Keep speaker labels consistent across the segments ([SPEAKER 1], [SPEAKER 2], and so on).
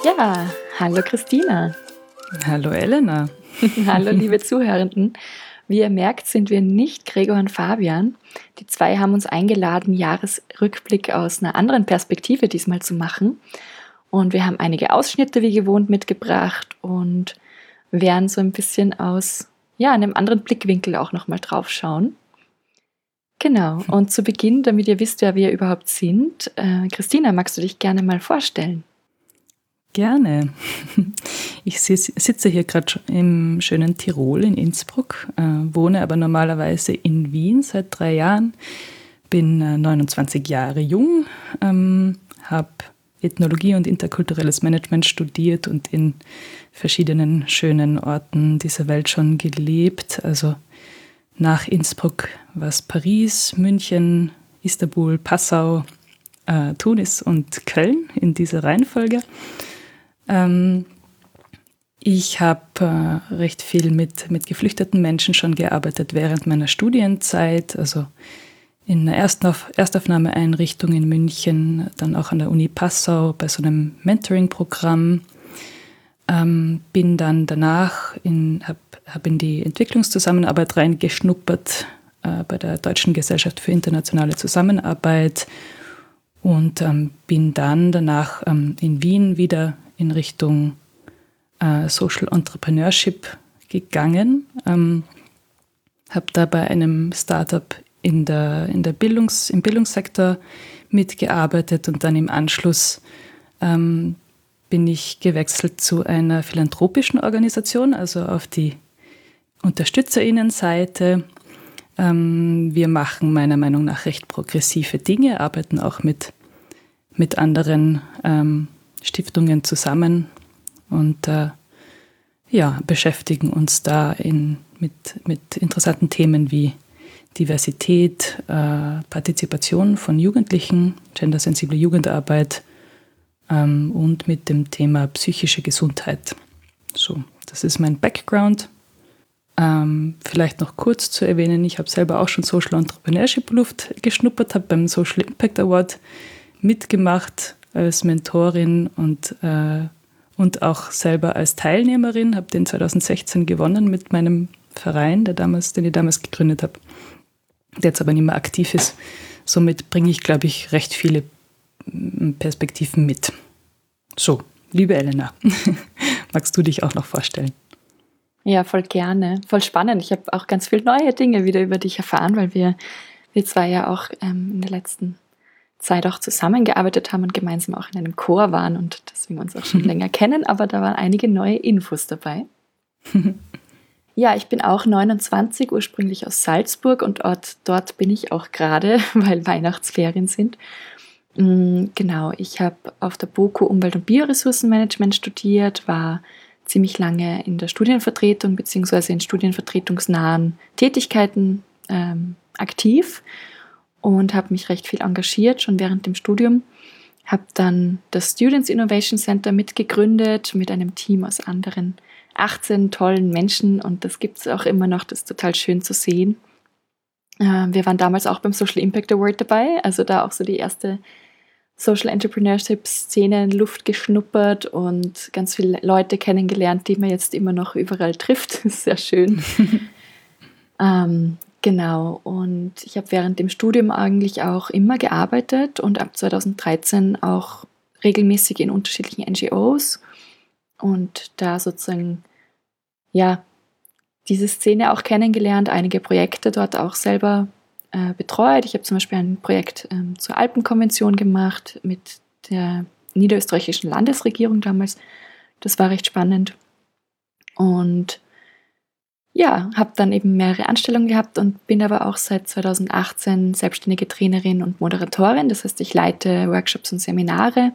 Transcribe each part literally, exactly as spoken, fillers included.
[SPEAKER 1] Ja, hallo Christina.
[SPEAKER 2] Hallo Elena.
[SPEAKER 1] Hallo liebe Zuhörenden. Wie ihr merkt, sind wir nicht Gregor und Fabian. Die zwei haben uns eingeladen, Jahresrückblick aus einer anderen Perspektive diesmal zu machen. Und wir haben einige Ausschnitte wie gewohnt mitgebracht und werden so ein bisschen aus ja, einem anderen Blickwinkel auch nochmal drauf schauen. Genau, und zu Beginn, damit ihr wisst, wer wir überhaupt sind, äh, Christina, magst du dich gerne mal vorstellen?
[SPEAKER 2] Gerne. Ich sitze hier gerade im schönen Tirol in Innsbruck, äh, wohne aber normalerweise in Wien seit drei Jahren, bin äh, neunundzwanzig Jahre jung, ähm, habe Ethnologie und interkulturelles Management studiert und in verschiedenen schönen Orten dieser Welt schon gelebt. Also nach Innsbruck war es Paris, München, Istanbul, Passau, äh, Tunis und Köln in dieser Reihenfolge. Ähm, ich habe äh, recht viel mit, mit geflüchteten Menschen schon gearbeitet während meiner Studienzeit, also in einer Erstauf- Erstaufnahmeeinrichtung in München, dann auch an der Uni Passau bei so einem Mentoring-Programm. Ähm, bin dann danach in, habe hab in die Entwicklungszusammenarbeit reingeschnuppert äh, bei der Deutschen Gesellschaft für internationale Zusammenarbeit und ähm, bin dann danach ähm, in Wien wieder in Richtung äh, Social Entrepreneurship gegangen. Ähm, habe da bei einem Startup in der, in der Bildungs-, im Bildungssektor mitgearbeitet und dann im Anschluss ähm, bin ich gewechselt zu einer philanthropischen Organisation, also auf die UnterstützerInnenseite. Ähm, wir machen meiner Meinung nach recht progressive Dinge, arbeiten auch mit, mit anderen ähm, Stiftungen zusammen und äh, ja, beschäftigen uns da in, mit, mit interessanten Themen wie Diversität, äh, Partizipation von Jugendlichen, gendersensible Jugendarbeit ähm, und mit dem Thema psychische Gesundheit. So, das ist mein Background. Ähm, vielleicht noch kurz zu erwähnen, ich habe selber auch schon Social Entrepreneurship Luft geschnuppert, habe beim Social Impact Award mitgemacht als Mentorin und, äh, und auch selber als Teilnehmerin, habe den zwanzig sechzehn gewonnen mit meinem Verein, der damals, den ich damals gegründet habe, der jetzt aber nicht mehr aktiv ist. Somit bringe ich, glaube ich, recht viele Perspektiven mit. So, liebe Elena, magst du dich auch noch vorstellen?
[SPEAKER 1] Ja, voll gerne. Voll spannend. Ich habe auch ganz viele neue Dinge wieder über dich erfahren, weil wir, wir zwei ja auch ähm, in der letzten Zeit auch zusammengearbeitet haben und gemeinsam auch in einem Chor waren und deswegen uns auch schon länger kennen, aber da waren einige neue Infos dabei. Ja, ich bin auch neunundzwanzig, ursprünglich aus Salzburg und dort, dort bin ich auch gerade, weil Weihnachtsferien sind. Genau, ich habe auf der BOKU Umwelt- und Bioressourcenmanagement studiert, war ziemlich lange in der Studienvertretung bzw. in studienvertretungsnahen Tätigkeiten ähm, aktiv und habe mich recht viel engagiert, schon während dem Studium. Habe dann das Students Innovation Center mitgegründet mit einem Team aus anderen achtzehn tollen Menschen und das gibt es auch immer noch, das ist total schön zu sehen. Äh, wir waren damals auch beim Social Impact Award dabei, also da auch so die erste Social Entrepreneurship-Szene in Luft geschnuppert und ganz viele Leute kennengelernt, die man jetzt immer noch überall trifft. Das ist sehr schön. ähm, genau, und ich habe während dem Studium eigentlich auch immer gearbeitet und ab zwanzig dreizehn auch regelmäßig in unterschiedlichen N G Os und da sozusagen, ja, diese Szene auch kennengelernt, einige Projekte dort auch selber äh, betreut. Ich habe zum Beispiel ein Projekt ähm, zur Alpenkonvention gemacht mit der niederösterreichischen Landesregierung damals. Das war recht spannend. Und ja, habe dann eben mehrere Anstellungen gehabt und bin aber auch seit zwanzig achtzehn selbstständige Trainerin und Moderatorin. Das heißt, ich leite Workshops und Seminare.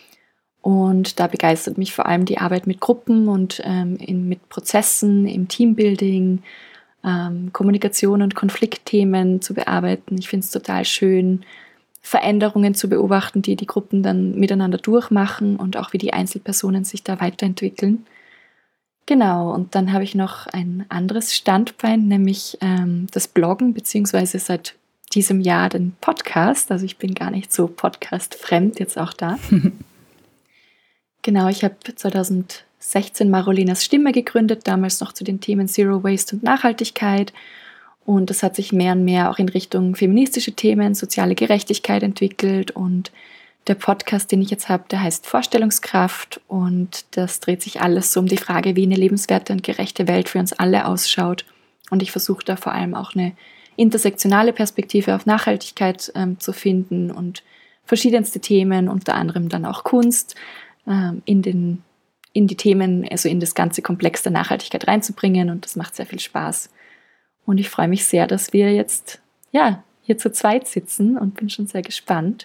[SPEAKER 1] Und da begeistert mich vor allem die Arbeit mit Gruppen und ähm, in, mit Prozessen, im Teambuilding, ähm, Kommunikation und Konfliktthemen zu bearbeiten. Ich finde es total schön, Veränderungen zu beobachten, die die Gruppen dann miteinander durchmachen und auch wie die Einzelpersonen sich da weiterentwickeln. Genau, und dann habe ich noch ein anderes Standbein, nämlich ähm, das Bloggen, beziehungsweise seit diesem Jahr den Podcast. Also ich bin gar nicht so podcastfremd jetzt auch da. Genau, ich habe zweitausendsechzehn Marolinas Stimme gegründet, damals noch zu den Themen Zero Waste und Nachhaltigkeit. Und das hat sich mehr und mehr auch in Richtung feministische Themen, soziale Gerechtigkeit entwickelt. Und der Podcast, den ich jetzt habe, der heißt Vorstellungskraft. Und das dreht sich alles so um die Frage, wie eine lebenswerte und gerechte Welt für uns alle ausschaut. Und ich versuche da vor allem auch eine intersektionale Perspektive auf Nachhaltigkeit ähm, zu finden und verschiedenste Themen, unter anderem dann auch Kunst, ähm, in den, in die Themen, also in das ganze Komplex der Nachhaltigkeit reinzubringen. Und das macht sehr viel Spaß. Und ich freue mich sehr, dass wir jetzt ja, hier zu zweit sitzen und bin schon sehr gespannt.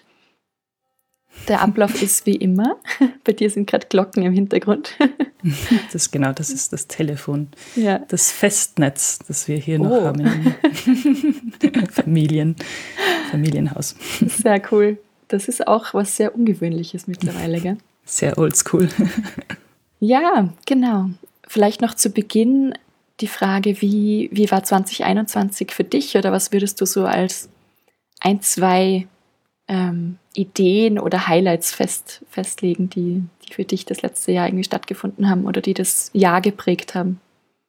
[SPEAKER 1] Der Ablauf ist wie immer. Bei dir sind gerade Glocken im Hintergrund.
[SPEAKER 2] Das genau, das ist das Telefon.
[SPEAKER 1] Ja.
[SPEAKER 2] Das Festnetz, das wir hier noch
[SPEAKER 1] Oh.
[SPEAKER 2] haben im Familien, Familienhaus.
[SPEAKER 1] Sehr cool. Das ist auch was sehr Ungewöhnliches mittlerweile, gell?
[SPEAKER 2] Sehr oldschool.
[SPEAKER 1] Ja, genau. Vielleicht noch zu Beginn die Frage, wie, wie war zwanzig einundzwanzig für dich oder was würdest du so als ein, zwei ähm, Ideen oder Highlights fest, festlegen, die, die für dich das letzte Jahr irgendwie stattgefunden haben oder die das Jahr geprägt haben?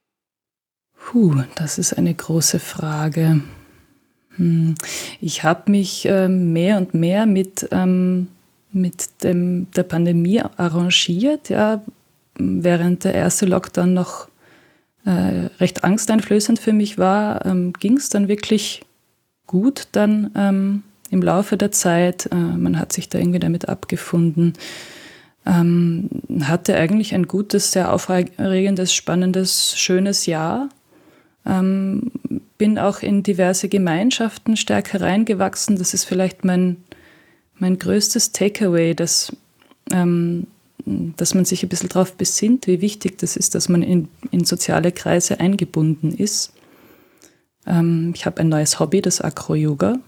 [SPEAKER 2] Puh, das ist eine große Frage. Hm. Ich habe mich ähm, mehr und mehr mit, ähm, mit dem, der Pandemie arrangiert, ja, während der erste Lockdown noch Äh, recht angsteinflößend für mich war, ähm, ging es dann wirklich gut dann ähm, im Laufe der Zeit. Äh, man hat sich da irgendwie damit abgefunden. Ähm, hatte eigentlich ein gutes, sehr aufregendes, spannendes, schönes Jahr. Ähm, bin auch in diverse Gemeinschaften stärker reingewachsen. Das ist vielleicht mein, mein größtes Takeaway, dass ähm, dass man sich ein bisschen darauf besinnt, wie wichtig das ist, dass man in, in soziale Kreise eingebunden ist. Ähm, ich habe ein neues Hobby, das Acro-Yoga,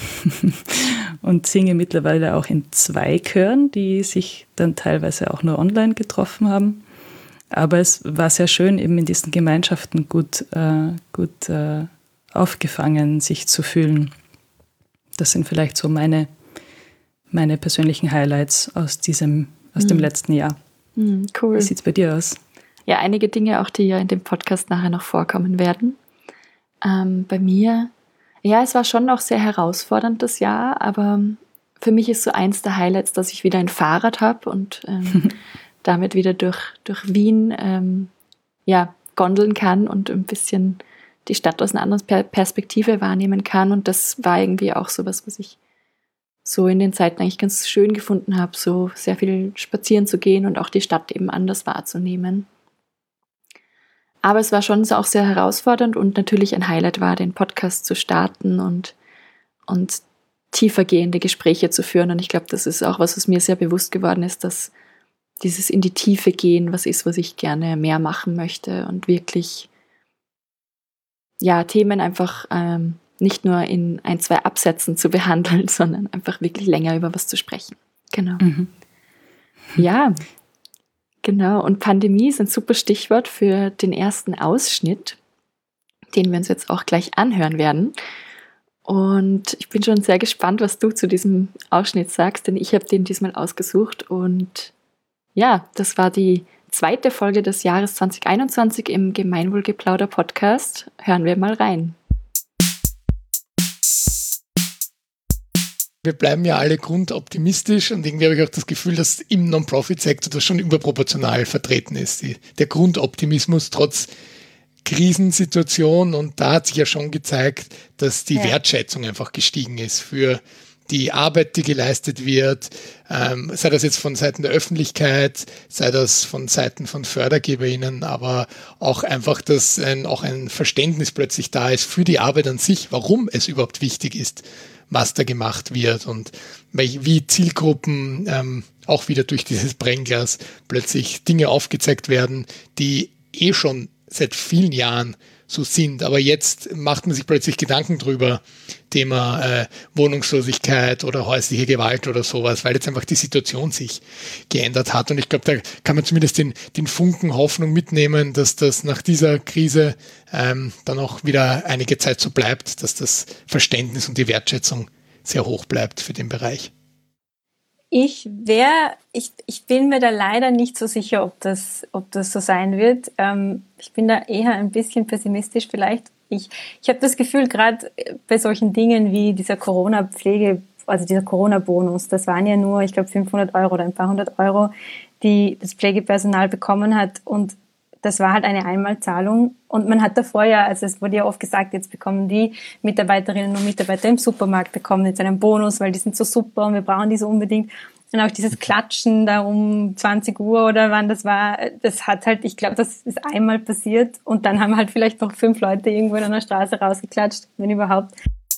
[SPEAKER 2] und singe mittlerweile auch in zwei Chören, die sich dann teilweise auch nur online getroffen haben. Aber es war sehr schön, eben in diesen Gemeinschaften gut, äh, gut äh, aufgefangen sich zu fühlen. Das sind vielleicht so meine, meine persönlichen Highlights aus diesem aus dem letzten Jahr.
[SPEAKER 1] Mm, cool.
[SPEAKER 2] Wie sieht es bei dir aus?
[SPEAKER 1] Ja, einige Dinge auch, die ja in dem Podcast nachher noch vorkommen werden. Ähm, bei mir, ja, es war schon auch sehr herausfordernd das Jahr, aber für mich ist so eins der Highlights, dass ich wieder ein Fahrrad habe und ähm, damit wieder durch, durch Wien ähm, ja, gondeln kann und ein bisschen die Stadt aus einer anderen per- Perspektive wahrnehmen kann. Und das war irgendwie auch sowas, was ich so in den Zeiten eigentlich ganz schön gefunden habe, so sehr viel spazieren zu gehen und auch die Stadt eben anders wahrzunehmen. Aber es war schon so auch sehr herausfordernd und natürlich ein Highlight war, den Podcast zu starten und, und tiefergehende Gespräche zu führen. Und ich glaube, das ist auch was, was mir sehr bewusst geworden ist, dass dieses in die Tiefe gehen was ist, was ich gerne mehr machen möchte und wirklich ja, Themen einfach ähm, nicht nur in ein, zwei Absätzen zu behandeln, sondern einfach wirklich länger über was zu sprechen. Genau.
[SPEAKER 2] Mhm.
[SPEAKER 1] Ja, genau. Und Pandemie ist ein super Stichwort für den ersten Ausschnitt, den wir uns jetzt auch gleich anhören werden. Und ich bin schon sehr gespannt, was du zu diesem Ausschnitt sagst, denn ich habe den diesmal ausgesucht. Und ja, das war die zweite Folge des Jahres zwanzig einundzwanzig im Gemeinwohlgeplauder-Podcast. Hören wir mal rein.
[SPEAKER 3] Wir bleiben ja alle grundoptimistisch und irgendwie habe ich auch das Gefühl, dass im Non-Profit-Sektor das schon überproportional vertreten ist. Die, der Grundoptimismus trotz Krisensituation, und da hat sich ja schon gezeigt, dass die ja. Wertschätzung einfach gestiegen ist für die Arbeit, die geleistet wird, ähm, sei das jetzt von Seiten der Öffentlichkeit, sei das von Seiten von FördergeberInnen, aber auch einfach, dass ein, auch ein Verständnis plötzlich da ist für die Arbeit an sich, warum es überhaupt wichtig ist, was da gemacht wird und wie Zielgruppen ähm, auch wieder durch dieses Brennglas plötzlich Dinge aufgezeigt werden, die eh schon seit vielen Jahren so sind. Aber jetzt macht man sich plötzlich Gedanken drüber, Thema äh, Wohnungslosigkeit oder häusliche Gewalt oder sowas, weil jetzt einfach die Situation sich geändert hat. Und ich glaube, da kann man zumindest den, den Funken Hoffnung mitnehmen, dass das nach dieser Krise ähm, dann auch wieder einige Zeit so bleibt, dass das Verständnis und die Wertschätzung sehr hoch bleibt für den Bereich.
[SPEAKER 4] Ich wäre, ich, ich bin mir da leider nicht so sicher, ob das, ob das so sein wird. Ähm, ich bin da eher ein bisschen pessimistisch vielleicht. Ich, ich habe das Gefühl, gerade bei solchen Dingen wie dieser Corona-Pflege, also dieser Corona-Bonus, das waren ja nur, ich glaube, fünfhundert Euro oder ein paar hundert Euro, die das Pflegepersonal bekommen hat. Und das war halt eine Einmalzahlung. Und man hat davor ja, also es wurde ja oft gesagt, jetzt bekommen die Mitarbeiterinnen und Mitarbeiter im Supermarkt, bekommen jetzt einen Bonus, weil die sind so super und wir brauchen die so unbedingt. Und auch dieses Klatschen da um zwanzig Uhr oder wann das war, das hat halt, ich glaube, das ist einmal passiert. Und dann haben halt vielleicht noch fünf Leute irgendwo in einer Straße rausgeklatscht, wenn überhaupt.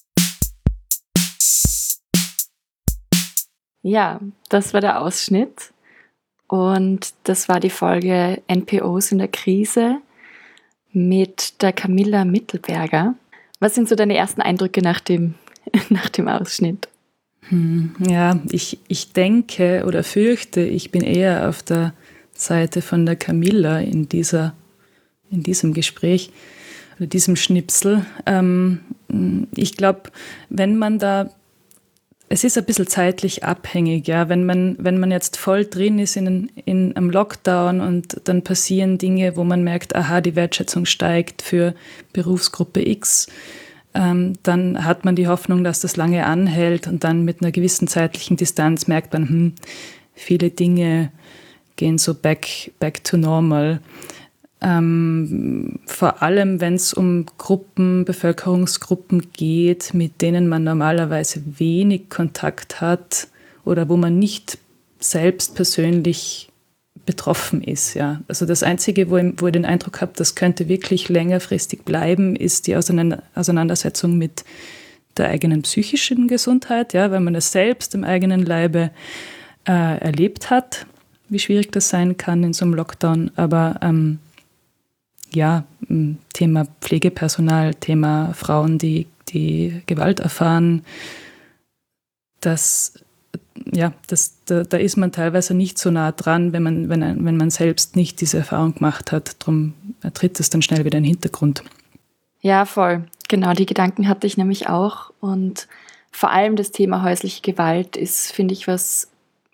[SPEAKER 1] Ja, das war der Ausschnitt. Und das war die Folge N P Os in der Krise mit der Camilla Mittelberger. Was sind so deine ersten Eindrücke nach dem, nach dem Ausschnitt?
[SPEAKER 2] Hm, ja, ich, ich denke oder fürchte, ich bin eher auf der Seite von der Camilla in, dieser, in diesem Gespräch oder diesem Schnipsel. Ähm, ich glaube, wenn man da Es ist ein bisschen zeitlich abhängig, ja. Wenn man, wenn man jetzt voll drin ist in, in einem Lockdown und dann passieren Dinge, wo man merkt, aha, die Wertschätzung steigt für Berufsgruppe X, ähm, dann hat man die Hoffnung, dass das lange anhält und dann mit einer gewissen zeitlichen Distanz merkt man, hm, viele Dinge gehen so back, back to normal. Ähm, vor allem, wenn es um Gruppen, Bevölkerungsgruppen geht, mit denen man normalerweise wenig Kontakt hat oder wo man nicht selbst persönlich betroffen ist. Ja. Also das Einzige, wo ich, wo ich den Eindruck habe, das könnte wirklich längerfristig bleiben, ist die Auseinandersetzung mit der eigenen psychischen Gesundheit, ja, weil man es selbst im eigenen Leibe äh, erlebt hat, wie schwierig das sein kann in so einem Lockdown. Aber ähm, ja, Thema Pflegepersonal, Thema Frauen, die, die Gewalt erfahren, das, ja, das, da, da ist man teilweise nicht so nah dran, wenn man, wenn, wenn man selbst nicht diese Erfahrung gemacht hat. Darum tritt es dann schnell wieder in den Hintergrund.
[SPEAKER 1] Ja, voll. Genau, die Gedanken hatte ich nämlich auch. Und vor allem das Thema häusliche Gewalt ist, finde ich, was,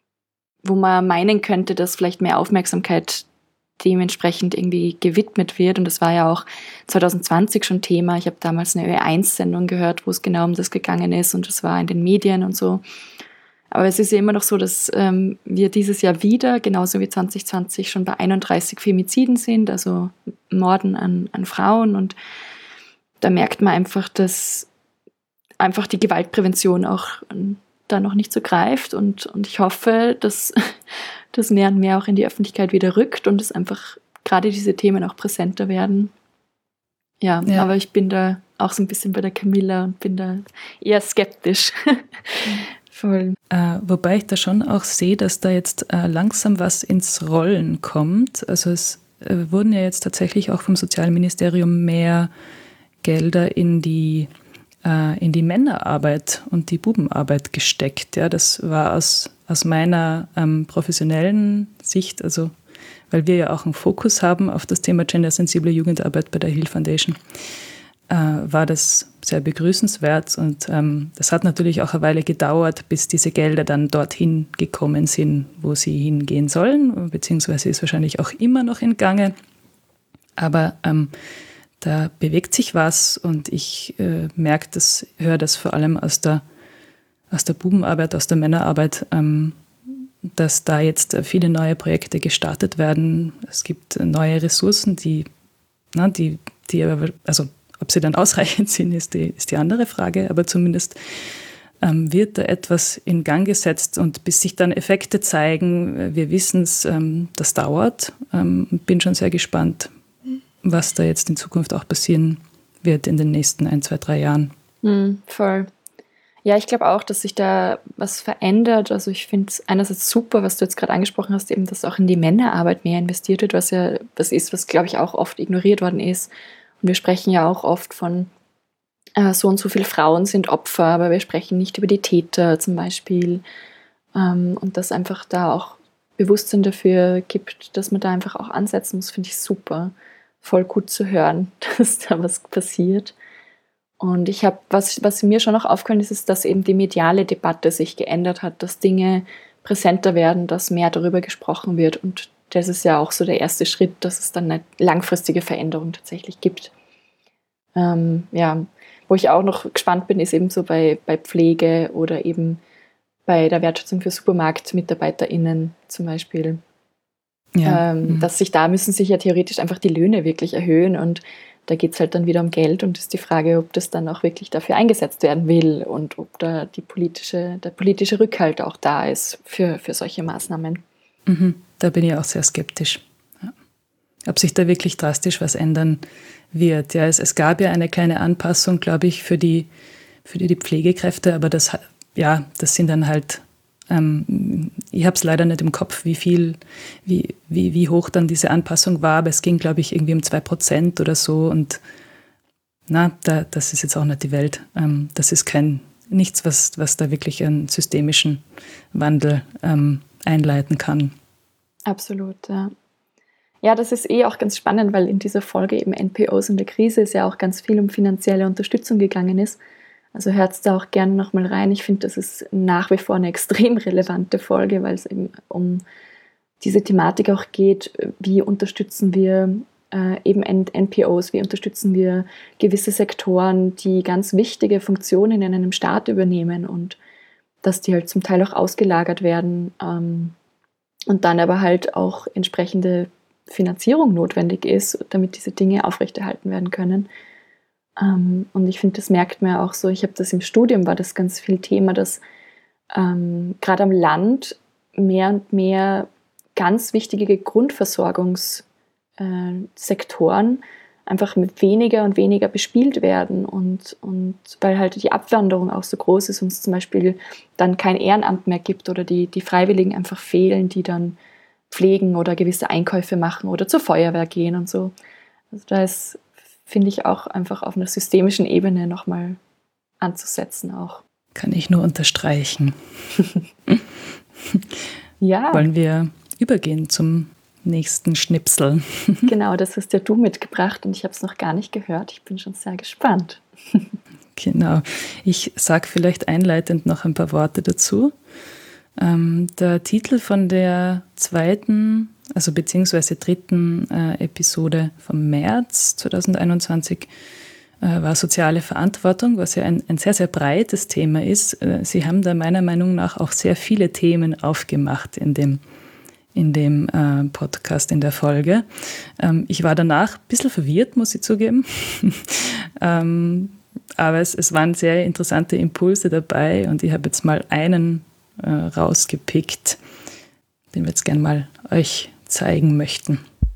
[SPEAKER 1] wo man meinen könnte, dass vielleicht mehr Aufmerksamkeit dementsprechend irgendwie gewidmet wird. Und das war ja auch zwanzig zwanzig schon Thema. Ich habe damals eine Ö eins Sendung gehört, wo es genau um das gegangen ist und das war in den Medien und so. Aber es ist ja immer noch so, dass ähm, wir dieses Jahr wieder, genauso wie zwanzig zwanzig, schon bei einunddreißig Femiziden sind, also Morden an, an Frauen. Und da merkt man einfach, dass einfach die Gewaltprävention auch ähm, da noch nicht so greift. Und, und ich hoffe, dass das mehr und mehr auch in die Öffentlichkeit wieder rückt und es einfach gerade diese Themen auch präsenter werden. Ja, ja, aber ich bin da auch so ein bisschen bei der Camilla und bin da eher skeptisch. Voll.
[SPEAKER 2] Äh, wobei ich da schon auch sehe, dass da jetzt äh, langsam was ins Rollen kommt. Also es äh, wurden ja jetzt tatsächlich auch vom Sozialministerium mehr Gelder in die äh, in die Männerarbeit und die Bubenarbeit gesteckt. Ja, das war aus Aus meiner ähm, professionellen Sicht, also weil wir ja auch einen Fokus haben auf das Thema gendersensible Jugendarbeit bei der Heal Foundation, äh, war das sehr begrüßenswert. Und ähm, das hat natürlich auch eine Weile gedauert, bis diese Gelder dann dorthin gekommen sind, wo sie hingehen sollen, beziehungsweise ist wahrscheinlich auch immer noch in Gange. Aber ähm, da bewegt sich was und ich äh, merke das, höre das vor allem aus der aus der Bubenarbeit, aus der Männerarbeit, ähm, dass da jetzt viele neue Projekte gestartet werden. Es gibt neue Ressourcen, die, na, die, die aber, also ob sie dann ausreichend sind, ist die, ist die andere Frage, aber zumindest ähm, wird da etwas in Gang gesetzt und bis sich dann Effekte zeigen, wir wissen es, ähm, das dauert. Ähm, bin schon sehr gespannt, was da jetzt in Zukunft auch passieren wird in den nächsten ein, zwei, drei Jahren.
[SPEAKER 1] Mm, voll. Ja, ich glaube auch, dass sich da was verändert. Also ich finde es einerseits super, was du jetzt gerade angesprochen hast, eben, dass auch in die Männerarbeit mehr investiert wird, was ja was ist, was, glaube ich, auch oft ignoriert worden ist. Und wir sprechen ja auch oft von äh, so und so viele Frauen sind Opfer, aber wir sprechen nicht über die Täter zum Beispiel. Ähm, und dass einfach da auch Bewusstsein dafür gibt, dass man da einfach auch ansetzen muss, finde ich super. Voll gut zu hören, dass da was passiert. Und ich habe, was, was mir schon noch aufgefallen ist, ist, dass eben die mediale Debatte sich geändert hat, dass Dinge präsenter werden, dass mehr darüber gesprochen wird. Und das ist ja auch so der erste Schritt, dass es dann eine langfristige Veränderung tatsächlich gibt. Ähm, ja, wo ich auch noch gespannt bin, ist eben so bei, bei Pflege oder eben bei der Wertschätzung für SupermarktmitarbeiterInnen zum Beispiel. Ja. Ähm, mhm. Dass sich da müssen sich ja theoretisch einfach die Löhne wirklich erhöhen und da geht es halt dann wieder um Geld und ist die Frage, ob das dann auch wirklich dafür eingesetzt werden will und ob da die politische, der politische Rückhalt auch da ist für, für solche Maßnahmen.
[SPEAKER 2] Mhm. Da bin ich auch sehr skeptisch. Ja. Ob sich da wirklich drastisch was ändern wird. Ja, es, es gab ja eine kleine Anpassung, glaube ich, für die, für die, die Pflegekräfte, aber das, ja, das sind dann halt, ähm, ich habe es leider nicht im Kopf, wie viel, wie, wie, wie hoch dann diese Anpassung war, aber es ging, glaube ich, irgendwie um zwei Prozent oder so und na, da, das ist jetzt auch nicht die Welt. Ähm, das ist kein, nichts, was, was da wirklich einen systemischen Wandel ähm, einleiten kann.
[SPEAKER 1] Absolut, ja. Ja, das ist eh auch ganz spannend, weil in dieser Folge eben N P Os in der Krise ist ja auch ganz viel um finanzielle Unterstützung gegangen ist. Also hört da auch gerne nochmal rein. Ich finde, das ist nach wie vor eine extrem relevante Folge, weil es eben um diese Thematik auch geht, wie unterstützen wir äh, eben N P Os, wie unterstützen wir gewisse Sektoren, die ganz wichtige Funktionen in einem Staat übernehmen und dass die halt zum Teil auch ausgelagert werden ähm, und dann aber halt auch entsprechende Finanzierung notwendig ist, damit diese Dinge aufrechterhalten werden können. Ähm, und ich finde, das merkt man auch so, ich habe das im Studium, war das ganz viel Thema, dass ähm, gerade am Land mehr und mehr ganz wichtige Grundversorgungssektoren äh, einfach mit weniger und weniger bespielt werden und, und weil halt die Abwanderung auch so groß ist und es zum Beispiel dann kein Ehrenamt mehr gibt oder die, die Freiwilligen einfach fehlen, die dann pflegen oder gewisse Einkäufe machen oder zur Feuerwehr gehen und so. Also da ist, finde ich, auch einfach auf einer systemischen Ebene nochmal anzusetzen auch.
[SPEAKER 2] Kann ich nur unterstreichen.
[SPEAKER 1] Ja.
[SPEAKER 2] Wollen wir übergehen zum nächsten Schnipsel?
[SPEAKER 1] Genau, das hast ja du mitgebracht und ich habe es noch gar nicht gehört. Ich bin schon sehr gespannt.
[SPEAKER 2] Genau. Ich sage vielleicht einleitend noch ein paar Worte dazu. Ähm, der Titel von der zweiten, also beziehungsweise dritten äh, Episode vom März zwanzig einundzwanzig äh, war soziale Verantwortung, was ja ein, ein sehr, sehr breites Thema ist. Äh, Sie haben da meiner Meinung nach auch sehr viele Themen aufgemacht in dem, in dem äh, Podcast, in der Folge. Ähm, ich war danach ein bisschen verwirrt, muss ich zugeben. ähm, aber es, es waren sehr interessante Impulse dabei und ich habe jetzt mal einen äh, rausgepickt, den wir jetzt gerne mal euch zeigen möchten.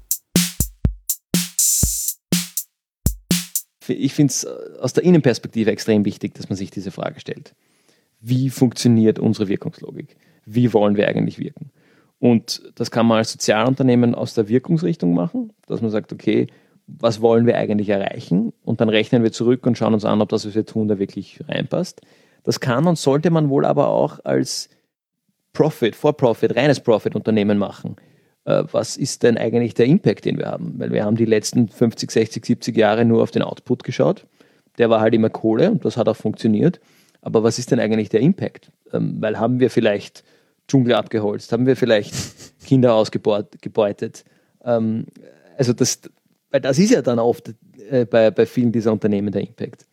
[SPEAKER 5] Ich finde es aus der Innenperspektive extrem wichtig, dass man sich diese Frage stellt. Wie funktioniert unsere Wirkungslogik? Wie wollen wir eigentlich wirken? Und das kann man als Sozialunternehmen aus der Wirkungsrichtung machen, dass man sagt, okay, was wollen wir eigentlich erreichen? Und dann rechnen wir zurück und schauen uns an, ob das, was wir tun, da wirklich reinpasst. Das kann und sollte man wohl aber auch als Profit, For-Profit, reines Profit-Unternehmen machen. Äh, was ist denn eigentlich der Impact, den wir haben? Weil wir haben die letzten fünfzig, sechzig, siebzig Jahre nur auf den Output geschaut. Der war halt immer Kohle und das hat auch funktioniert. Aber was ist denn eigentlich der Impact? Ähm, weil haben wir vielleicht Dschungel abgeholzt? Haben wir vielleicht Kinder ausgebeutet? Ähm, also das, weil das ist ja dann oft äh, bei, bei vielen dieser Unternehmen der Impact.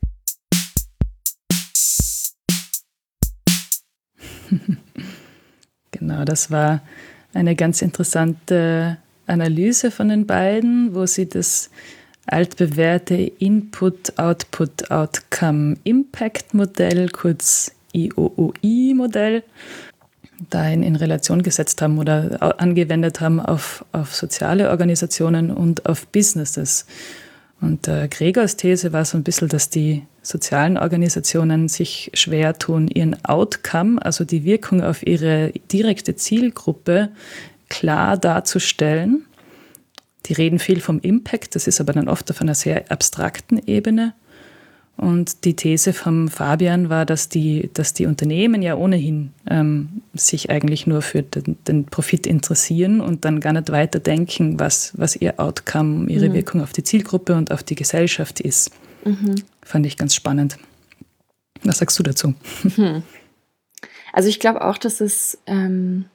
[SPEAKER 2] Genau, das war eine ganz interessante Analyse von den beiden, wo sie das altbewährte Input-Output-Outcome-Impact-Modell, kurz I O O I-Modell, dahin in Relation gesetzt haben oder angewendet haben auf, auf soziale Organisationen und auf Businesses. Und äh, Gregors These war so ein bisschen, dass die sozialen Organisationen sich schwer tun, ihren Outcome, also die Wirkung auf ihre direkte Zielgruppe, klar darzustellen. Die reden viel vom Impact, das ist aber dann oft auf einer sehr abstrakten Ebene. Und die These vom Fabian war, dass die, dass die Unternehmen ja ohnehin ähm, sich eigentlich nur für den, den Profit interessieren und dann gar nicht weiterdenken, was, was ihr Outcome, ihre mhm. Wirkung auf die Zielgruppe und auf die Gesellschaft ist. Mhm. Fand ich ganz spannend. Was sagst du dazu?
[SPEAKER 1] Mhm. Also ich glaube auch, dass es, ähm,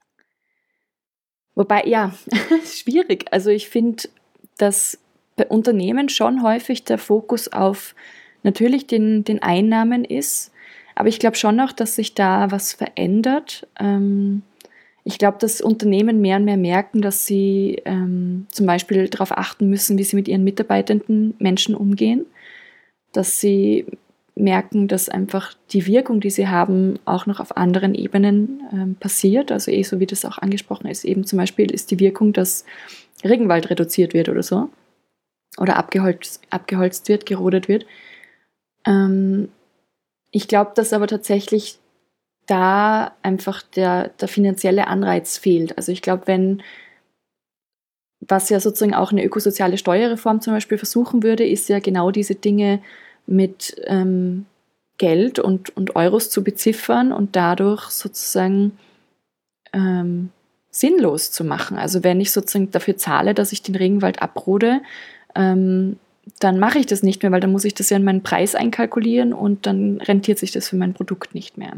[SPEAKER 1] wobei, ja, schwierig. Also ich finde, dass bei Unternehmen schon häufig der Fokus auf natürlich den, den Einnahmen ist, aber ich glaube schon auch, dass sich da was verändert. Ähm, ich glaube, dass Unternehmen mehr und mehr merken, dass sie ähm, zum Beispiel darauf achten müssen, wie sie mit ihren mitarbeitenden Menschen umgehen, dass sie merken, dass einfach die Wirkung, die sie haben, auch noch auf anderen Ebenen ähm, passiert. Also eh so wie das auch angesprochen ist, eben zum Beispiel ist die Wirkung, dass Regenwald reduziert wird oder so oder abgeholzt, abgeholzt wird, gerodet wird. Ähm, ich glaube, dass aber tatsächlich da einfach der, der finanzielle Anreiz fehlt. Also ich glaube, wenn, was ja sozusagen auch eine ökosoziale Steuerreform zum Beispiel versuchen würde, ist ja genau diese Dinge mit ähm, Geld und, und Euros zu beziffern und dadurch sozusagen ähm, sinnlos zu machen. Also wenn ich sozusagen dafür zahle, dass ich den Regenwald abrode, ähm, dann mache ich das nicht mehr, weil dann muss ich das ja in meinen Preis einkalkulieren und dann rentiert sich das für mein Produkt nicht mehr.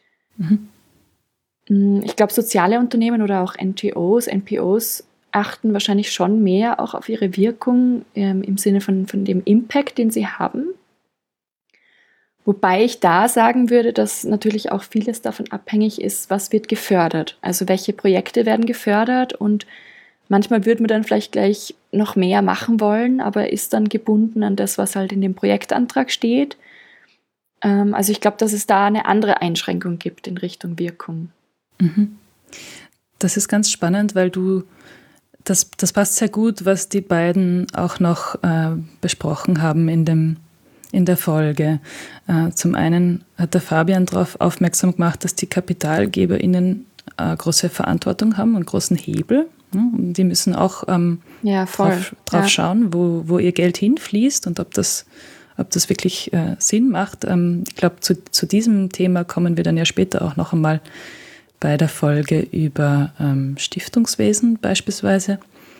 [SPEAKER 1] Mhm. Ich glaube, soziale Unternehmen oder auch N G Os, N P Os achten wahrscheinlich schon mehr auch auf ihre Wirkung ähm, im Sinne von, von dem Impact, den sie haben. Wobei ich da sagen würde, dass natürlich auch vieles davon abhängig ist, was wird gefördert. Also welche Projekte werden gefördert und manchmal würde man dann vielleicht gleich noch mehr machen wollen, aber ist dann gebunden an das, was halt in dem Projektantrag steht. Ähm, also ich glaube, dass es da eine andere Einschränkung gibt in Richtung Wirkung.
[SPEAKER 2] Mhm. Das ist ganz spannend, weil du, das, das passt sehr gut, was die beiden auch noch äh, besprochen haben in dem in der Folge. Äh, zum einen hat der Fabian darauf aufmerksam gemacht, dass die KapitalgeberInnen äh, große Verantwortung haben und großen Hebel. Ne? Und die müssen auch ähm,
[SPEAKER 1] ja, voll.
[SPEAKER 2] drauf, drauf ja. schauen, wo, wo ihr Geld hinfließt und ob das, ob das wirklich äh, Sinn macht. Ähm, ich glaube, zu, zu diesem Thema kommen wir dann ja später auch noch einmal bei der Folge über ähm, Stiftungswesen beispielsweise.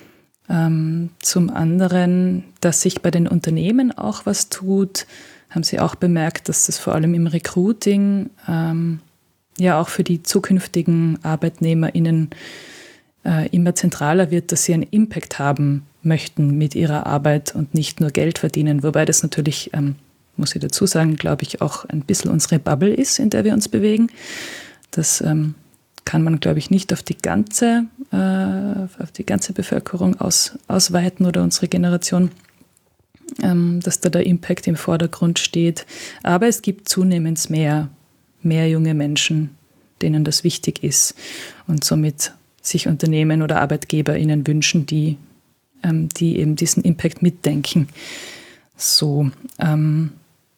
[SPEAKER 2] Ähm, zum anderen, dass sich bei den Unternehmen auch was tut, haben Sie auch bemerkt, dass das vor allem im Recruiting ähm, ja auch für die zukünftigen ArbeitnehmerInnen äh, immer zentraler wird, dass sie einen Impact haben möchten mit ihrer Arbeit und nicht nur Geld verdienen. Wobei das natürlich, ähm, muss ich dazu sagen, glaube ich, auch ein bisschen unsere Bubble ist, in der wir uns bewegen. Das ähm, kann man, glaube ich, nicht auf die ganze, äh, auf die ganze Bevölkerung aus, ausweiten oder unsere Generation, ähm, dass da der Impact im Vordergrund steht. Aber es gibt zunehmend mehr, mehr junge Menschen, denen das wichtig ist und somit sich Unternehmen oder ArbeitgeberInnen wünschen, die, ähm, die eben diesen Impact mitdenken. So, ähm,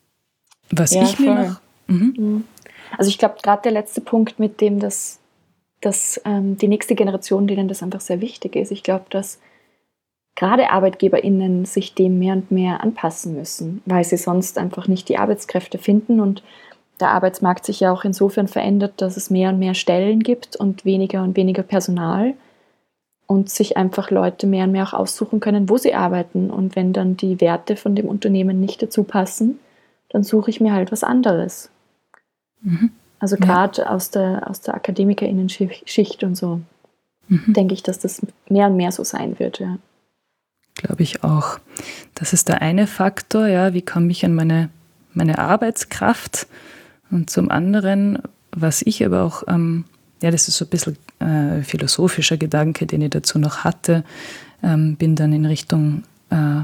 [SPEAKER 2] was
[SPEAKER 1] ja,
[SPEAKER 2] ich mir
[SPEAKER 1] voll.
[SPEAKER 2] noch... Mhm.
[SPEAKER 1] Also ich glaube, gerade der letzte Punkt mit dem, dass dass ähm, die nächste Generation, denen das einfach sehr wichtig ist. Ich glaube, dass gerade ArbeitgeberInnen sich dem mehr und mehr anpassen müssen, weil sie sonst einfach nicht die Arbeitskräfte finden und der Arbeitsmarkt sich ja auch insofern verändert, dass es mehr und mehr Stellen gibt und weniger und weniger Personal und sich einfach Leute mehr und mehr auch aussuchen können, wo sie arbeiten. Und wenn dann die Werte von dem Unternehmen nicht dazu passen, dann suche ich mir halt was anderes. Mhm. Also gerade ja. aus der, aus der AkademikerInnen-Schicht und so, mhm. denke ich, dass das mehr und mehr so sein wird. Ja.
[SPEAKER 2] Glaube ich auch. Das ist der eine Faktor, ja, wie komme ich an meine, meine Arbeitskraft? Und zum anderen, was ich aber auch, ähm, ja, das ist so ein bisschen äh, philosophischer Gedanke, den ich dazu noch hatte, ähm, bin dann in Richtung äh,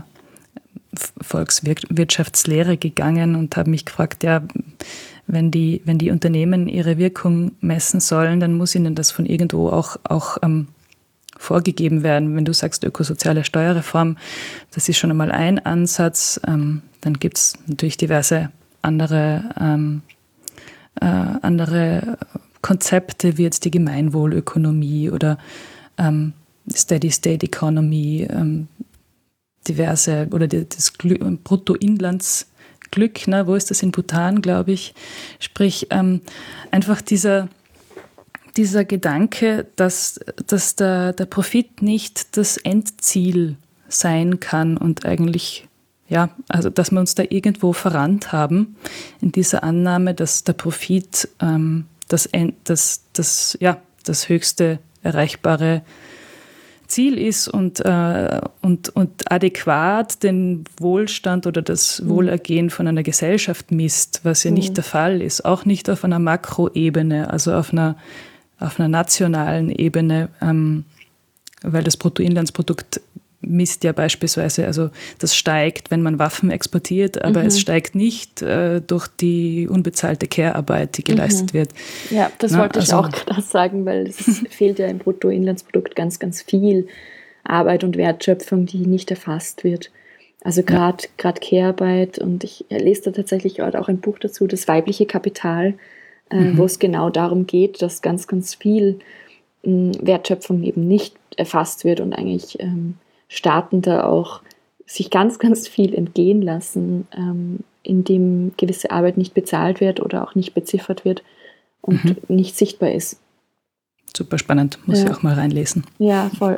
[SPEAKER 2] Volkswirtschaftslehre gegangen und habe mich gefragt, ja, wenn die, wenn die Unternehmen ihre Wirkung messen sollen, dann muss ihnen das von irgendwo auch, auch ähm, vorgegeben werden. Wenn du sagst ökosoziale Steuerreform, das ist schon einmal ein Ansatz. Ähm, dann gibt es natürlich diverse andere, ähm, äh, andere Konzepte, wie jetzt die Gemeinwohlökonomie oder ähm, Steady-State-Economy, ähm, diverse, oder die, das Bruttoinlands Glück, ne, wo ist das in Bhutan, glaube ich, sprich ähm, einfach dieser, dieser Gedanke, dass, dass der, der Profit nicht das Endziel sein kann und eigentlich, ja, also dass wir uns da irgendwo verrannt haben in dieser Annahme, dass der Profit ähm, das, das, das, ja, das höchste erreichbare Ziel ist und, äh, und, und adäquat den Wohlstand oder das Wohlergehen von einer Gesellschaft misst, was ja mhm. nicht der Fall ist, auch nicht auf einer Makroebene, also auf einer, auf einer nationalen Ebene, ähm, weil das Bruttoinlandsprodukt misst ja beispielsweise, also das steigt, wenn man Waffen exportiert, aber mhm. es steigt nicht äh, durch die unbezahlte Care-Arbeit, die geleistet mhm. wird.
[SPEAKER 1] Ja, das Na, wollte ich also, auch gerade sagen, weil es fehlt ja im Bruttoinlandsprodukt ganz, ganz viel Arbeit und Wertschöpfung, die nicht erfasst wird. Also gerade ja. gerade Care-Arbeit, und ich lese da tatsächlich gerade auch ein Buch dazu, das weibliche Kapital, äh, mhm. wo es genau darum geht, dass ganz, ganz viel äh, Wertschöpfung eben nicht erfasst wird und eigentlich ähm, Staaten da auch sich ganz, ganz viel entgehen lassen, ähm, indem gewisse Arbeit nicht bezahlt wird oder auch nicht beziffert wird und mhm. nicht sichtbar ist.
[SPEAKER 2] Super spannend, muss
[SPEAKER 1] ja.
[SPEAKER 2] ich auch mal reinlesen.
[SPEAKER 1] Ja, voll.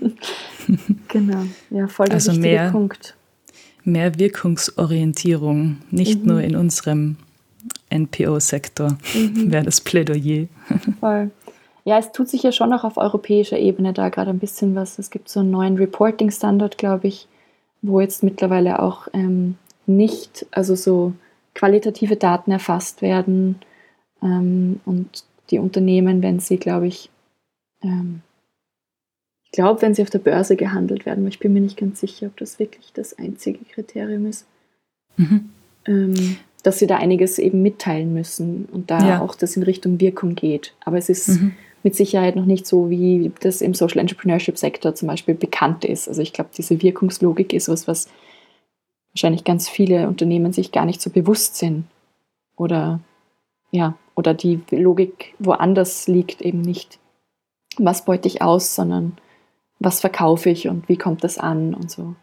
[SPEAKER 1] Genau, ja, voll der
[SPEAKER 2] also
[SPEAKER 1] wichtige
[SPEAKER 2] mehr,
[SPEAKER 1] Punkt.
[SPEAKER 2] Mehr Wirkungsorientierung, nicht mhm. nur in unserem N P O-Sektor, mhm. wäre das Plädoyer.
[SPEAKER 1] Voll. Ja, es tut sich ja schon auch auf europäischer Ebene da gerade ein bisschen was. Es gibt so einen neuen Reporting-Standard, glaube ich, wo jetzt mittlerweile auch ähm, nicht, also so qualitative Daten erfasst werden ähm, und die Unternehmen, wenn sie, glaube ich, ähm, ich glaube, wenn sie auf der Börse gehandelt werden, aber ich bin mir nicht ganz sicher, ob das wirklich das einzige Kriterium ist, mhm. ähm, dass sie da einiges eben mitteilen müssen und da ja. auch das in Richtung Wirkung geht. Aber es ist mhm. mit Sicherheit noch nicht so, wie das im Social Entrepreneurship Sektor zum Beispiel bekannt ist. Also ich glaube, diese Wirkungslogik ist was, was wahrscheinlich ganz viele Unternehmen sich gar nicht so bewusst sind. Oder, ja, oder die Logik woanders liegt eben nicht. Was beute ich aus, sondern was verkaufe ich und wie kommt das an und so.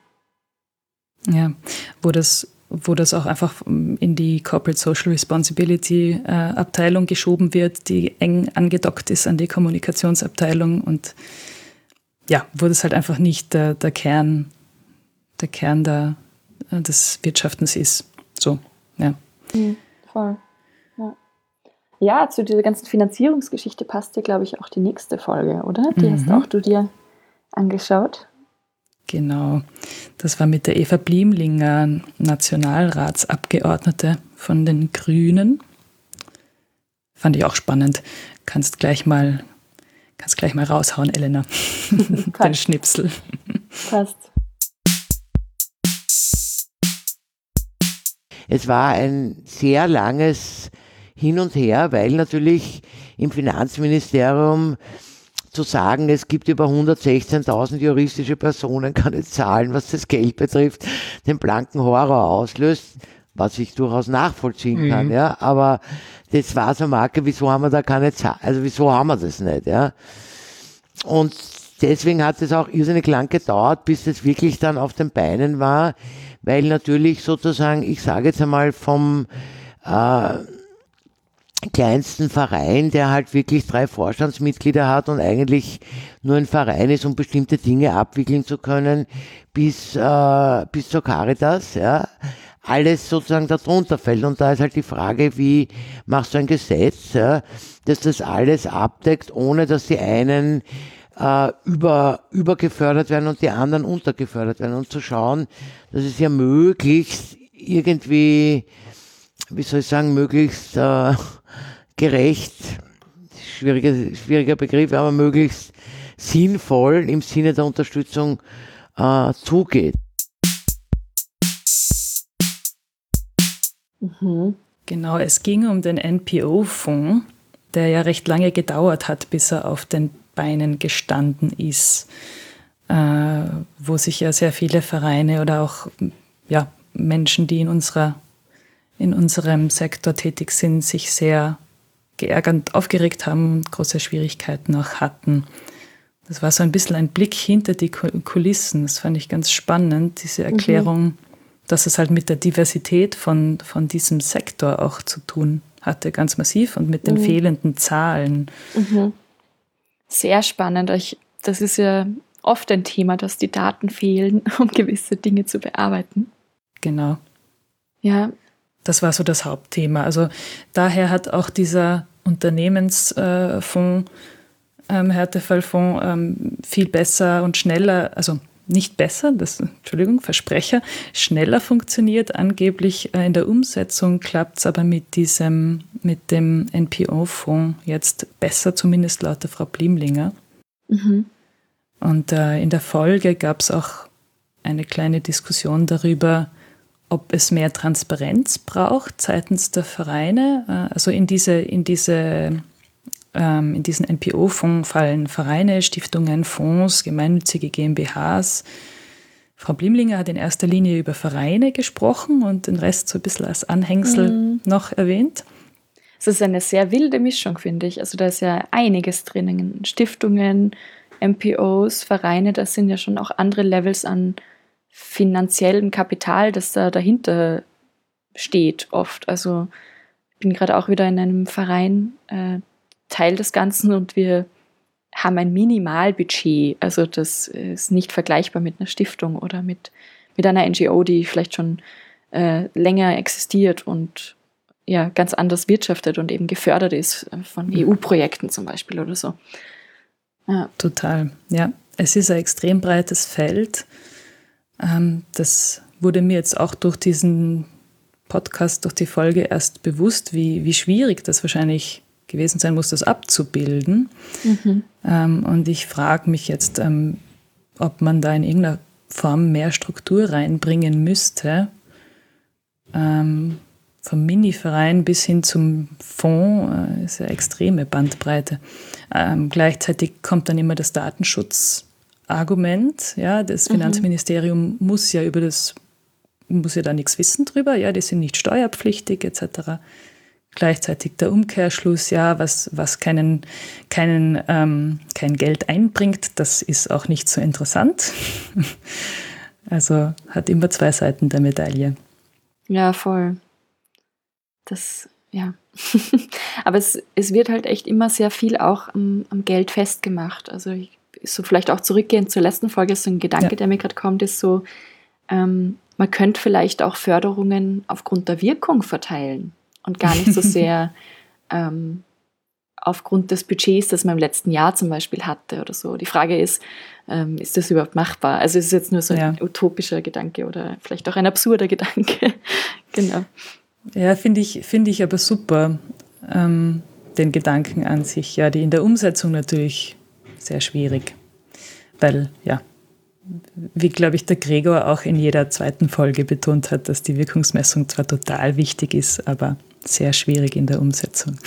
[SPEAKER 2] Ja, wo das wo das auch einfach in die Corporate Social Responsibility äh, Abteilung geschoben wird, die eng angedockt ist an die Kommunikationsabteilung und ja, wo das halt einfach nicht der, der Kern, der Kern der, des Wirtschaftens ist. So, ja.
[SPEAKER 1] Mhm, voll. Ja. Ja, zu dieser ganzen Finanzierungsgeschichte passt ja, glaube ich, auch die nächste Folge, oder? Die mhm. hast auch du dir angeschaut.
[SPEAKER 2] Genau, das war mit der Eva Bliemlinger, Nationalratsabgeordnete von den Grünen. Fand ich auch spannend. Kannst gleich mal, kannst gleich mal raushauen, Elena. Den Schnipsel.
[SPEAKER 1] Passt.
[SPEAKER 6] Es war ein sehr langes Hin und Her, weil natürlich im Finanzministerium zu sagen, es gibt über hundertsechzehntausend juristische Personen, keine Zahlen, was das Geld betrifft, den blanken Horror auslöst, was ich durchaus nachvollziehen mhm. kann, ja, aber das war so eine Marke, wieso haben wir da keine Zahlen, also wieso haben wir das nicht, ja, und deswegen hat es auch irrsinnig lang gedauert, bis es wirklich dann auf den Beinen war, weil natürlich sozusagen, ich sage jetzt einmal vom äh, kleinsten Verein, der halt wirklich drei Vorstandsmitglieder hat und eigentlich nur ein Verein ist, um bestimmte Dinge abwickeln zu können, bis, äh, bis zur Caritas, ja, alles sozusagen darunter fällt. Und da ist halt die Frage, wie machst du ein Gesetz, ja, dass das alles abdeckt, ohne dass die einen äh, über, übergefördert werden und die anderen untergefördert werden. Und zu schauen, dass es ja möglichst irgendwie, wie soll ich sagen, möglichst äh, gerecht, schwieriger, schwieriger Begriff, aber möglichst sinnvoll im Sinne der Unterstützung äh, zugeht.
[SPEAKER 2] Mhm. Genau, es ging um den N P O-Fonds, der ja recht lange gedauert hat, bis er auf den Beinen gestanden ist, äh, wo sich ja sehr viele Vereine oder auch ja, Menschen, die in unserer in unserem Sektor tätig sind, sich sehr geärgert und aufgeregt haben und große Schwierigkeiten auch hatten. Das war so ein bisschen ein Blick hinter die Kulissen. Das fand ich ganz spannend, diese Erklärung, mhm. dass es halt mit der Diversität von, von diesem Sektor auch zu tun hatte, ganz massiv, und mit den mhm. fehlenden Zahlen.
[SPEAKER 1] Mhm. Sehr spannend. Ich, das ist ja oft ein Thema, dass die Daten fehlen, um gewisse Dinge zu bearbeiten.
[SPEAKER 2] Genau.
[SPEAKER 1] Ja.
[SPEAKER 2] Das war so das Hauptthema. Also daher hat auch dieser Unternehmensfonds, ähm, Härtefallfonds ähm, viel besser und schneller, also nicht besser, das, Entschuldigung, Versprecher, schneller funktioniert. Angeblich äh, in der Umsetzung klappt es aber mit diesem, mit dem N P O-Fonds jetzt besser, zumindest laut der Frau Blimlinger.
[SPEAKER 1] Mhm.
[SPEAKER 2] Und äh, in der Folge gab es auch eine kleine Diskussion darüber, ob es mehr Transparenz braucht seitens der Vereine. Äh, also in diese, in diese In diesen N P O-Fonds fallen Vereine, Stiftungen, Fonds, gemeinnützige GmbHs. Frau Blimlinger hat in erster Linie über Vereine gesprochen und den Rest so ein bisschen als Anhängsel mhm. noch erwähnt.
[SPEAKER 1] Es ist eine sehr wilde Mischung, finde ich. Also da ist ja einiges drinnen. Stiftungen, N P Os, Vereine, das sind ja schon auch andere Levels an finanziellem Kapital, das da dahinter steht oft. Also ich bin gerade auch wieder in einem Verein, äh, Teil des Ganzen, und wir haben ein Minimalbudget. Also das ist nicht vergleichbar mit einer Stiftung oder mit, mit einer N G O, die vielleicht schon äh, länger existiert und ja ganz anders wirtschaftet und eben gefördert ist von E U-Projekten zum Beispiel oder so. Ja.
[SPEAKER 2] Total, ja. Es ist ein extrem breites Feld. Ähm, das wurde mir jetzt auch durch diesen Podcast, durch die Folge erst bewusst, wie, wie schwierig das wahrscheinlich gewesen sein muss, das abzubilden. Mhm. Ähm, und ich frage mich jetzt, ähm, ob man da in irgendeiner Form mehr Struktur reinbringen müsste. Ähm, vom Mini-Verein bis hin zum Fonds äh, ist eine extreme Bandbreite. Ähm, gleichzeitig kommt dann immer das Datenschutzargument. Ja, das Finanzministerium mhm. muss ja über das, muss ja da nichts wissen drüber. Ja, die sind nicht steuerpflichtig et cetera. Gleichzeitig der Umkehrschluss, ja, was, was keinen, keinen, ähm, kein Geld einbringt, das ist auch nicht so interessant. Also hat immer zwei Seiten der Medaille.
[SPEAKER 1] Ja, voll. Das, ja. Aber es, es wird halt echt immer sehr viel auch am, am Geld festgemacht. Also ich, so vielleicht auch zurückgehend zur letzten Folge, so ein Gedanke, ja. der mir gerade kommt, ist so, ähm, man könnte vielleicht auch Förderungen aufgrund der Wirkung verteilen. Und gar nicht so sehr ähm, aufgrund des Budgets, das man im letzten Jahr zum Beispiel hatte oder so. Die Frage ist, ähm, ist das überhaupt machbar? Also es ist jetzt nur so ja. ein utopischer Gedanke oder vielleicht auch ein absurder Gedanke. Genau.
[SPEAKER 2] Ja, finde ich, finde ich aber super, ähm, den Gedanken an sich. Ja, die in der Umsetzung natürlich sehr schwierig. Weil, ja, wie, glaube ich, der Gregor auch in jeder zweiten Folge betont hat, dass die Wirkungsmessung zwar total wichtig ist, aber sehr schwierig in der Umsetzung.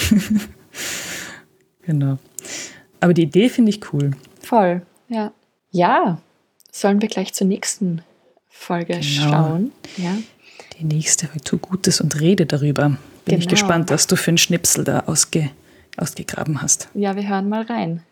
[SPEAKER 2] Genau. Aber die Idee finde ich cool.
[SPEAKER 1] Voll, ja. Ja, sollen wir gleich zur nächsten Folge genau. schauen? Ja.
[SPEAKER 2] Die nächste, tu Gutes und rede darüber. Bin genau. ich gespannt, was du für einen Schnipsel da ausge, ausgegraben hast.
[SPEAKER 1] Ja, wir hören mal rein.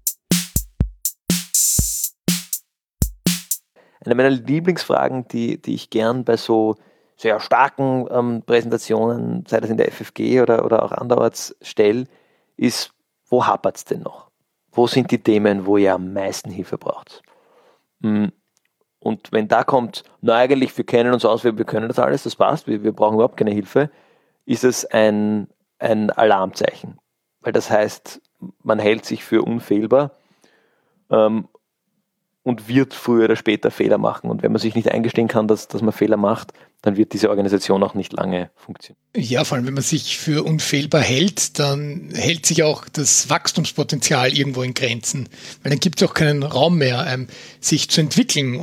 [SPEAKER 5] Eine meiner Lieblingsfragen, die, die ich gern bei so sehr starken ähm, Präsentationen, sei das in der F F G oder, oder auch anderorts, stelle, ist, wo hapert es denn noch? Wo sind die Themen, wo ihr am meisten Hilfe braucht? Und wenn da kommt, na eigentlich, wir kennen uns aus, wir, wir können das alles, das passt, wir, wir brauchen überhaupt keine Hilfe, ist es ein, ein Alarmzeichen. Weil das heißt, man hält sich für unfehlbar ähm, und wird früher oder später Fehler machen. Und wenn man sich nicht eingestehen kann, dass, dass man Fehler macht, dann wird diese Organisation auch nicht lange funktionieren.
[SPEAKER 3] Ja, vor allem, wenn man sich für unfehlbar hält, dann hält sich auch das Wachstumspotenzial irgendwo in Grenzen. Weil dann gibt es auch keinen Raum mehr, ähm, sich zu entwickeln.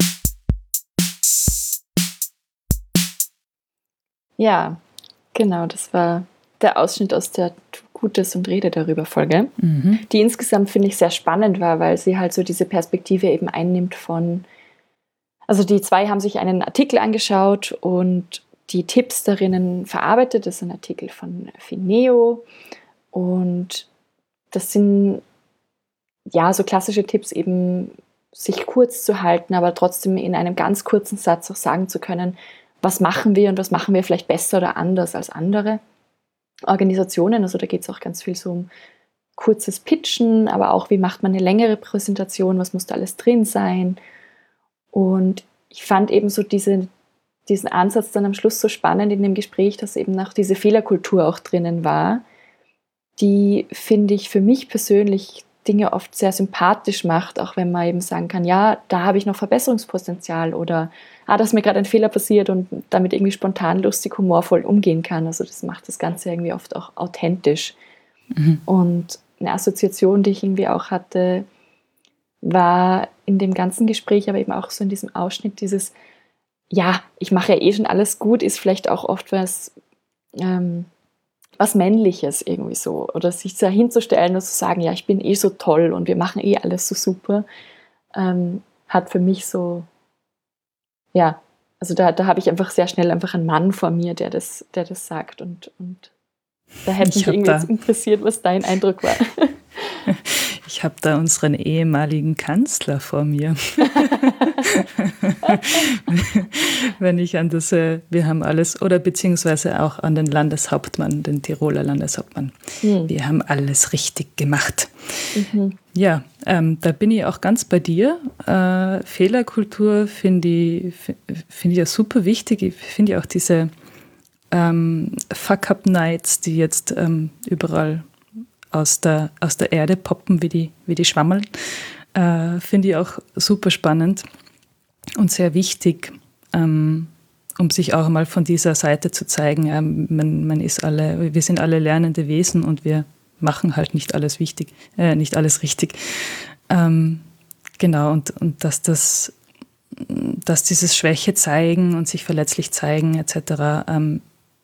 [SPEAKER 1] Ja, genau, das war der Ausschnitt aus der Tu Gutes und Rede darüber Folge, mhm. die insgesamt, finde ich, sehr spannend war, weil sie halt so diese Perspektive eben einnimmt von, also die zwei haben sich einen Artikel angeschaut und die Tipps darinnen verarbeitet. Das ist ein Artikel von Fineo und das sind ja so klassische Tipps, eben sich kurz zu halten, aber trotzdem in einem ganz kurzen Satz auch sagen zu können, was machen wir und was machen wir vielleicht besser oder anders als andere Organisationen. Also da geht es auch ganz viel so um kurzes Pitchen, aber auch, wie macht man eine längere Präsentation, was muss da alles drin sein. Und ich fand eben so diese, diesen Ansatz dann am Schluss so spannend in dem Gespräch, dass eben auch diese Fehlerkultur auch drinnen war, die, finde ich, für mich persönlich Dinge oft sehr sympathisch macht, auch wenn man eben sagen kann, ja, da habe ich noch Verbesserungspotenzial oder ah, da ist mir gerade ein Fehler passiert und damit irgendwie spontan, lustig, humorvoll umgehen kann. Also das macht das Ganze irgendwie oft auch authentisch. Mhm. Und eine Assoziation, die ich irgendwie auch hatte, war in dem ganzen Gespräch, aber eben auch so in diesem Ausschnitt dieses, ja, ich mache ja eh schon alles gut, ist vielleicht auch oft was, ähm, was Männliches irgendwie so. Oder sich da hinzustellen und zu sagen, ja, ich bin eh so toll und wir machen eh alles so super, ähm, hat für mich so, ja, also da, da habe ich einfach sehr schnell einfach einen Mann vor mir, der das, der das sagt. Und, und da hätte mich irgendwie jetzt interessiert, was dein Eindruck war.
[SPEAKER 2] Ich habe da unseren ehemaligen Kanzler vor mir. Wenn ich an das, wir haben alles, oder beziehungsweise auch an den Landeshauptmann, den Tiroler Landeshauptmann. Mhm. Wir haben alles richtig gemacht. Mhm. Ja, ähm, da bin ich auch ganz bei dir. Äh, Fehlerkultur finde ich, find ich ja super wichtig. Ich finde ja auch diese ähm, Fuck-Up-Nights, die jetzt ähm, überall aus der, aus der Erde poppen, wie die, wie die Schwammeln, äh, finde ich auch super spannend und sehr wichtig, ähm, um sich auch mal von dieser Seite zu zeigen, äh, man, man ist alle, wir sind alle lernende Wesen und wir machen halt nicht alles wichtig, äh, nicht alles richtig. Ähm, genau, und, und dass das, dass dieses Schwäche zeigen und sich verletzlich zeigen et cetera ähm,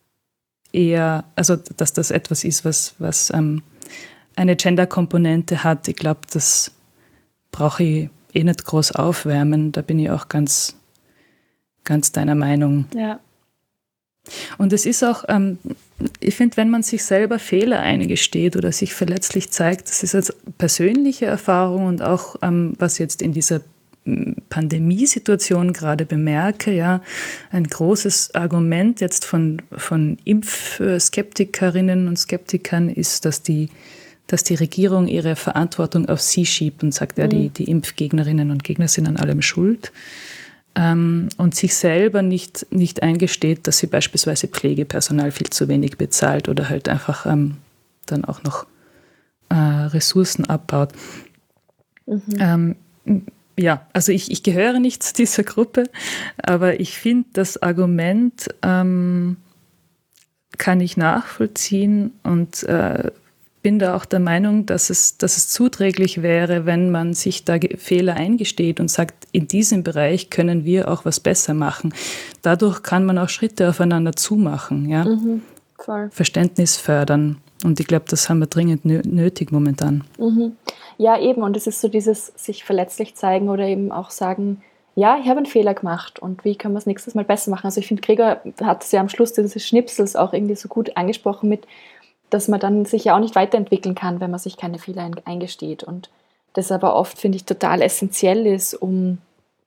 [SPEAKER 2] eher, also dass das etwas ist, was, was ähm, eine Gender-Komponente hat. Ich glaube, das brauche ich eh nicht groß aufwärmen. Da bin ich auch ganz, ganz deiner Meinung.
[SPEAKER 1] Ja.
[SPEAKER 2] Und es ist auch, ähm, ich finde, wenn man sich selber Fehler eingesteht oder sich verletzlich zeigt, das ist jetzt persönliche Erfahrung und auch, ähm, was jetzt in dieser Pandemiesituation gerade bemerke, ja, ein großes Argument jetzt von, von Impfskeptikerinnen und Skeptikern ist, dass die dass die Regierung ihre Verantwortung auf sie schiebt und sagt, ja, die, die Impfgegnerinnen und Gegner sind an allem schuld, ähm, und sich selber nicht, nicht eingesteht, dass sie beispielsweise Pflegepersonal viel zu wenig bezahlt oder halt einfach ähm, dann auch noch äh, Ressourcen abbaut. Mhm. Ähm, ja, also ich, ich gehöre nicht zu dieser Gruppe, aber ich finde, das Argument ähm, kann ich nachvollziehen und äh, bin da auch der Meinung, dass es, dass es zuträglich wäre, wenn man sich da Fehler eingesteht und sagt, in diesem Bereich können wir auch was besser machen. Dadurch kann man auch Schritte aufeinander zumachen, ja?
[SPEAKER 1] Mhm, voll.
[SPEAKER 2] Verständnis fördern. Und ich glaube, das haben wir dringend nötig momentan.
[SPEAKER 1] Mhm. Ja, eben. Und es ist so dieses sich verletzlich zeigen oder eben auch sagen, ja, ich habe einen Fehler gemacht und wie können wir es nächstes Mal besser machen? Also ich finde, Gregor hat es ja am Schluss dieses Schnipsels auch irgendwie so gut angesprochen mit, dass man dann sich ja auch nicht weiterentwickeln kann, wenn man sich keine Fehler eingesteht. Und das aber oft, finde ich, total essentiell ist, um,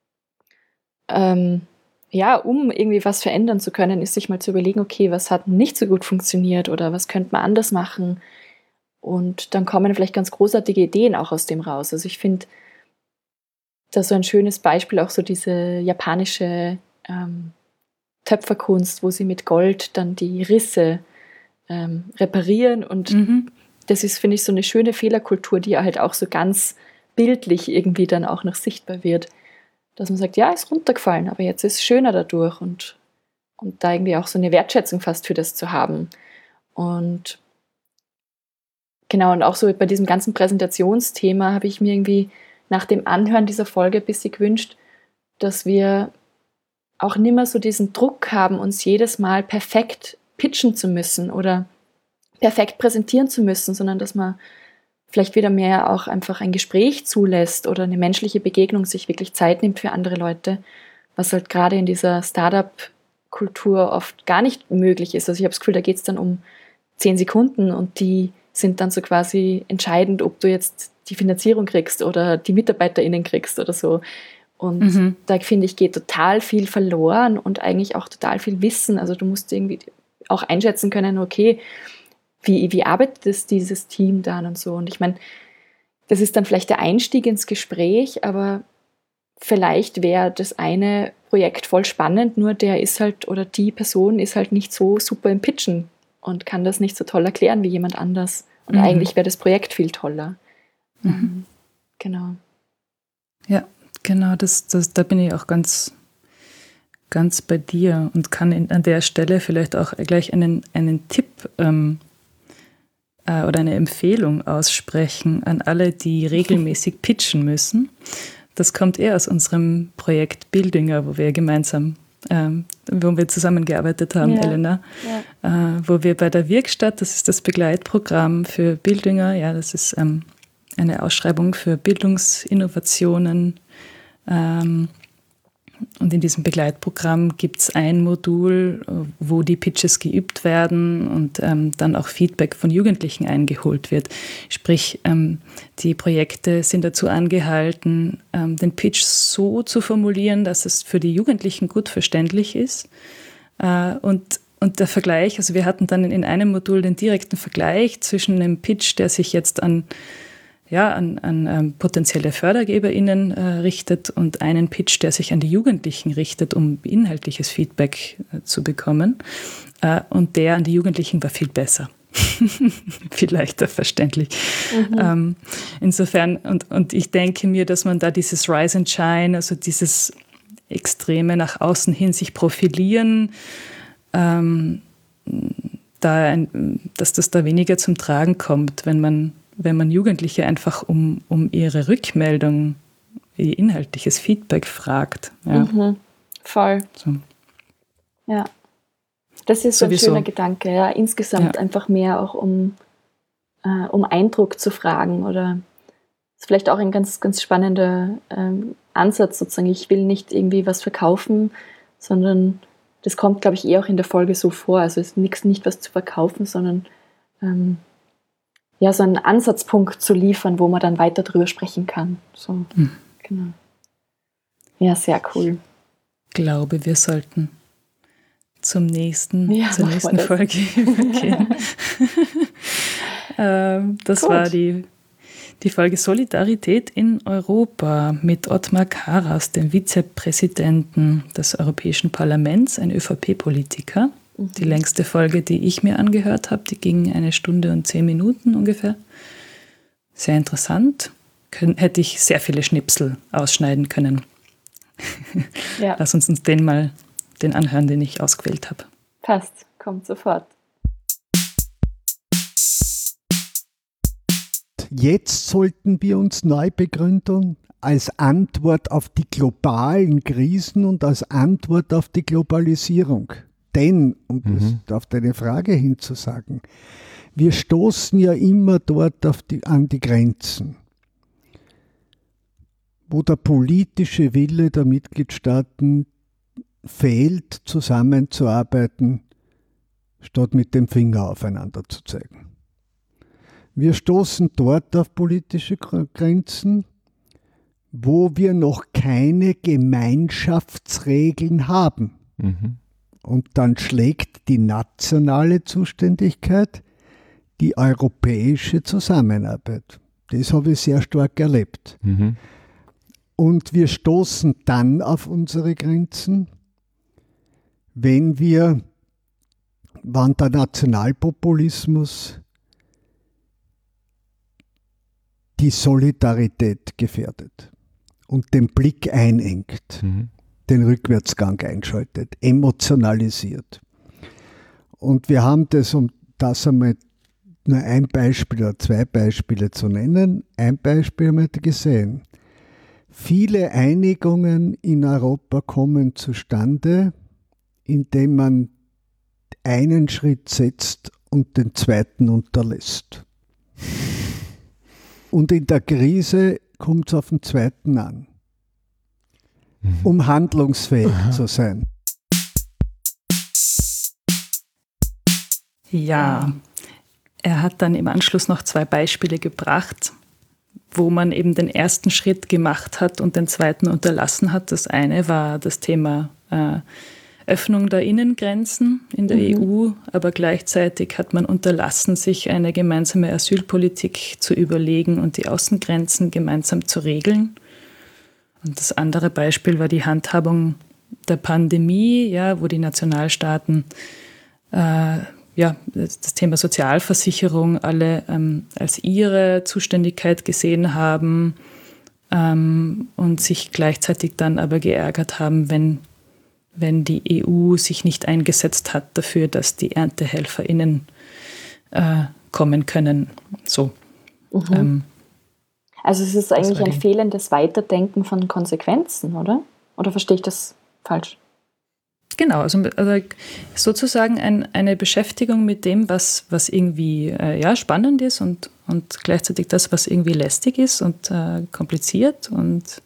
[SPEAKER 1] ähm, ja, um irgendwie was verändern zu können, ist sich mal zu überlegen, okay, was hat nicht so gut funktioniert oder was könnte man anders machen? Und dann kommen vielleicht ganz großartige Ideen auch aus dem raus. Also ich finde, da so ein schönes Beispiel auch so diese japanische ähm, Töpferkunst, wo sie mit Gold dann die Risse Ähm, reparieren und mhm. das ist, finde ich, so eine schöne Fehlerkultur, die halt auch so ganz bildlich irgendwie dann auch noch sichtbar wird, dass man sagt, ja, ist runtergefallen, aber jetzt ist es schöner dadurch und, und da irgendwie auch so eine Wertschätzung fast für das zu haben und genau, und auch so bei diesem ganzen Präsentationsthema habe ich mir irgendwie nach dem Anhören dieser Folge ein bisschen gewünscht, dass wir auch nicht mehr so diesen Druck haben, uns jedes Mal perfekt pitchen zu müssen oder perfekt präsentieren zu müssen, sondern dass man vielleicht wieder mehr auch einfach ein Gespräch zulässt oder eine menschliche Begegnung, sich wirklich Zeit nimmt für andere Leute, was halt gerade in dieser Startup-Kultur oft gar nicht möglich ist. Also ich habe das Gefühl, da geht es dann um zehn Sekunden und die sind dann so quasi entscheidend, ob du jetzt die Finanzierung kriegst oder die MitarbeiterInnen kriegst oder so. Und mhm. da finde ich, geht total viel verloren und eigentlich auch total viel Wissen. Also du musst irgendwie auch einschätzen können, okay, wie, wie arbeitet dieses Team dann und so. Und ich meine, das ist dann vielleicht der Einstieg ins Gespräch, aber vielleicht wäre das eine Projekt voll spannend, nur der ist halt, oder die Person ist halt nicht so super im Pitchen und kann das nicht so toll erklären wie jemand anders. Und
[SPEAKER 2] Mhm.
[SPEAKER 1] eigentlich wäre das Projekt viel toller.
[SPEAKER 2] Mhm.
[SPEAKER 1] Genau.
[SPEAKER 2] Ja, genau, das, das, da bin ich auch ganz, ganz bei dir und kann in, an der Stelle vielleicht auch gleich einen, einen Tipp ähm, äh, oder eine Empfehlung aussprechen an alle, die regelmäßig pitchen müssen. Das kommt eher aus unserem Projekt Bildinger, wo wir gemeinsam, ähm, wo wir zusammengearbeitet haben,
[SPEAKER 1] Ja,
[SPEAKER 2] Elena,
[SPEAKER 1] ja.
[SPEAKER 2] äh, wo wir bei der Wirkstatt, das ist das Begleitprogramm für Bildinger, ja, das ist ähm, eine Ausschreibung für Bildungsinnovationen. Ähm, und in diesem Begleitprogramm gibt es ein Modul, wo die Pitches geübt werden und ähm, dann auch Feedback von Jugendlichen eingeholt wird. Sprich, ähm, die Projekte sind dazu angehalten, ähm, den Pitch so zu formulieren, dass es für die Jugendlichen gut verständlich ist. Äh, und, und der Vergleich, also wir hatten dann in einem Modul den direkten Vergleich zwischen einem Pitch, der sich jetzt an ja, an, an ähm, potenzielle FördergeberInnen äh, richtet und einen Pitch, der sich an die Jugendlichen richtet, um inhaltliches Feedback äh, zu bekommen. Äh, und der an die Jugendlichen war viel besser. Viel leichter verständlich. Mhm. Ähm, insofern, und, und ich denke mir, dass man da dieses Rise and Shine, also dieses Extreme nach außen hin sich profilieren, ähm, da ein, dass das da weniger zum Tragen kommt, wenn man wenn man Jugendliche einfach um, um ihre Rückmeldung, ihr inhaltliches Feedback fragt. Ja.
[SPEAKER 1] Mhm, voll.
[SPEAKER 2] So.
[SPEAKER 1] Ja. Das ist
[SPEAKER 2] Sowieso.
[SPEAKER 1] ein schöner Gedanke, ja. Insgesamt
[SPEAKER 2] Ja.
[SPEAKER 1] einfach mehr auch um, äh, um Eindruck zu fragen oder das ist vielleicht auch ein ganz, ganz spannender ähm, Ansatz sozusagen. Ich will nicht irgendwie was verkaufen, sondern das kommt, glaube ich, eh auch in der Folge so vor. Also es ist nichts, nicht was zu verkaufen, sondern ähm, ja, so einen Ansatzpunkt zu liefern, wo man dann weiter drüber sprechen kann. So,
[SPEAKER 2] hm.
[SPEAKER 1] genau. Ja, sehr cool.
[SPEAKER 2] Ich glaube, wir sollten zum nächsten,
[SPEAKER 1] ja,
[SPEAKER 2] zur nächsten Folge übergehen. ähm, das Gut. war die, die Folge Solidarität in Europa mit Ottmar Karas, dem Vizepräsidenten des Europäischen Parlaments, ein ÖVP-Politiker. Die längste Folge, die ich mir angehört habe, die ging eine Stunde und zehn Minuten ungefähr. Sehr interessant. Kön- hätte ich sehr viele Schnipsel ausschneiden können. Ja. Lass uns uns den mal den anhören, den ich ausgewählt habe.
[SPEAKER 1] Passt, kommt sofort.
[SPEAKER 7] Jetzt sollten wir uns neu begründen als Antwort auf die globalen Krisen und als Antwort auf die Globalisierung. Denn, um mhm. das auf deine Frage hinzusagen, wir stoßen ja immer dort auf die, an die Grenzen, wo der politische Wille der Mitgliedstaaten fehlt, zusammenzuarbeiten, statt mit dem Finger aufeinander zu zeigen. Wir stoßen dort auf politische Grenzen, wo wir noch keine Gemeinschaftsregeln haben. Mhm. Und dann schlägt die nationale Zuständigkeit die europäische Zusammenarbeit. Das habe ich sehr stark erlebt. Mhm. Und wir stoßen dann auf unsere Grenzen, wenn wir, wenn der Nationalpopulismus die Solidarität gefährdet und den Blick einengt. Mhm. Den Rückwärtsgang einschaltet, emotionalisiert. Und wir haben das, um das einmal nur ein Beispiel oder zwei Beispiele zu nennen, ein Beispiel haben wir gesehen. Viele Einigungen in Europa kommen zustande, indem man einen Schritt setzt und den zweiten unterlässt. Und in der Krise kommt es auf den zweiten an. Um handlungsfähig Aha. zu sein.
[SPEAKER 2] Ja, er hat dann im Anschluss noch zwei Beispiele gebracht, wo man eben den ersten Schritt gemacht hat und den zweiten unterlassen hat. Das eine war das Thema äh, Öffnung der Innengrenzen in der mhm. E U, aber gleichzeitig hat man unterlassen, sich eine gemeinsame Asylpolitik zu überlegen und die Außengrenzen gemeinsam zu regeln. Und das andere Beispiel war die Handhabung der Pandemie, ja, wo die Nationalstaaten äh, ja, das Thema Sozialversicherung alle ähm, als ihre Zuständigkeit gesehen haben ähm, und sich gleichzeitig dann aber geärgert haben, wenn, wenn die E U sich nicht eingesetzt hat dafür, dass die ErntehelferInnen äh, kommen können. So.
[SPEAKER 1] Mhm.
[SPEAKER 2] Ähm,
[SPEAKER 1] also es ist eigentlich ein
[SPEAKER 2] die...
[SPEAKER 1] fehlendes Weiterdenken von Konsequenzen, oder? Oder verstehe ich das falsch?
[SPEAKER 2] Genau, also, also sozusagen ein, eine Beschäftigung mit dem, was, was irgendwie äh, ja, spannend ist und, und gleichzeitig das, was irgendwie lästig ist und äh, kompliziert und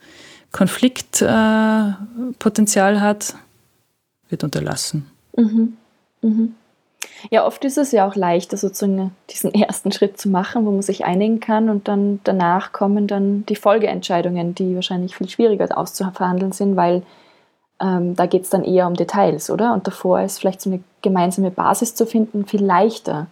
[SPEAKER 2] Konfliktpotenzial äh, hat, wird unterlassen.
[SPEAKER 1] Mhm. Mhm. Ja, oft ist es ja auch leichter, sozusagen diesen ersten Schritt zu machen, wo man sich einigen kann und dann danach kommen dann die Folgeentscheidungen, die wahrscheinlich viel schwieriger auszuverhandeln sind, weil ähm, da geht es dann eher um Details, oder? Und davor ist vielleicht so eine gemeinsame Basis zu finden viel leichter.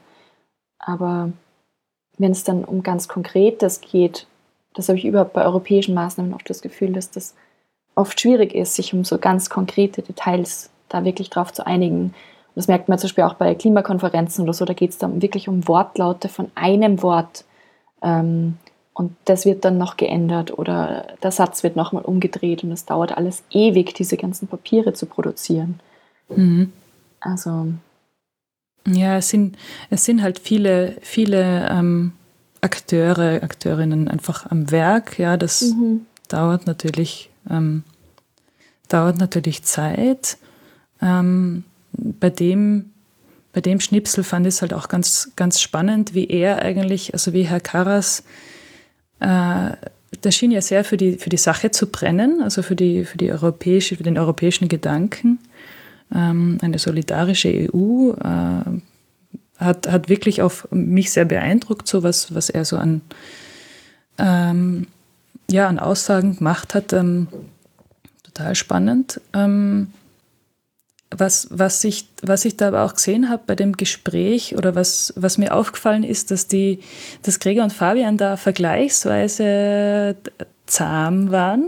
[SPEAKER 1] Aber wenn es dann um ganz Konkretes geht, das habe ich überhaupt bei europäischen Maßnahmen oft das Gefühl, dass das oft schwierig ist, sich um so ganz konkrete Details da wirklich drauf zu einigen. Und das merkt man zum Beispiel auch bei Klimakonferenzen oder so, da geht es dann wirklich um Wortlaute von einem Wort. Ähm, und das wird dann noch geändert oder der Satz wird nochmal umgedreht und es dauert alles ewig, diese ganzen Papiere zu produzieren.
[SPEAKER 2] Mhm.
[SPEAKER 1] Also...
[SPEAKER 2] Ja, es sind, es sind halt viele, viele ähm, Akteure, Akteurinnen einfach am Werk. Ja, das mhm. dauert natürlich, ähm, dauert natürlich Zeit. Ähm, bei dem, bei dem Schnipsel fand ich es halt auch ganz, ganz spannend, wie er eigentlich, also wie Herr Karas, äh, der schien ja sehr für die, für die Sache zu brennen, also für die, für die europäische, für den europäischen Gedanken. Eine solidarische E U äh, hat, hat wirklich auf mich sehr beeindruckt, so was, was er so an, ähm, ja, an Aussagen gemacht hat. Ähm, total spannend. Ähm, was, was, ich, was ich da aber auch gesehen habe bei dem Gespräch oder was, was mir aufgefallen ist, dass, die, dass Gregor und Fabian da vergleichsweise zahm waren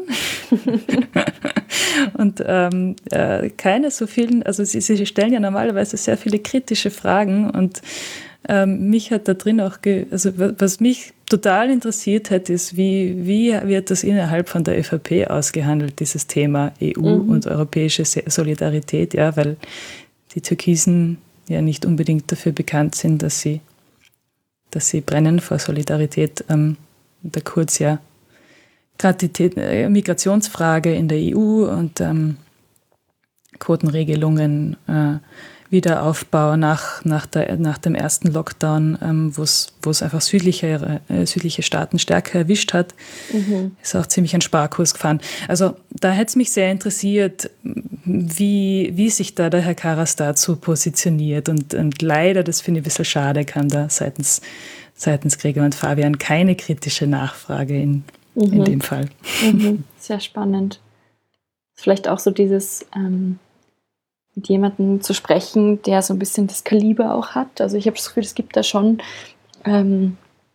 [SPEAKER 2] und ähm, äh, keine so vielen, also sie, sie stellen ja normalerweise sehr viele kritische Fragen und ähm, mich hat da drin auch, ge, also was mich total interessiert hat, ist, wie, wie wird das innerhalb von der ÖVP ausgehandelt, dieses Thema E U mhm. und europäische Solidarität, ja, weil die Türkisen ja nicht unbedingt dafür bekannt sind, dass sie, dass sie brennen vor Solidarität. Ähm, der Kurz ja gerade die Migrationsfrage in der E U und ähm, Quotenregelungen, äh, Wiederaufbau nach, nach, der, nach dem ersten Lockdown, ähm, wo es einfach südliche, äh, südliche Staaten stärker erwischt hat, mhm. ist auch ziemlich ein Sparkurs gefahren. Also da hätte es mich sehr interessiert, wie, wie sich da der Herr Karas dazu positioniert. Und, und leider, das finde ich ein bisschen schade, kam da seitens, seitens Gregor und Fabian keine kritische Nachfrage in Mhm. in dem Fall.
[SPEAKER 1] Mhm. Sehr spannend. Vielleicht auch so dieses, ähm, mit jemandem zu sprechen, der so ein bisschen das Kaliber auch hat. Also ich habe das Gefühl, es gibt da schon ähm,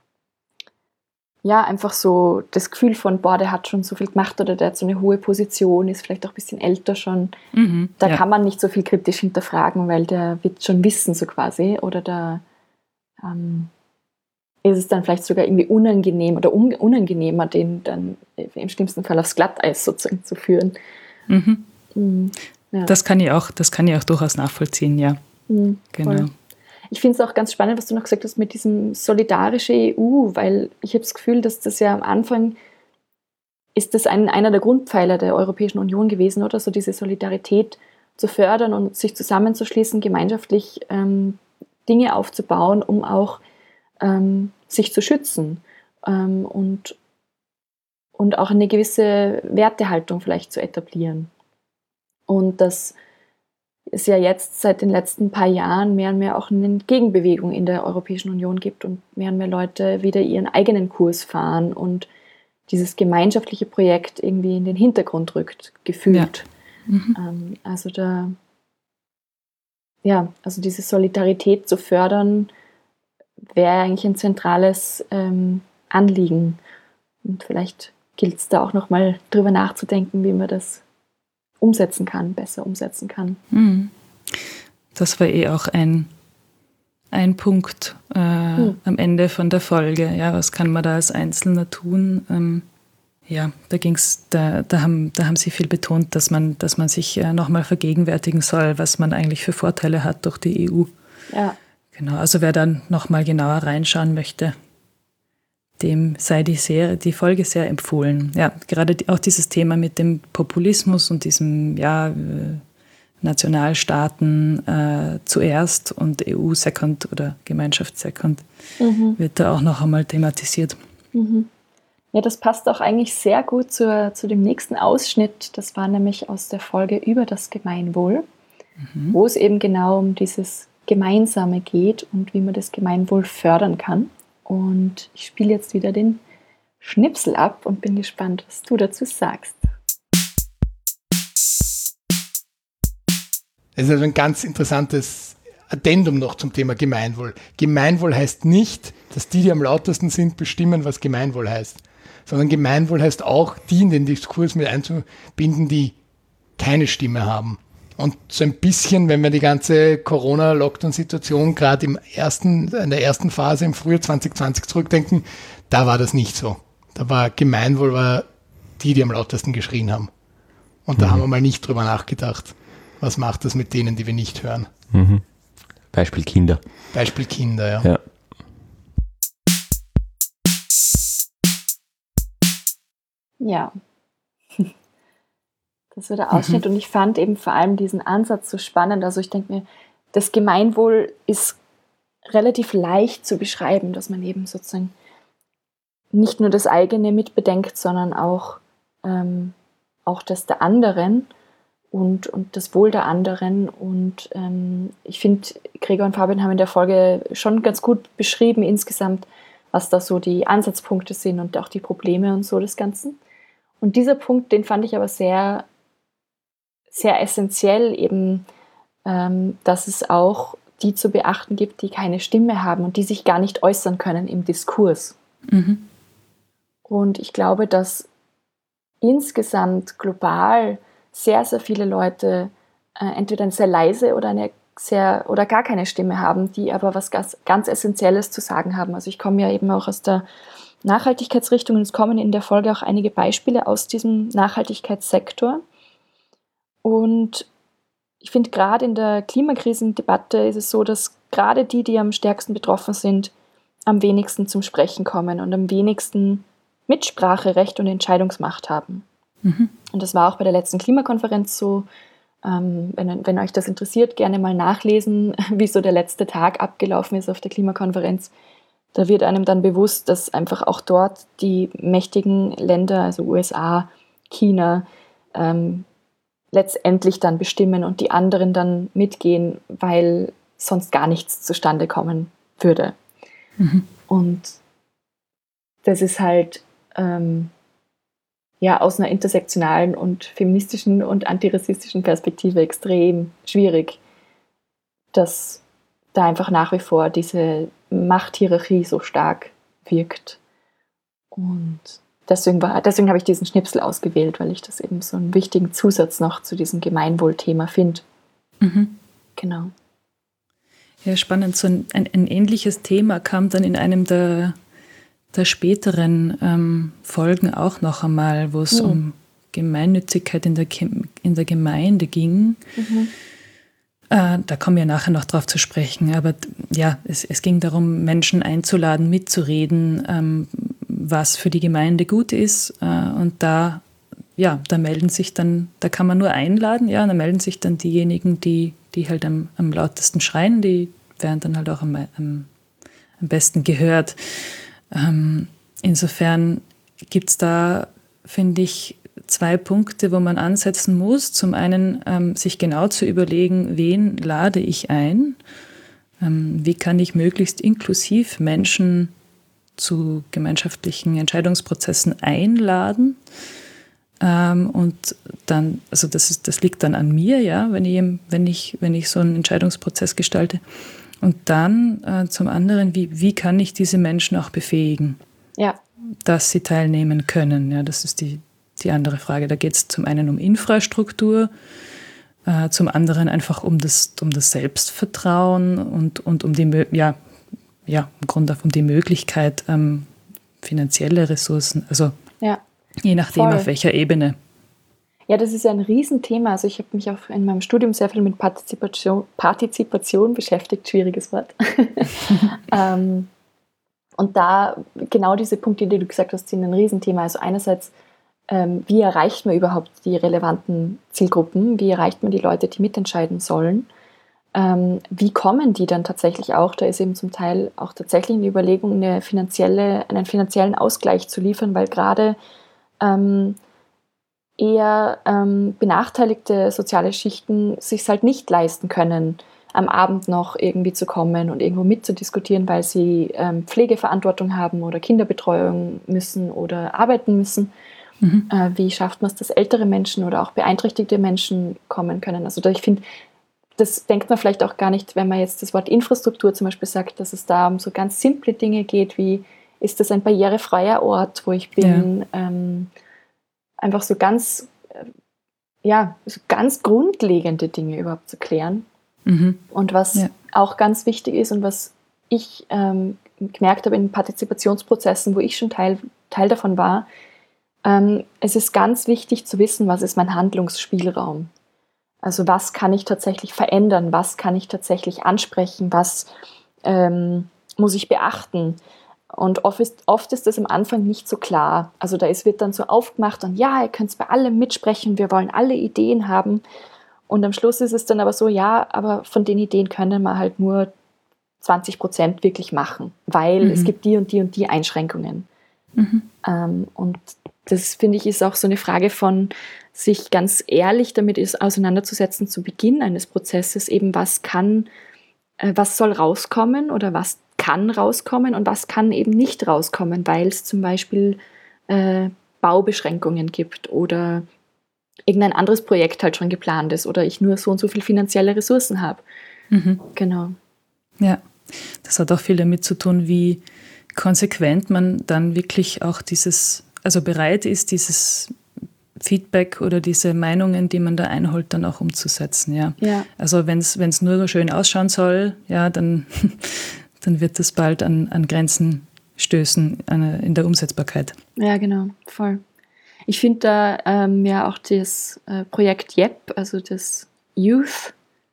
[SPEAKER 1] ja, einfach so das Gefühl von, boah, der hat schon so viel gemacht oder der hat so eine hohe Position, ist vielleicht auch ein bisschen älter schon. Mhm, da ja. kann man nicht so viel kritisch hinterfragen, weil der wird schon wissen, so quasi. Oder da ähm, ist es dann vielleicht sogar irgendwie unangenehm oder un- unangenehmer, den dann im schlimmsten Fall aufs Glatteis sozusagen zu führen.
[SPEAKER 2] Mhm. Mhm. Ja. Das kann ich auch, das kann ich auch durchaus nachvollziehen, ja.
[SPEAKER 1] Mhm,
[SPEAKER 2] genau.
[SPEAKER 1] Voll. Ich finde es auch ganz spannend, was du noch gesagt hast mit diesem solidarische E U, weil ich habe das Gefühl, dass das ja am Anfang ist das ein, einer der Grundpfeiler der Europäischen Union gewesen, oder? So diese Solidarität zu fördern und sich zusammenzuschließen, gemeinschaftlich ähm, Dinge aufzubauen, um auch ähm, sich zu schützen ähm, und, und auch eine gewisse Wertehaltung vielleicht zu etablieren. Und dass es ja jetzt seit den letzten paar Jahren mehr und mehr auch eine Gegenbewegung in der Europäischen Union gibt und mehr und mehr Leute wieder ihren eigenen Kurs fahren und dieses gemeinschaftliche Projekt irgendwie in den Hintergrund rückt, gefühlt. Ja. Mhm. Ähm, also da, ja, also diese Solidarität zu fördern, wäre eigentlich ein zentrales ähm, Anliegen. Und vielleicht gilt es da auch nochmal drüber nachzudenken, wie man das umsetzen kann, besser umsetzen kann.
[SPEAKER 2] Das war eh auch ein, ein Punkt äh, hm. am Ende von der Folge. Ja, was kann man da als Einzelner tun? Ähm, ja, da ging's, da, da haben, da haben sie viel betont, dass man, dass man sich äh, nochmal vergegenwärtigen soll, was man eigentlich für Vorteile hat durch die E U.
[SPEAKER 1] Ja.
[SPEAKER 2] Genau, also wer dann nochmal genauer reinschauen möchte, dem sei die, Serie, die Folge sehr empfohlen. Ja, gerade die, auch dieses Thema mit dem Populismus und diesem, ja, Nationalstaaten äh, zuerst und E U second oder Gemeinschaft second, mhm. wird da auch noch einmal thematisiert.
[SPEAKER 1] Mhm. Ja, das passt auch eigentlich sehr gut zur, zu dem nächsten Ausschnitt. Das war nämlich aus der Folge über das Gemeinwohl, mhm. wo es eben genau um dieses Gemeinsame geht und wie man das Gemeinwohl fördern kann. Und ich spiele jetzt wieder den Schnipsel ab und bin gespannt, was du dazu sagst.
[SPEAKER 3] Das ist also ein ganz interessantes Addendum noch zum Thema Gemeinwohl. Gemeinwohl heißt nicht, dass die, die am lautesten sind, bestimmen, was Gemeinwohl heißt. Sondern Gemeinwohl heißt auch, die in den Diskurs mit einzubinden, die keine Stimme haben. Und so ein bisschen, wenn wir die ganze Corona-Lockdown-Situation gerade im ersten, in der ersten Phase im Frühjahr zwanzig zwanzig zurückdenken, da war das nicht so. Da war Gemeinwohl war die, die am lautesten geschrien haben. Und da mhm. haben wir mal nicht drüber nachgedacht, was macht das mit denen, die wir nicht hören.
[SPEAKER 5] Mhm. Beispiel Kinder.
[SPEAKER 3] Beispiel Kinder, ja.
[SPEAKER 5] ja.
[SPEAKER 1] Ja. Das war der Ausschnitt mhm. und ich fand eben vor allem diesen Ansatz so spannend. Also ich denke mir, das Gemeinwohl ist relativ leicht zu beschreiben, dass man eben sozusagen nicht nur das eigene mitbedenkt, sondern auch, ähm, auch das der anderen und, und das Wohl der anderen. Und ähm, ich finde, Gregor und Fabian haben in der Folge schon ganz gut beschrieben insgesamt, was da so die Ansatzpunkte sind und auch die Probleme und so des Ganzen. Und dieser Punkt, den fand ich aber sehr sehr essentiell eben, ähm, dass es auch die zu beachten gibt, die keine Stimme haben und die sich gar nicht äußern können im Diskurs. Mhm. Und ich glaube, dass insgesamt global sehr, sehr viele Leute äh, entweder eine sehr leise oder eine sehr oder gar keine Stimme haben, die aber was ganz, ganz Essentielles zu sagen haben. Also ich komme ja eben auch aus der Nachhaltigkeitsrichtung und es kommen in der Folge auch einige Beispiele aus diesem Nachhaltigkeitssektor. Und ich finde, gerade in der Klimakrisendebatte ist es so, dass gerade die, die am stärksten betroffen sind, am wenigsten zum Sprechen kommen und am wenigsten Mitspracherecht und Entscheidungsmacht haben. Mhm. Und das war auch bei der letzten Klimakonferenz so. Ähm, wenn, wenn euch das interessiert, gerne mal nachlesen, wie so der letzte Tag abgelaufen ist auf der Klimakonferenz. Da wird einem dann bewusst, dass einfach auch dort die mächtigen Länder, also U S A, China, ähm, letztendlich dann bestimmen und die anderen dann mitgehen, weil sonst gar nichts zustande kommen würde. Mhm. Und das ist halt ähm, ja aus einer intersektionalen und feministischen und antirassistischen Perspektive extrem schwierig, dass da einfach nach wie vor diese Machthierarchie so stark wirkt. Und Deswegen, war, deswegen habe ich diesen Schnipsel ausgewählt, weil ich das eben so einen wichtigen Zusatz noch zu diesem Gemeinwohlthema finde. Mhm. Genau.
[SPEAKER 2] Ja, spannend. So ein, ein, ein ähnliches Thema kam dann in einem der, der späteren ähm, Folgen auch noch einmal, wo es mhm. um Gemeinnützigkeit in der, in der Gemeinde ging. Mhm. Äh, da kommen wir nachher noch drauf zu sprechen. Aber ja, es, es ging darum, Menschen einzuladen, mitzureden, ähm, was für die Gemeinde gut ist. Und da, ja, da melden sich dann, da kann man nur einladen, ja, da melden sich dann diejenigen, die, die halt am, am lautesten schreien, die werden dann halt auch am, am, am besten gehört. Ähm, insofern gibt es da, finde ich, zwei Punkte, wo man ansetzen muss. Zum einen ähm, sich genau zu überlegen, wen lade ich ein? Ähm, wie kann ich möglichst inklusiv Menschen zu gemeinschaftlichen Entscheidungsprozessen einladen. Ähm, und dann, also das ist, das liegt dann an mir, ja, wenn ich, wenn ich, wenn ich so einen Entscheidungsprozess gestalte. Und dann äh, zum anderen, wie, wie kann ich diese Menschen auch befähigen,
[SPEAKER 1] ja.
[SPEAKER 2] dass sie teilnehmen können? Ja, das ist die, die andere Frage. Da geht es zum einen um Infrastruktur, äh, zum anderen einfach um das, um das Selbstvertrauen und, und um die, ja, ja, im Grunde auch um die Möglichkeit, ähm, finanzielle Ressourcen, also
[SPEAKER 1] ja,
[SPEAKER 2] je nachdem,
[SPEAKER 1] voll.
[SPEAKER 2] auf welcher Ebene.
[SPEAKER 1] Ja, das ist ja ein Riesenthema. Also ich habe mich auch in meinem Studium sehr viel mit Partizipation, Partizipation beschäftigt, schwieriges Wort. ähm, und da genau diese Punkte, die du gesagt hast, sind ein Riesenthema. Also einerseits, ähm, wie erreicht man überhaupt die relevanten Zielgruppen? Wie erreicht man die Leute, die mitentscheiden sollen? Ähm, wie kommen die dann tatsächlich auch? Da ist eben zum Teil auch tatsächlich eine Überlegung, eine finanzielle, einen finanziellen Ausgleich zu liefern, weil gerade ähm, eher ähm, benachteiligte soziale Schichten sich es halt nicht leisten können, am Abend noch irgendwie zu kommen und irgendwo mitzudiskutieren, weil sie ähm, Pflegeverantwortung haben oder Kinderbetreuung müssen oder arbeiten müssen. Mhm. Äh, wie schafft man es, dass ältere Menschen oder auch beeinträchtigte Menschen kommen können? Also da, ich finde, das denkt man vielleicht auch gar nicht, wenn man jetzt das Wort Infrastruktur zum Beispiel sagt, dass es da um so ganz simple Dinge geht, wie ist das ein barrierefreier Ort, wo ich bin, ja. ähm, einfach so ganz, äh, ja, so ganz grundlegende Dinge überhaupt zu klären. Mhm. Und was ja. auch ganz wichtig ist und was ich ähm, gemerkt habe in Partizipationsprozessen, wo ich schon Teil, Teil davon war, ähm, es ist ganz wichtig zu wissen, was ist mein Handlungsspielraum. Also was kann ich tatsächlich verändern, was kann ich tatsächlich ansprechen, was ähm, muss ich beachten. Und oft ist, oft ist das am Anfang nicht so klar. Also da ist, wird dann so aufgemacht und ja, ihr könnt bei allem mitsprechen, wir wollen alle Ideen haben. Und am Schluss ist es dann aber so, ja, aber von den Ideen können wir halt nur zwanzig Prozent wirklich machen, weil mhm. es gibt die und die und die Einschränkungen. Mhm. Ähm, und das, finde ich, ist auch so eine Frage von sich ganz ehrlich damit ist, auseinanderzusetzen zu Beginn eines Prozesses, eben was kann, äh, was soll rauskommen oder was kann rauskommen und was kann eben nicht rauskommen, weil es zum Beispiel äh, Baubeschränkungen gibt oder irgendein anderes Projekt halt schon geplant ist oder ich nur so und so viel finanzielle Ressourcen habe. Mhm. Genau.
[SPEAKER 2] Ja, das hat auch viel damit zu tun, wie konsequent man dann wirklich auch dieses, also bereit ist, dieses Feedback oder diese Meinungen, die man da einholt, dann auch umzusetzen. Ja.
[SPEAKER 1] Ja.
[SPEAKER 2] Also wenn es nur so schön ausschauen soll, ja, dann, dann wird das bald an, an Grenzen stößen an, in der Umsetzbarkeit.
[SPEAKER 1] Ja, genau, voll. Ich finde da ähm, ja auch das äh, Projekt Y E P, also das Youth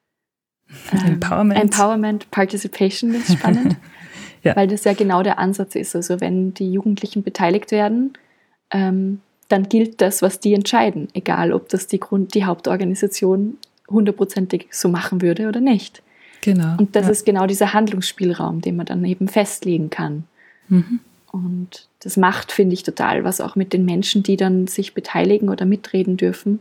[SPEAKER 1] ähm,
[SPEAKER 2] Empowerment.
[SPEAKER 1] Empowerment, Participation ist spannend, ja. Weil das ja genau der Ansatz ist. Also wenn die Jugendlichen beteiligt werden, ähm, dann gilt das, was die entscheiden, egal ob das die, Grund, die Hauptorganisation hundertprozentig so machen würde oder nicht.
[SPEAKER 2] Genau.
[SPEAKER 1] Und das
[SPEAKER 2] ja.
[SPEAKER 1] ist genau dieser Handlungsspielraum, den man dann eben festlegen kann.
[SPEAKER 2] Mhm.
[SPEAKER 1] Und das macht, finde ich, total was auch mit den Menschen, die dann sich beteiligen oder mitreden dürfen,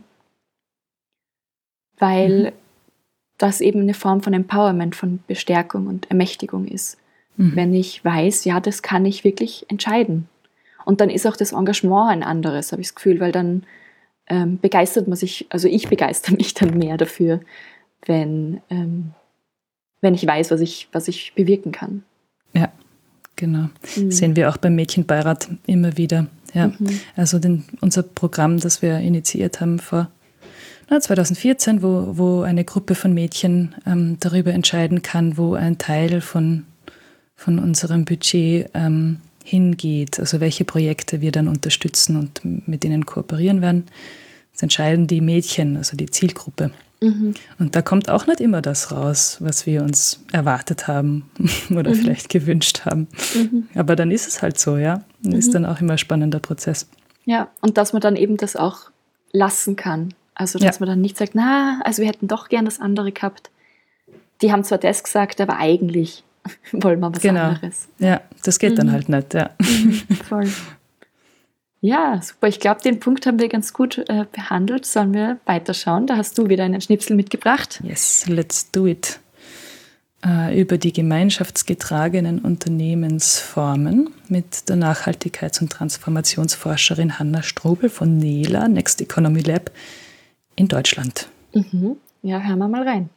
[SPEAKER 1] weil mhm. das eben eine Form von Empowerment, von Bestärkung und Ermächtigung ist. Mhm. Wenn ich weiß, ja, das kann ich wirklich entscheiden. Und dann ist auch das Engagement ein anderes, habe ich das Gefühl, weil dann ähm, begeistert man sich, also ich begeistere mich dann mehr dafür, wenn, ähm, wenn ich weiß, was ich, was ich bewirken kann.
[SPEAKER 2] Ja. Genau, mhm. sehen wir auch beim Mädchenbeirat immer wieder. Ja. Mhm. Also den, unser Programm, das wir initiiert haben vor na, zwanzig vierzehn, wo, wo eine Gruppe von Mädchen ähm, darüber entscheiden kann, wo ein Teil von, von unserem Budget ähm, hingeht, also welche Projekte wir dann unterstützen und mit denen kooperieren werden. Das entscheiden die Mädchen, also die Zielgruppe. Mhm. Und da kommt auch nicht immer das raus, was wir uns erwartet haben oder mhm. vielleicht gewünscht haben. Mhm. Aber dann ist es halt so, ja. Mhm. Ist dann auch immer ein spannender Prozess.
[SPEAKER 1] Ja, und dass man dann eben das auch lassen kann. Also, dass ja. man dann nicht sagt, na, also wir hätten doch gern das andere gehabt. Die haben zwar das gesagt, aber eigentlich wollen wir was
[SPEAKER 2] genau.
[SPEAKER 1] anderes.
[SPEAKER 2] Ja, das geht mhm. dann halt nicht, ja.
[SPEAKER 1] Mhm, voll. Ja, super. Ich glaube, den Punkt haben wir ganz gut äh, behandelt. Sollen wir weiterschauen? Da hast du wieder einen Schnipsel mitgebracht.
[SPEAKER 2] Yes, let's do it. Äh, über die gemeinschaftsgetragenen Unternehmensformen mit der Nachhaltigkeits- und Transformationsforscherin Hanna Strobel von NELA, Next Economy Lab in Deutschland.
[SPEAKER 1] Mhm. Ja, hören wir mal rein.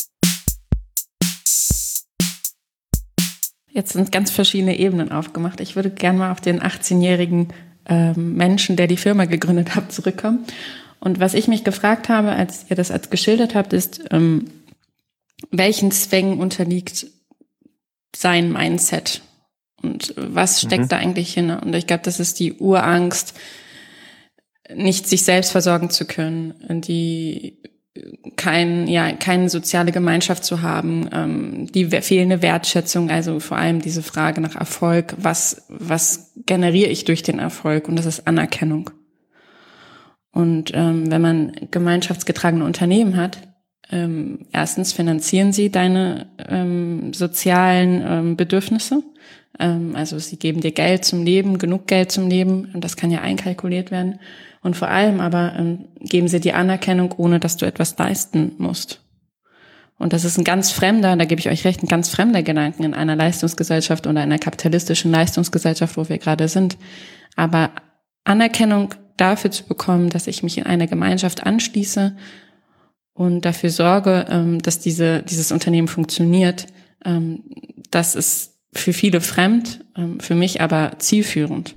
[SPEAKER 8] Jetzt sind ganz verschiedene Ebenen aufgemacht. Ich würde gerne mal auf den achtzehnjährigen Menschen, der die Firma gegründet hat, zurückkommen. Und was ich mich gefragt habe, als ihr das als geschildert habt, ist, ähm, welchen Zwängen unterliegt sein Mindset? Und was steckt mhm. da eigentlich hin? Und ich glaube, das ist die Urangst, nicht sich selbst versorgen zu können, die kein, ja, keine soziale Gemeinschaft zu haben, ähm, die fehlende Wertschätzung, also vor allem diese Frage nach Erfolg, was, was generiere ich durch den Erfolg? Und das ist Anerkennung. Und ähm, wenn man gemeinschaftsgetragene Unternehmen hat, ähm, erstens finanzieren sie deine ähm, sozialen ähm, Bedürfnisse. Ähm, also sie geben dir Geld zum Leben, genug Geld zum Leben, und das kann ja einkalkuliert werden. Und vor allem aber ähm, geben sie dir Anerkennung, ohne dass du etwas leisten musst. Und das ist ein ganz fremder, da gebe ich euch recht, ein ganz fremder Gedanken in einer Leistungsgesellschaft oder einer kapitalistischen Leistungsgesellschaft, wo wir gerade sind. Aber Anerkennung dafür zu bekommen, dass ich mich in eine Gemeinschaft anschließe und dafür sorge, ähm, dass diese dieses Unternehmen funktioniert, ähm, das ist für viele fremd, ähm, für mich aber zielführend.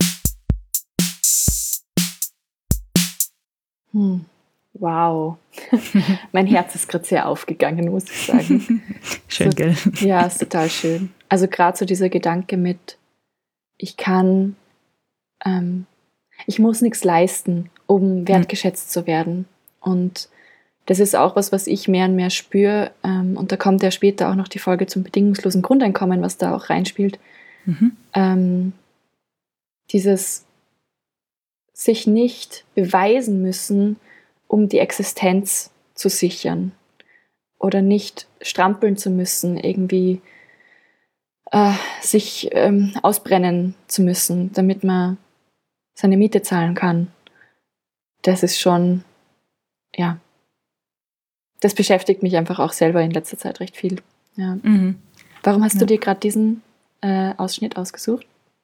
[SPEAKER 1] Hm. Wow. Mein Herz ist gerade sehr aufgegangen, muss ich sagen.
[SPEAKER 2] Schön,
[SPEAKER 1] so,
[SPEAKER 2] gell?
[SPEAKER 1] Ja, ist total schön. Also gerade so dieser Gedanke mit, ich kann, ähm, ich muss nichts leisten, um wertgeschätzt zu werden. Und das ist auch was, was ich mehr und mehr spüre. Ähm, und da kommt ja später auch noch die Folge zum bedingungslosen Grundeinkommen, was da auch reinspielt. Mhm. Ähm, dieses sich nicht beweisen müssen, um die Existenz zu sichern oder nicht strampeln zu müssen, irgendwie äh, sich ähm, ausbrennen zu müssen, damit man seine Miete zahlen kann. Das ist schon, ja, das beschäftigt mich einfach auch selber in letzter Zeit recht viel. Ja. Mhm. Warum hast ja. du dir gerade diesen äh, Ausschnitt ausgesucht?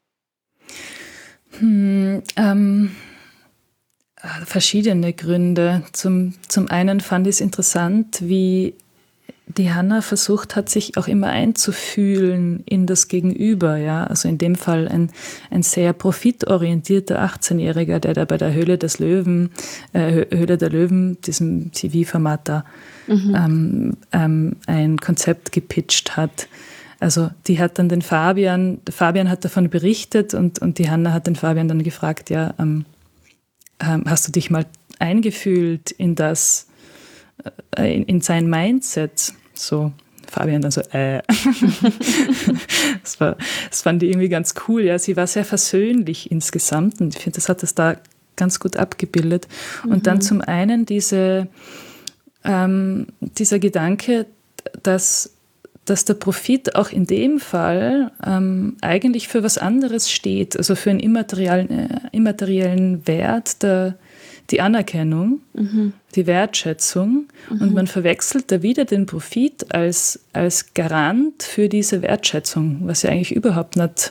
[SPEAKER 2] Hm, ähm, verschiedene Gründe. Zum, zum einen fand ich es interessant, wie die Hannah versucht hat, sich auch immer einzufühlen in das Gegenüber. Ja? Also in dem Fall ein, ein sehr profitorientierter achtzehnjähriger, der da bei der Höhle des Löwen, äh, Höhle der Löwen, diesem T V-Format da, mhm. ähm, ähm, ein Konzept gepitcht hat. Also die hat dann den Fabian, Fabian hat davon berichtet und, und die Hannah hat den Fabian dann gefragt, ja, ähm, ähm, hast du dich mal eingefühlt in das, äh, in, in sein Mindset? So, Fabian dann so, äh. das, war, das fand ich irgendwie ganz cool, ja. Sie war sehr versöhnlich insgesamt und ich finde, das hat es da ganz gut abgebildet. Mhm. Und dann zum einen diese, ähm, dieser Gedanke, dass dass der Profit auch in dem Fall ähm, eigentlich für was anderes steht, also für einen immateriellen, äh, immateriellen Wert, der, die Anerkennung, mhm. die Wertschätzung. Mhm. Und man verwechselt da wieder den Profit als, als Garant für diese Wertschätzung, was ja eigentlich überhaupt nicht,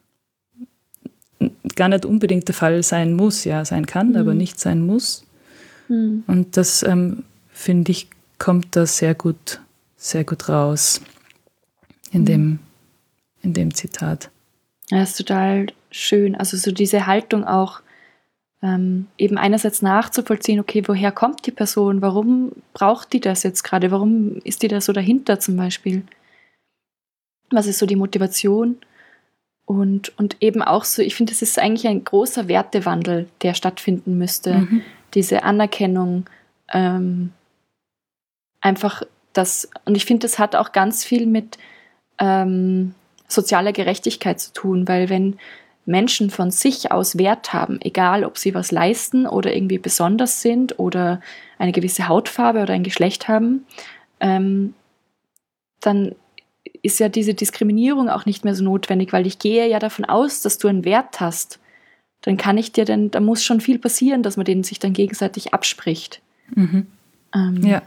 [SPEAKER 2] gar nicht unbedingt der Fall sein muss, ja, sein kann, mhm. aber nicht sein muss. Mhm. Und das, ähm, finde ich, kommt da sehr gut, sehr gut raus. In dem, in dem Zitat.
[SPEAKER 1] Ja, das ist total schön. Also so diese Haltung auch, ähm, eben einerseits nachzuvollziehen, okay, woher kommt die Person? Warum braucht die das jetzt gerade? Warum ist die da so dahinter zum Beispiel? Was ist so die Motivation? Und, und eben auch so, ich finde, das ist eigentlich ein großer Wertewandel, der stattfinden müsste. Mhm. Diese Anerkennung, ähm, einfach das, und ich finde, das hat auch ganz viel mit Ähm, soziale Gerechtigkeit zu tun, weil wenn Menschen von sich aus Wert haben, egal ob sie was leisten oder irgendwie besonders sind oder eine gewisse Hautfarbe oder ein Geschlecht haben, ähm, dann ist ja diese Diskriminierung auch nicht mehr so notwendig, weil ich gehe ja davon aus, dass du einen Wert hast. Dann kann ich dir denn, da muss schon viel passieren, dass man den sich dann gegenseitig abspricht.
[SPEAKER 2] Mhm.
[SPEAKER 1] Ähm,
[SPEAKER 2] ja.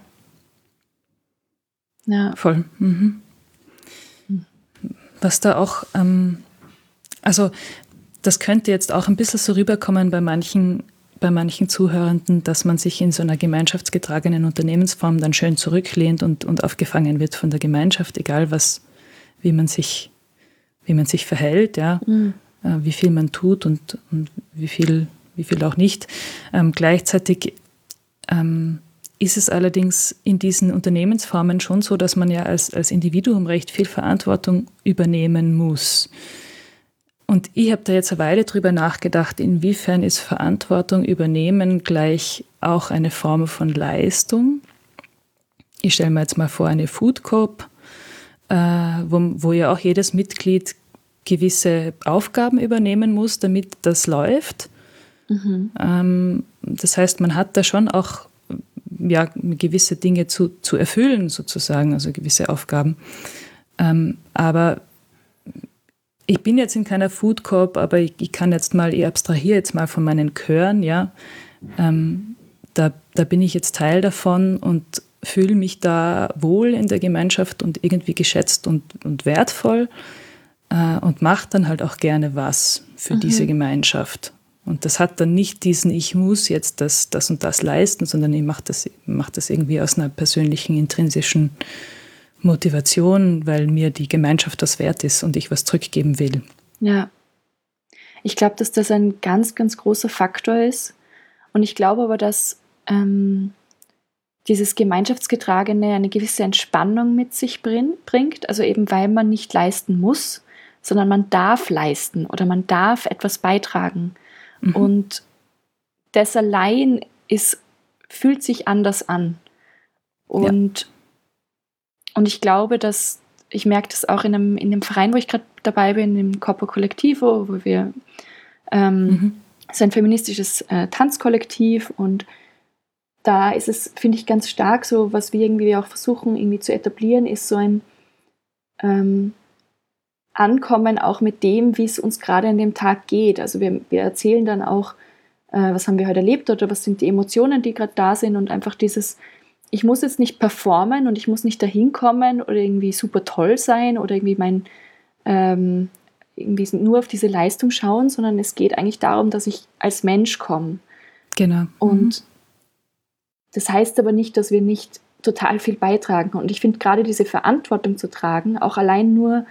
[SPEAKER 1] Ja.
[SPEAKER 2] Voll. Mhm. Was da auch, ähm, also das könnte jetzt auch ein bisschen so rüberkommen bei manchen, bei manchen Zuhörenden, dass man sich in so einer gemeinschaftsgetragenen Unternehmensform dann schön zurücklehnt und, und aufgefangen wird von der Gemeinschaft, egal was, wie man sich, wie man sich verhält, ja, mhm. äh, wie viel man tut und, und wie viel, wie viel auch nicht. Ähm, gleichzeitig ähm, ist es allerdings in diesen Unternehmensformen schon so, dass man ja als, als Individuum recht viel Verantwortung übernehmen muss. Und ich habe da jetzt eine Weile drüber nachgedacht, inwiefern ist Verantwortung übernehmen gleich auch eine Form von Leistung. Ich stelle mir jetzt mal vor, eine Food Coop, äh, wo, wo ja auch jedes Mitglied gewisse Aufgaben übernehmen muss, damit das läuft. Mhm. Ähm, das heißt, man hat da schon auch ja, gewisse Dinge zu, zu erfüllen, sozusagen, also gewisse Aufgaben. Ähm, aber ich bin jetzt in keiner Food Coop, aber ich, ich kann jetzt mal, ich abstrahiere jetzt mal von meinen Chören, ja. Ähm, da, da bin ich jetzt Teil davon und fühle mich da wohl in der Gemeinschaft und irgendwie geschätzt und, und wertvoll äh, und mache dann halt auch gerne was für mhm. diese Gemeinschaft. Und das hat dann nicht diesen, ich muss jetzt das, das und das leisten, sondern ich mache das, mach das irgendwie aus einer persönlichen, intrinsischen Motivation, weil mir die Gemeinschaft das wert ist und ich was zurückgeben will.
[SPEAKER 1] Ja, ich glaube, dass das ein ganz, ganz großer Faktor ist. Und ich glaube aber, dass ähm, dieses Gemeinschaftsgetragene eine gewisse Entspannung mit sich bring, bringt. Also eben, weil man nicht leisten muss, sondern man darf leisten oder man darf etwas beitragen. Mhm. Und das allein ist, fühlt sich anders an. Und, ja. und ich glaube, dass, ich merke das auch in einem, in dem Verein, wo ich gerade dabei bin, im Corpo Collectivo, wo wir, ähm, mhm. es ist ein feministisches äh, Tanzkollektiv und da ist es, finde ich, ganz stark so, was wir irgendwie auch versuchen irgendwie zu etablieren, ist so ein ähm, Ankommen auch mit dem, wie es uns gerade an dem Tag geht. Also wir, wir erzählen dann auch, äh, was haben wir heute erlebt oder was sind die Emotionen, die gerade da sind und einfach dieses, ich muss jetzt nicht performen und ich muss nicht dahin kommen oder irgendwie super toll sein oder irgendwie mein ähm, irgendwie nur auf diese Leistung schauen, sondern es geht eigentlich darum, dass ich als Mensch komme.
[SPEAKER 2] Genau.
[SPEAKER 1] Und
[SPEAKER 2] mhm.
[SPEAKER 1] das heißt aber nicht, dass wir nicht total viel beitragen. Und ich finde gerade diese Verantwortung zu tragen, auch allein nur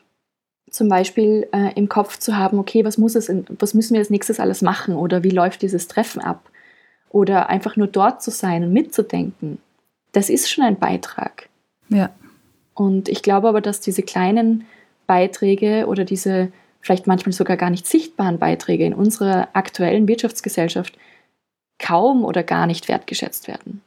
[SPEAKER 1] zum Beispiel äh, im Kopf zu haben, okay, was muss es, in, was müssen wir als nächstes alles machen oder wie läuft dieses Treffen ab? Oder einfach nur dort zu sein und mitzudenken, das ist schon ein Beitrag.
[SPEAKER 2] Ja.
[SPEAKER 1] Und ich glaube aber, dass diese kleinen Beiträge oder diese vielleicht manchmal sogar gar nicht sichtbaren Beiträge in unserer aktuellen Wirtschaftsgesellschaft kaum oder gar nicht wertgeschätzt werden.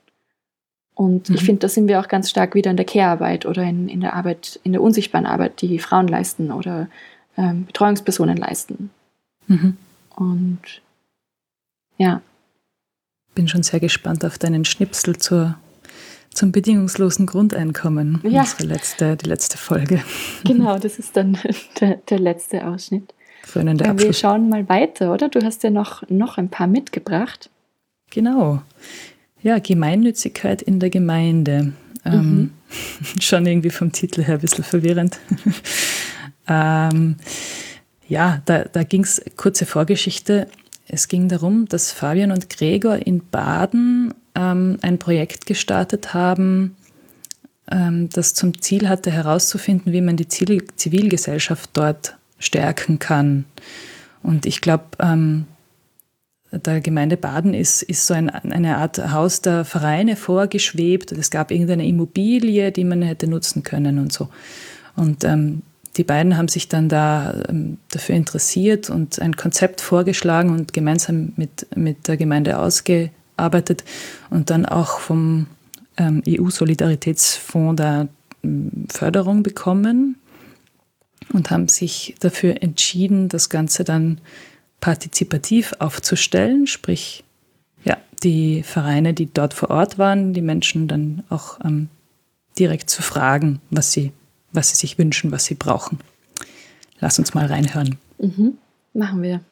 [SPEAKER 1] Und mhm. ich finde, da sind wir auch ganz stark wieder in der Care-Arbeit oder in, in der Arbeit, in der unsichtbaren Arbeit, die Frauen leisten oder ähm, Betreuungspersonen leisten.
[SPEAKER 2] Mhm.
[SPEAKER 1] Und ja.
[SPEAKER 2] Bin schon sehr gespannt auf deinen Schnipsel zur, zum bedingungslosen Grundeinkommen.
[SPEAKER 1] Ja.
[SPEAKER 2] Unsere letzte, die letzte Folge.
[SPEAKER 1] Genau, das ist dann der, der letzte Ausschnitt.
[SPEAKER 2] Krönender
[SPEAKER 1] ja,
[SPEAKER 2] Abschluss.
[SPEAKER 1] Wir schauen mal weiter, oder? Du hast ja noch, noch ein paar mitgebracht.
[SPEAKER 2] Genau. Ja, Gemeinnützigkeit in der Gemeinde.
[SPEAKER 1] Mhm.
[SPEAKER 2] Ähm, schon irgendwie vom Titel her ein bisschen verwirrend. ähm, ja, da, da ging es, kurze Vorgeschichte, es ging darum, dass Fabian und Gregor in Baden ähm, ein Projekt gestartet haben, ähm, das zum Ziel hatte, herauszufinden, wie man die Zivil- Zivilgesellschaft dort stärken kann. Und ich glaube, ähm, der Gemeinde Baden ist, ist so ein, eine Art Haus der Vereine vorgeschwebt. Es gab irgendeine Immobilie, die man hätte nutzen können und so. Und ähm, die beiden haben sich dann da ähm, dafür interessiert und ein Konzept vorgeschlagen und gemeinsam mit, mit der Gemeinde ausgearbeitet und dann auch vom ähm, E U-Solidaritätsfonds da ähm, Förderung bekommen und haben sich dafür entschieden, das Ganze dann partizipativ aufzustellen, sprich ja, die Vereine, die dort vor Ort waren, die Menschen dann auch ähm, direkt zu fragen, was sie, was sie sich wünschen, was sie brauchen. Lass uns mal reinhören.
[SPEAKER 1] Mhm. Machen wir.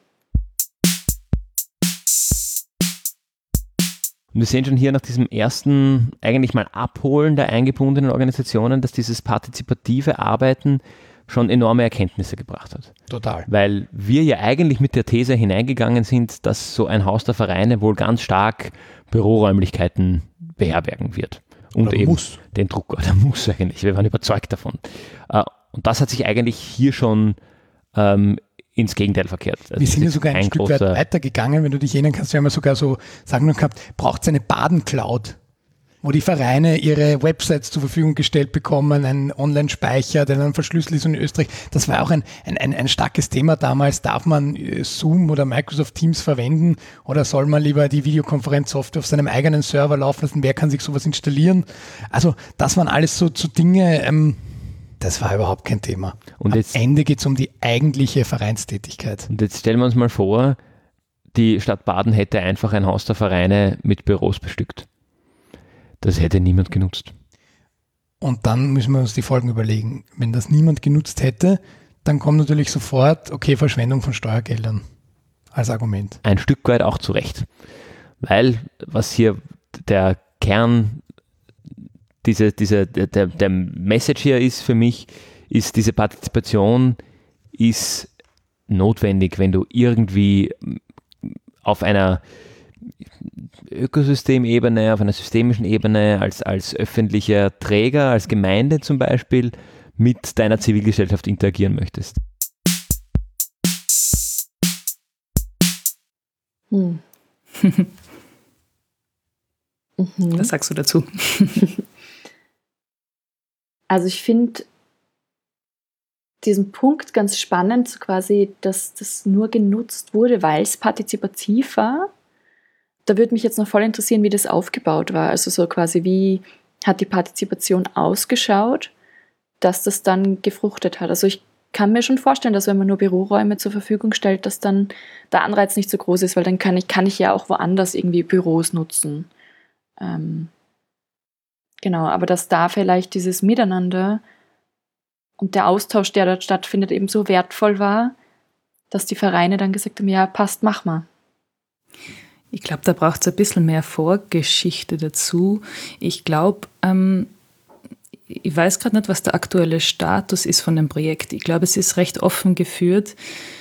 [SPEAKER 5] Und wir sehen schon hier nach diesem ersten eigentlich mal Abholen der eingebundenen Organisationen, dass dieses partizipative Arbeiten schon enorme Erkenntnisse gebracht hat.
[SPEAKER 3] Total.
[SPEAKER 5] Weil wir ja eigentlich mit der These hineingegangen sind, dass so ein Haus der Vereine wohl ganz stark Büroräumlichkeiten beherbergen wird. Und
[SPEAKER 3] oder
[SPEAKER 5] eben
[SPEAKER 3] muss.
[SPEAKER 5] den Druck, oder muss eigentlich, wir waren überzeugt davon. Und das hat sich eigentlich hier schon ähm, ins Gegenteil verkehrt. Also
[SPEAKER 3] wir sind ja sogar ein Stück weit weitergegangen, wenn du dich erinnern kannst, wir haben ja sogar so Sagen gehabt, braucht es eine Baden-Cloud, wo die Vereine ihre Websites zur Verfügung gestellt bekommen, einen Online-Speicher, der dann verschlüsselt ist in Österreich. Das war auch ein, ein, ein, ein starkes Thema damals. Darf man Zoom oder Microsoft Teams verwenden oder soll man lieber die Videokonferenzsoftware auf seinem eigenen Server laufen lassen? Wer kann sich sowas installieren? Also das waren alles so, so Dinge, ähm, das war überhaupt kein Thema. Und jetzt, am Ende geht es um die eigentliche Vereinstätigkeit.
[SPEAKER 5] Und jetzt stellen wir uns mal vor, die Stadt Baden hätte einfach ein Haus der Vereine mit Büros bestückt. Das hätte niemand genutzt.
[SPEAKER 3] Und dann müssen wir uns die Folgen überlegen. Wenn das niemand genutzt hätte, dann kommt natürlich sofort, okay, Verschwendung von Steuergeldern als Argument.
[SPEAKER 5] Ein Stück weit auch zu Recht. Weil was hier der Kern, diese, diese, der, der Message hier ist für mich, ist, diese Partizipation ist notwendig, wenn du irgendwie auf einer Ökosystemebene, auf einer systemischen Ebene, als, als öffentlicher Träger, als Gemeinde zum Beispiel, mit deiner Zivilgesellschaft interagieren möchtest.
[SPEAKER 1] Hm. mhm.
[SPEAKER 2] Was sagst du dazu?
[SPEAKER 1] Also ich finde diesen Punkt ganz spannend, so quasi, dass das nur genutzt wurde, weil es partizipativ war. Da würde mich jetzt noch voll interessieren, wie das aufgebaut war. Also so quasi, wie hat die Partizipation ausgeschaut, dass das dann gefruchtet hat. Also ich kann mir schon vorstellen, dass wenn man nur Büroräume zur Verfügung stellt, dass dann der Anreiz nicht so groß ist, weil dann kann ich, kann ich ja auch woanders irgendwie Büros nutzen. Ähm, genau, aber dass da vielleicht dieses Miteinander und der Austausch, der dort stattfindet, eben so wertvoll war, dass die Vereine dann gesagt haben, ja, passt, mach mal.
[SPEAKER 2] Ich glaube, da braucht es ein bisschen mehr Vorgeschichte dazu. Ich glaube, ähm, ich weiß gerade nicht, was der aktuelle Status ist von dem Projekt. Ich glaube, es ist recht offen geführt.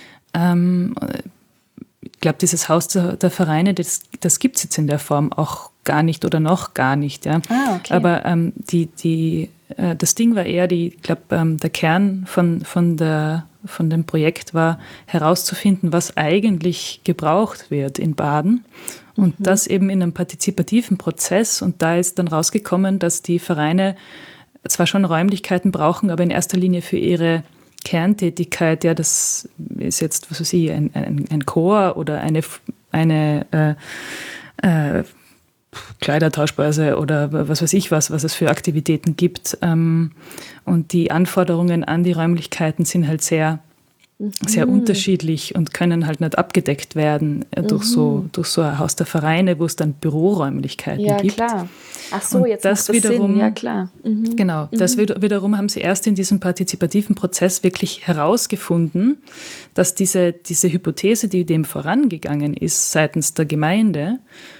[SPEAKER 2] Ähm, ich glaube, dieses Haus der, der Vereine, das, das gibt es jetzt in der Form auch gar nicht oder noch gar nicht. Ja.
[SPEAKER 1] Ah, okay.
[SPEAKER 2] Aber ähm, die, die, äh, das Ding war eher, die, ich glaube, ähm, der Kern von, von, der, von dem Projekt war, herauszufinden, was eigentlich gebraucht wird in Baden. Und mhm. das eben in einem partizipativen Prozess. Und da ist dann rausgekommen, dass die Vereine zwar schon Räumlichkeiten brauchen, aber in erster Linie für ihre Kerntätigkeit, ja, das ist jetzt, was weiß ich, ein, ein, ein Chor oder eine, eine äh, äh, Kleidertauschbörse oder was weiß ich was, was es für Aktivitäten gibt. Ähm, und die Anforderungen an die Räumlichkeiten sind halt sehr, mhm. sehr unterschiedlich und können halt nicht abgedeckt werden äh, durch,
[SPEAKER 1] mhm.
[SPEAKER 2] so, durch so ein Haus der Vereine, wo es dann Büroräumlichkeiten
[SPEAKER 1] ja,
[SPEAKER 2] gibt.
[SPEAKER 1] Ja, klar. Ach so,
[SPEAKER 2] und
[SPEAKER 1] jetzt
[SPEAKER 2] das
[SPEAKER 1] macht das
[SPEAKER 2] wiederum,
[SPEAKER 1] Sinn. Ja, klar. Mhm.
[SPEAKER 2] Genau, das
[SPEAKER 1] mhm.
[SPEAKER 2] wiederum haben sie erst in diesem partizipativen Prozess wirklich herausgefunden, dass diese, diese Hypothese, die dem vorangegangen ist seitens der Gemeinde,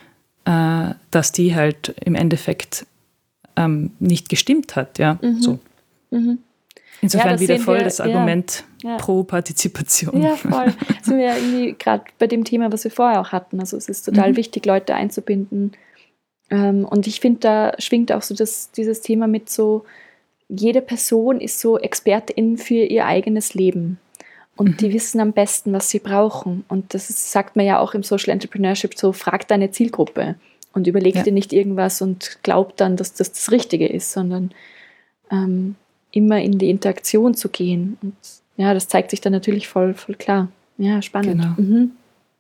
[SPEAKER 2] äh, dass die halt im Endeffekt ähm, nicht gestimmt hat. Ja,
[SPEAKER 1] mhm.
[SPEAKER 2] so.
[SPEAKER 1] Mhm.
[SPEAKER 2] Insofern
[SPEAKER 1] ja,
[SPEAKER 2] wieder voll
[SPEAKER 1] wir,
[SPEAKER 2] das Argument
[SPEAKER 1] ja.
[SPEAKER 2] pro Partizipation.
[SPEAKER 1] Ja, voll. Das sind wir ja irgendwie gerade bei dem Thema, was wir vorher auch hatten. Also es ist total mhm. wichtig, Leute einzubinden. Ähm, und ich finde, da schwingt auch so das, dieses Thema mit so, jede Person ist so Expertin für ihr eigenes Leben. Und mhm. die wissen am besten, was sie brauchen. Und das ist, sagt man ja auch im Social Entrepreneurship so, frag deine Zielgruppe und überleg ja. dir nicht irgendwas und glaub dann, dass das das Richtige ist, sondern ähm, immer in die Interaktion zu gehen. Und ja, das zeigt sich dann natürlich voll, voll klar. Ja, spannend.
[SPEAKER 2] Genau.
[SPEAKER 1] Mhm.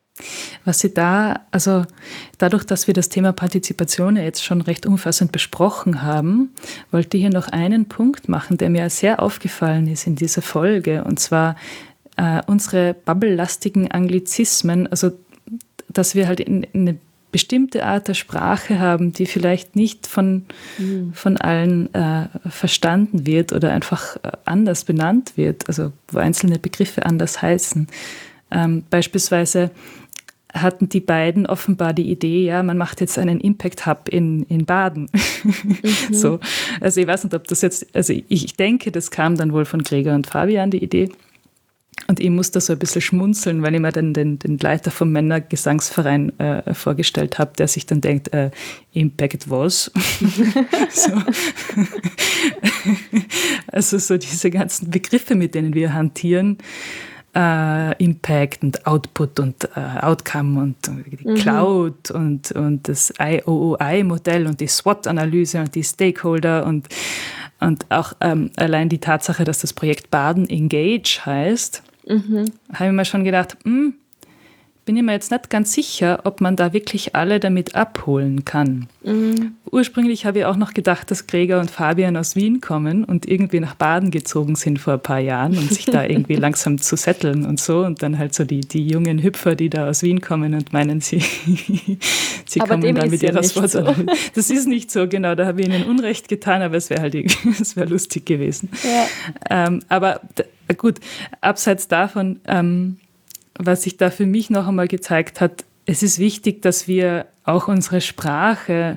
[SPEAKER 2] Was Sie da, also dadurch, dass wir das Thema Partizipation ja jetzt schon recht umfassend besprochen haben, wollte ich hier noch einen Punkt machen, der mir sehr aufgefallen ist in dieser Folge, und zwar äh, unsere bubble-lastigen Anglizismen, also dass wir halt in, in eine bestimmte Art der Sprache haben, die vielleicht nicht von, mhm. von allen äh, verstanden wird oder einfach äh, anders benannt wird, also wo einzelne Begriffe anders heißen. Ähm, beispielsweise hatten die beiden offenbar die Idee, ja, man macht jetzt einen Impact Hub in, in Baden. Mhm. So, also ich weiß nicht, ob das jetzt, also ich, ich denke, das kam dann wohl von Gregor und Fabian, die Idee. Und ich musste so ein bisschen schmunzeln, weil ich mir dann den, den Leiter vom Männergesangsverein äh, vorgestellt habe, der sich dann denkt, äh, Impact was? So. Also so diese ganzen Begriffe, mit denen wir hantieren, äh, Impact und Output und äh, Outcome und die mhm. Cloud und, und das I O O I-Modell und die SWOT-Analyse und die Stakeholder und, und auch ähm, allein die Tatsache, dass das Projekt Baden Engage heißt, mhm. habe ich mir schon gedacht, mh, bin ich mir jetzt nicht ganz sicher, ob man da wirklich alle damit abholen kann. Mhm. Ursprünglich habe ich auch noch gedacht, dass Gregor und Fabian aus Wien kommen und irgendwie nach Baden gezogen sind vor ein paar Jahren und sich da irgendwie langsam zu setteln und so. Und dann halt so die, die jungen Hüpfer, die da aus Wien kommen und meinen, sie, sie
[SPEAKER 1] aber
[SPEAKER 2] kommen da mit ihrer
[SPEAKER 1] so.
[SPEAKER 2] Sport. Das ist nicht so, genau. Da habe ich ihnen Unrecht getan, aber es wäre halt es wäre lustig gewesen. Ja. Ähm, aber d- gut, abseits davon, ähm, was sich da für mich noch einmal gezeigt hat, es ist wichtig, dass wir auch unsere Sprache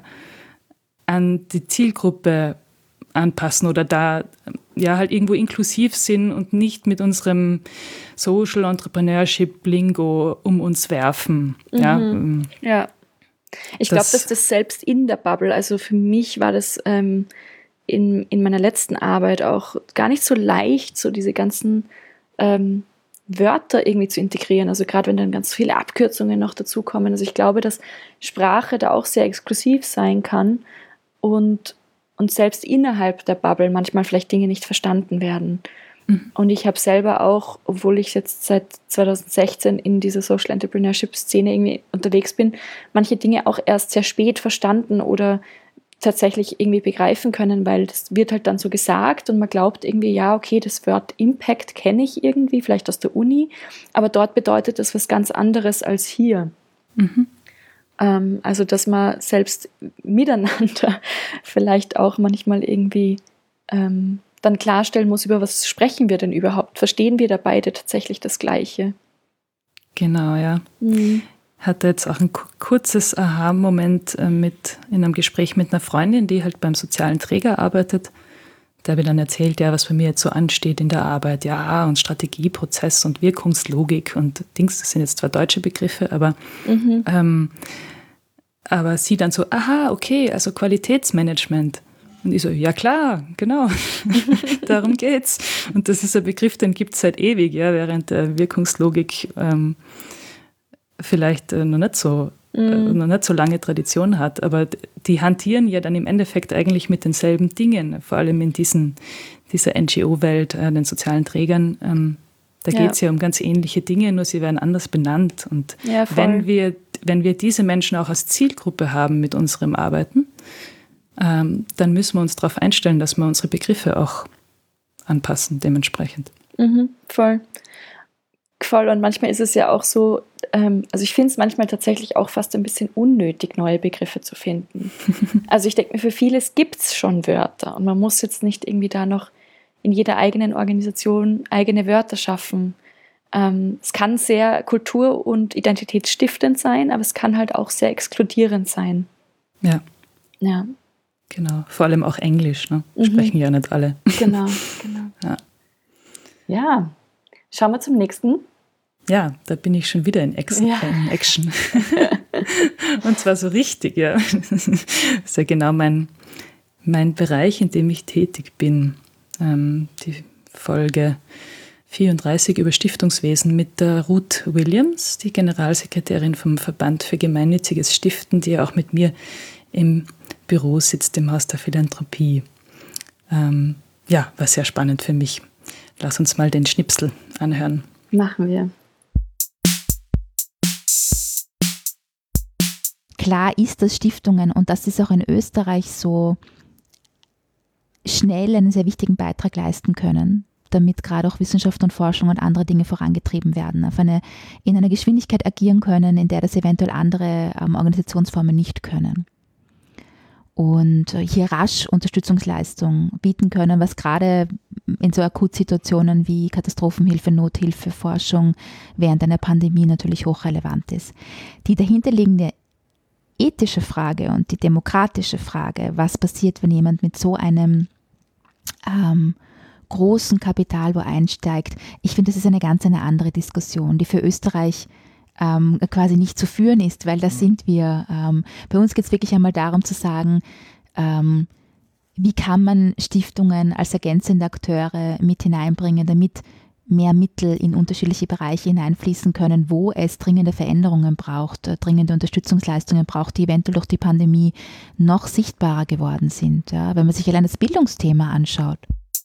[SPEAKER 2] an die Zielgruppe anpassen oder da ja halt irgendwo inklusiv sind und nicht mit unserem Social Entrepreneurship Lingo um uns werfen. Mhm. Ja,
[SPEAKER 1] ja. Ich glaube, dass das selbst in der Bubble, also für mich war das ähm, in, in meiner letzten Arbeit auch gar nicht so leicht, so diese ganzen ähm, Wörter irgendwie zu integrieren, also gerade wenn dann ganz viele Abkürzungen noch dazukommen. Also ich glaube, dass Sprache da auch sehr exklusiv sein kann und, und selbst innerhalb der Bubble manchmal vielleicht Dinge nicht verstanden werden. Mhm. Und ich habe selber auch, obwohl ich jetzt seit zwanzig sechzehn in dieser Social Entrepreneurship-Szene irgendwie unterwegs bin, manche Dinge auch erst sehr spät verstanden oder tatsächlich irgendwie begreifen können, weil das wird halt dann so gesagt und man glaubt irgendwie, ja, okay, das Wort Impact kenne ich irgendwie, vielleicht aus der Uni, aber dort bedeutet das was ganz anderes als hier. Mhm. Ähm, also, dass man selbst miteinander vielleicht auch manchmal irgendwie ähm, dann klarstellen muss, über was sprechen wir denn überhaupt? Verstehen wir da beide tatsächlich das Gleiche?
[SPEAKER 2] Genau, ja. Mhm. Hatte jetzt auch ein kurzes Aha-Moment mit, in einem Gespräch mit einer Freundin, die halt beim sozialen Träger arbeitet. Da habe ich dann erzählt, ja, was bei mir jetzt so ansteht in der Arbeit. Ja, und Strategie, Prozess und Wirkungslogik und Dings, das sind jetzt zwar deutsche Begriffe, aber, mhm. ähm, aber sie dann so, aha, okay, also Qualitätsmanagement. Und ich so, ja klar, genau, darum geht's. Und das ist ein Begriff, den gibt es seit ewig, ja, während der Wirkungslogik ähm, vielleicht äh, noch nicht so mm. äh, noch nicht so lange Tradition hat, aber die hantieren ja dann im Endeffekt eigentlich mit denselben Dingen, vor allem in diesen, dieser N G O-Welt, äh, den sozialen Trägern. Ähm, da ja. geht es ja um ganz ähnliche Dinge, nur sie werden anders benannt. Und ja, wenn wir, wenn wir diese Menschen auch als Zielgruppe haben mit unserem Arbeiten, ähm, dann müssen wir uns darauf einstellen, dass wir unsere Begriffe auch anpassen dementsprechend.
[SPEAKER 1] Mhm, voll. Voll. Und manchmal ist es ja auch so, ähm, also ich finde es manchmal tatsächlich auch fast ein bisschen unnötig, neue Begriffe zu finden. Also ich denke mir, für vieles gibt es schon Wörter und man muss jetzt nicht irgendwie da noch in jeder eigenen Organisation eigene Wörter schaffen. Ähm, es kann sehr kultur- und identitätsstiftend sein, aber es kann halt auch sehr exkludierend sein.
[SPEAKER 2] Ja.
[SPEAKER 1] Ja.
[SPEAKER 2] Genau, vor allem auch Englisch, ne? Mhm. Sprechen ja nicht alle.
[SPEAKER 1] Genau, genau.
[SPEAKER 2] Ja.
[SPEAKER 1] Ja, schauen wir zum nächsten.
[SPEAKER 2] Ja, da bin ich schon wieder in, Ex- ja. in Action. Und zwar so richtig, ja. Das ist ja genau mein, mein Bereich, in dem ich tätig bin. Ähm, die Folge vierunddreißig über Stiftungswesen mit der Ruth Williams, die Generalsekretärin vom Verband für gemeinnütziges Stiften, die ja auch mit mir im Büro sitzt im Haus der Philanthropie. Ähm, ja, war sehr spannend für mich. Lass uns mal den Schnipsel anhören.
[SPEAKER 1] Machen wir.
[SPEAKER 9] Klar ist, dass Stiftungen, und das ist auch in Österreich so, schnell einen sehr wichtigen Beitrag leisten können, damit gerade auch Wissenschaft und Forschung und andere Dinge vorangetrieben werden, auf eine, in einer Geschwindigkeit agieren können, in der das eventuell andere ähm, Organisationsformen nicht können. Und hier rasch Unterstützungsleistung bieten können, was gerade in so Akutsituationen wie Katastrophenhilfe, Nothilfe, Forschung während einer Pandemie natürlich hochrelevant ist. Die dahinterliegende ethische Frage und die demokratische Frage, was passiert, wenn jemand mit so einem ähm, großen Kapital wo einsteigt, ich finde, das ist eine ganz eine andere Diskussion, die für Österreich Ähm, quasi nicht zu führen ist, weil das sind wir. Ähm, bei uns geht es wirklich einmal darum zu sagen, ähm, wie kann man Stiftungen als ergänzende Akteure mit hineinbringen, damit mehr Mittel in unterschiedliche Bereiche hineinfließen können, wo es dringende Veränderungen braucht, dringende Unterstützungsleistungen braucht, die eventuell durch die Pandemie noch sichtbarer geworden sind. Ja, wenn man sich allein das Bildungsthema anschaut.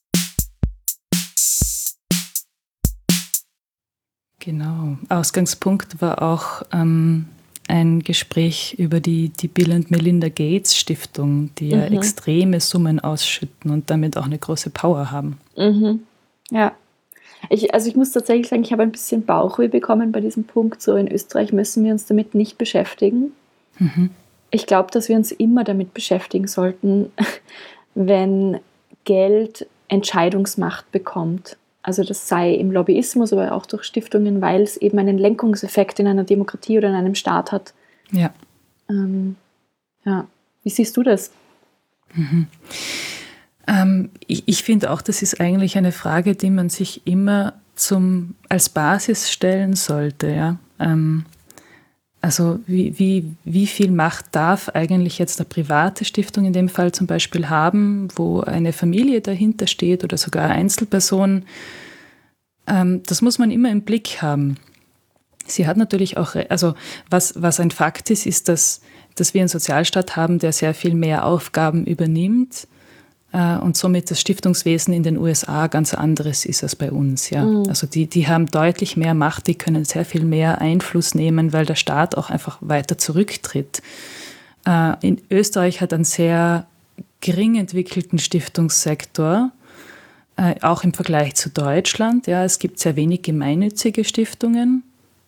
[SPEAKER 2] Genau. Ausgangspunkt war auch ähm, ein Gespräch über die, die Bill und Melinda Gates Stiftung, die ja
[SPEAKER 1] Mhm.
[SPEAKER 2] extreme Summen ausschütten und damit auch eine große Power haben.
[SPEAKER 1] Mhm. Ja. Ich, also ich muss tatsächlich sagen, ich habe ein bisschen Bauchweh bekommen bei diesem Punkt. So in Österreich müssen wir uns damit nicht beschäftigen.
[SPEAKER 2] Mhm.
[SPEAKER 1] Ich glaube, dass wir uns immer damit beschäftigen sollten, wenn Geld Entscheidungsmacht bekommt. Also das sei im Lobbyismus, aber auch durch Stiftungen, weil es eben einen Lenkungseffekt in einer Demokratie oder in einem Staat hat.
[SPEAKER 2] Ja.
[SPEAKER 1] Ähm, ja. Wie siehst du das?
[SPEAKER 2] Mhm. Ähm, ich ich finde auch, das ist eigentlich eine Frage, die man sich immer zum, als Basis stellen sollte. Ja? Ähm, also wie, wie, wie viel Macht darf eigentlich jetzt eine private Stiftung in dem Fall zum Beispiel haben, wo eine Familie dahinter steht oder sogar eine Einzelperson? Ähm, das muss man immer im Blick haben. Sie hat natürlich auch, also was, was ein Fakt ist, ist, dass, dass wir einen Sozialstaat haben, der sehr viel mehr Aufgaben übernimmt äh, und somit das Stiftungswesen in den U S A ganz anderes ist als bei uns. Ja.
[SPEAKER 1] Mhm.
[SPEAKER 2] Also die, die haben deutlich mehr Macht, die können sehr viel mehr Einfluss nehmen, weil der Staat auch einfach weiter zurücktritt. Äh, in Österreich hat einen sehr gering entwickelten Stiftungssektor, äh, auch im Vergleich zu Deutschland. Ja. Es gibt sehr wenig gemeinnützige Stiftungen.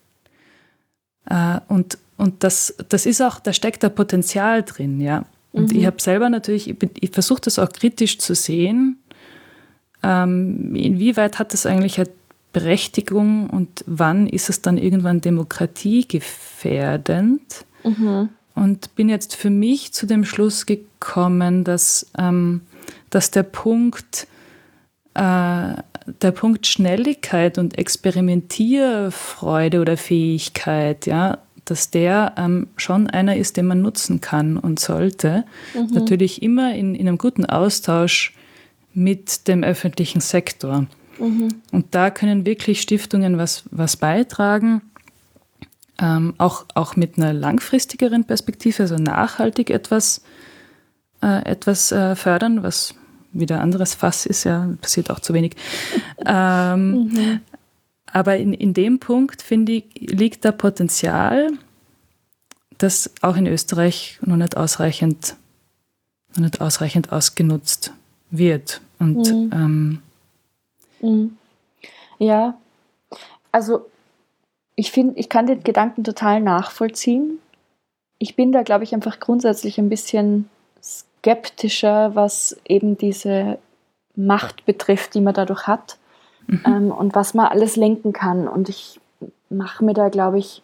[SPEAKER 2] Uh, und und das, das ist auch, da steckt da Potenzial drin, ja. Und
[SPEAKER 1] Mhm.
[SPEAKER 2] ich habe selber natürlich, ich, ich versuche das auch kritisch zu sehen, ähm, inwieweit hat das eigentlich eine Berechtigung und wann ist es dann irgendwann demokratiegefährdend?
[SPEAKER 1] Mhm.
[SPEAKER 2] Und bin jetzt für mich zu dem Schluss gekommen, dass, ähm, dass der Punkt äh, der Punkt Schnelligkeit und Experimentierfreude oder Fähigkeit, ja, dass der ähm, schon einer ist, den man nutzen kann und sollte.
[SPEAKER 1] Mhm.
[SPEAKER 2] Natürlich immer in, in einem guten Austausch mit dem öffentlichen Sektor.
[SPEAKER 1] Mhm.
[SPEAKER 2] Und da können wirklich Stiftungen was, was beitragen, ähm, auch, auch mit einer langfristigeren Perspektive, also nachhaltig etwas, äh, etwas äh, fördern, was wieder ein anderes Fass ist, ja, passiert auch zu wenig. Ähm,
[SPEAKER 1] Mhm.
[SPEAKER 2] Aber in, in dem Punkt, finde ich, liegt da Potenzial, das auch in Österreich noch nicht ausreichend, noch nicht ausreichend ausgenutzt wird. Und
[SPEAKER 1] Mhm.
[SPEAKER 2] ähm,
[SPEAKER 1] Mhm. Ja, also ich finde, ich kann den Gedanken total nachvollziehen. Ich bin da, glaube ich, einfach grundsätzlich ein bisschen skeptischer, was eben diese Macht betrifft, die man dadurch hat.
[SPEAKER 2] Mhm.
[SPEAKER 1] Ähm, und was man alles lenken kann. Und ich mache mir da, glaube ich,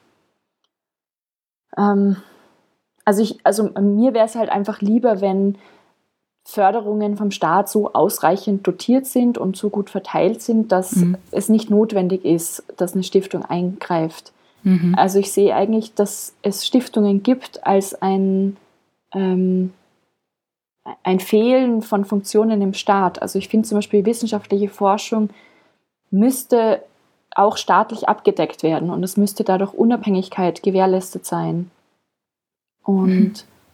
[SPEAKER 1] ähm, also, ich, also mir wäre es halt einfach lieber, wenn Förderungen vom Staat so ausreichend dotiert sind und so gut verteilt sind, dass
[SPEAKER 2] Mhm.
[SPEAKER 1] es nicht notwendig ist, dass eine Stiftung eingreift.
[SPEAKER 2] Mhm.
[SPEAKER 1] Also ich sehe eigentlich, dass es Stiftungen gibt als ein, ähm, ein Fehlen von Funktionen im Staat. Also ich finde zum Beispiel, wissenschaftliche Forschung müsste auch staatlich abgedeckt werden und es müsste dadurch Unabhängigkeit gewährleistet sein. Und
[SPEAKER 2] Mhm.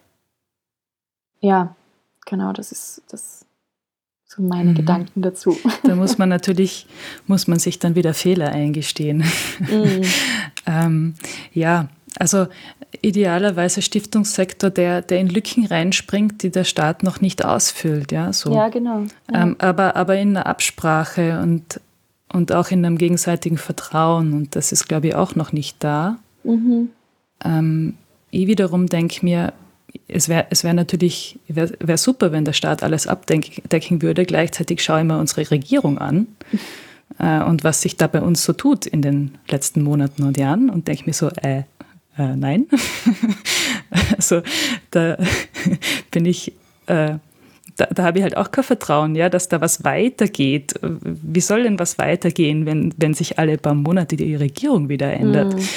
[SPEAKER 1] ja, genau, das ist das so meine
[SPEAKER 2] Mhm.
[SPEAKER 1] Gedanken dazu.
[SPEAKER 2] Da muss man natürlich, muss man sich dann wieder Fehler eingestehen.
[SPEAKER 1] Mhm.
[SPEAKER 2] ähm, ja, also idealerweise Stiftungssektor, der, der in Lücken reinspringt, die der Staat noch nicht ausfüllt. Ja, so.
[SPEAKER 1] Ja, genau. Ja.
[SPEAKER 2] Ähm, aber, aber in einer Absprache und, und auch in einem gegenseitigen Vertrauen. Und das ist, glaube ich, auch noch nicht da.
[SPEAKER 1] Mhm.
[SPEAKER 2] Ähm, ich wiederum denke mir, es wäre es wär natürlich wär, wär super, wenn der Staat alles abdecken würde. Gleichzeitig schaue ich mir unsere Regierung an äh, und was sich da bei uns so tut in den letzten Monaten und Jahren und denke mir so, äh, äh nein. Also da bin ich... Äh, Da, da habe ich halt auch kein Vertrauen, ja, dass da was weitergeht. Wie soll denn was weitergehen, wenn, wenn sich alle paar Monate die Regierung wieder ändert?
[SPEAKER 1] Mhm.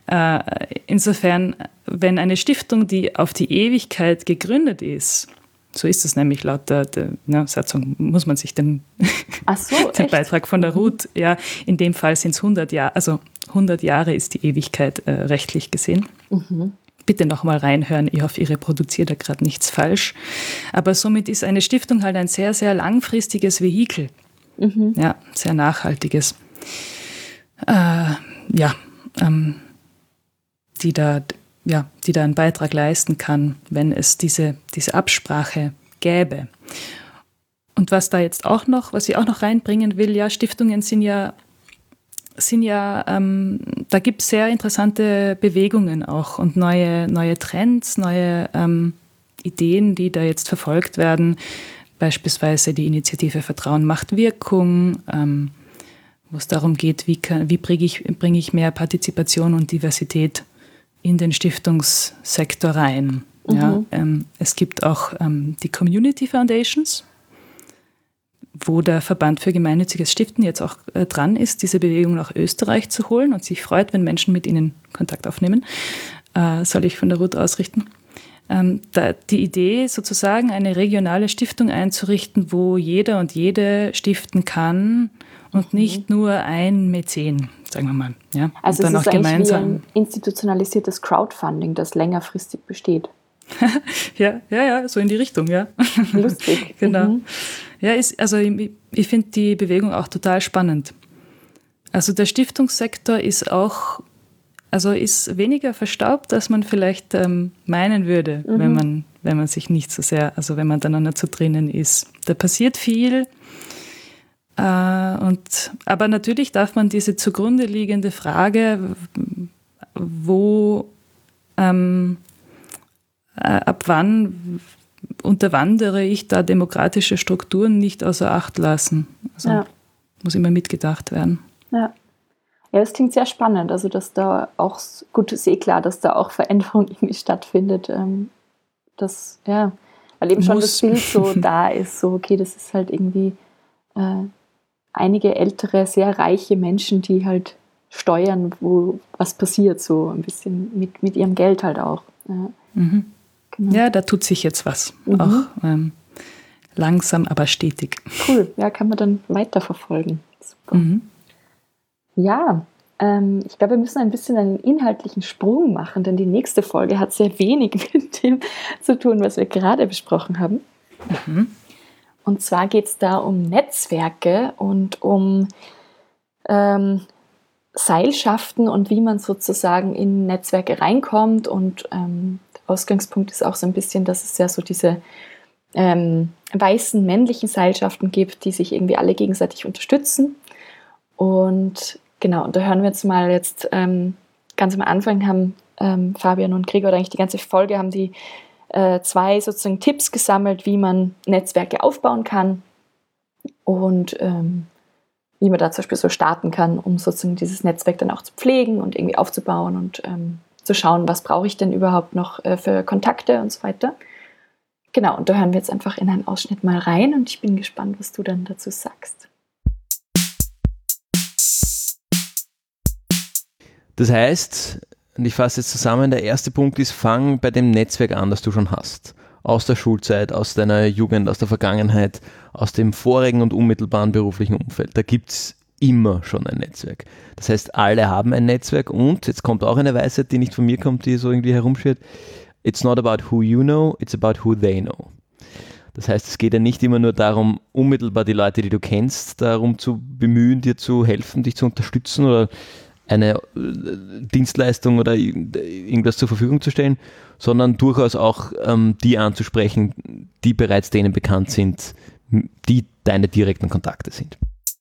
[SPEAKER 2] Äh, insofern, wenn eine Stiftung, die auf die Ewigkeit gegründet ist, So ist es nämlich laut der, der na, Satzung, muss man sich den,
[SPEAKER 1] Ach so,
[SPEAKER 2] den
[SPEAKER 1] echt?
[SPEAKER 2] Beitrag von der Ruth, ja, in dem Fall sind es hundert Jahre, also hundert Jahre ist die Ewigkeit äh, rechtlich gesehen.
[SPEAKER 1] Mhm.
[SPEAKER 2] Bitte nochmal reinhören, ich hoffe, ich reproduziere da gerade nichts falsch. Aber somit ist eine Stiftung halt ein sehr, sehr langfristiges Vehikel.
[SPEAKER 1] Mhm.
[SPEAKER 2] Ja, sehr nachhaltiges. Äh, ja, ähm, die da, ja, die da einen Beitrag leisten kann, wenn es diese, diese Absprache gäbe. Und was da jetzt auch noch, was ich auch noch reinbringen will, ja, Stiftungen sind ja sind ja, ähm, da gibt es sehr interessante Bewegungen auch und neue, neue Trends, neue ähm, Ideen, die da jetzt verfolgt werden. Beispielsweise die Initiative Vertrauen macht Wirkung, ähm, wo es darum geht, wie, kann, wie bringe ich, bring ich mehr Partizipation und Diversität in den Stiftungssektor rein. Mhm. Ja, ähm, es gibt auch ähm, die Community Foundations, wo der Verband für gemeinnütziges Stiften jetzt auch äh, dran ist, diese Bewegung nach Österreich zu holen und sich freut, wenn Menschen mit ihnen Kontakt aufnehmen. Äh, soll ich von der Ruth ausrichten? Ähm, da, die Idee, sozusagen eine regionale Stiftung einzurichten, wo jeder und jede stiften kann und mhm. nicht nur ein Mäzen, sagen wir mal. Ja?
[SPEAKER 1] Also
[SPEAKER 2] und
[SPEAKER 1] es
[SPEAKER 2] dann
[SPEAKER 1] ist
[SPEAKER 2] auch
[SPEAKER 1] eigentlich
[SPEAKER 2] gemeinsam.
[SPEAKER 1] wie ein institutionalisiertes Crowdfunding, das längerfristig besteht.
[SPEAKER 2] ja, ja, ja, so in die Richtung, ja.
[SPEAKER 1] Lustig.
[SPEAKER 2] Genau.
[SPEAKER 1] Mhm.
[SPEAKER 2] Ja, ist, also ich, ich finde die Bewegung auch total spannend. Also der Stiftungssektor ist auch, also ist weniger verstaubt, als man vielleicht ähm, meinen würde, mhm. wenn man, wenn man sich nicht so sehr, also wenn man dann nicht so drinnen ist. Da passiert viel. Äh, und, aber natürlich darf man diese zugrunde liegende Frage, wo ähm, ab wann unterwandere ich da demokratische Strukturen, nicht außer Acht lassen. Also
[SPEAKER 1] ja.
[SPEAKER 2] muss immer mitgedacht werden.
[SPEAKER 1] Ja. Ja, das klingt sehr spannend. Also, dass da auch, gut, ist eh klar, dass da auch Veränderung irgendwie stattfindet. Ähm, das, ja, weil eben muss. Schon das Bild so da ist, so, okay, das ist halt irgendwie äh, einige ältere, sehr reiche Menschen, die halt steuern, wo was passiert, so ein bisschen mit, mit ihrem Geld halt auch. Ja.
[SPEAKER 2] Mhm. Genau. Ja, da tut sich jetzt was. Mhm. Auch ähm, langsam, aber stetig.
[SPEAKER 1] Cool, ja, kann man dann weiterverfolgen. Super. Mhm. Ja, ähm, ich glaube, wir müssen ein bisschen einen inhaltlichen Sprung machen, denn die nächste Folge hat sehr wenig mit dem zu tun, was wir gerade besprochen haben. Mhm. Und zwar geht es da um Netzwerke und um ähm, Seilschaften und wie man sozusagen in Netzwerke reinkommt. Und ähm, Ausgangspunkt ist auch so ein bisschen, dass es ja so diese ähm, weißen männlichen Seilschaften gibt, die sich irgendwie alle gegenseitig unterstützen. Und genau, und da hören wir jetzt mal jetzt ähm, ganz am Anfang haben ähm, Fabian und Gregor eigentlich die ganze Folge haben die äh, zwei sozusagen Tipps gesammelt, wie man Netzwerke aufbauen kann und ähm, wie man da zum Beispiel so starten kann, um sozusagen dieses Netzwerk dann auch zu pflegen und irgendwie aufzubauen und ähm, zu schauen, was brauche ich denn überhaupt noch äh, für Kontakte und so weiter. Genau, und da hören wir jetzt einfach in einen Ausschnitt mal rein und ich bin gespannt, was du dann dazu sagst.
[SPEAKER 5] Das heißt, und ich fasse jetzt zusammen, der erste Punkt ist, fang bei dem Netzwerk an, das du schon hast. Aus der Schulzeit, aus deiner Jugend, aus der Vergangenheit, aus dem vorigen und unmittelbaren beruflichen Umfeld. Da gibt es immer schon ein Netzwerk. Das heißt, alle haben ein Netzwerk und, jetzt kommt auch eine Weisheit, die nicht von mir kommt, die so irgendwie herumschwirrt, it's not about who you know, it's about who they know. Das heißt, es geht ja nicht immer nur darum, unmittelbar die Leute, die du kennst, darum zu bemühen, dir zu helfen, dich zu unterstützen oder eine Dienstleistung oder irgendwas zur Verfügung zu stellen, sondern durchaus auch ähm, die anzusprechen, die bereits denen bekannt sind, die deine direkten Kontakte sind.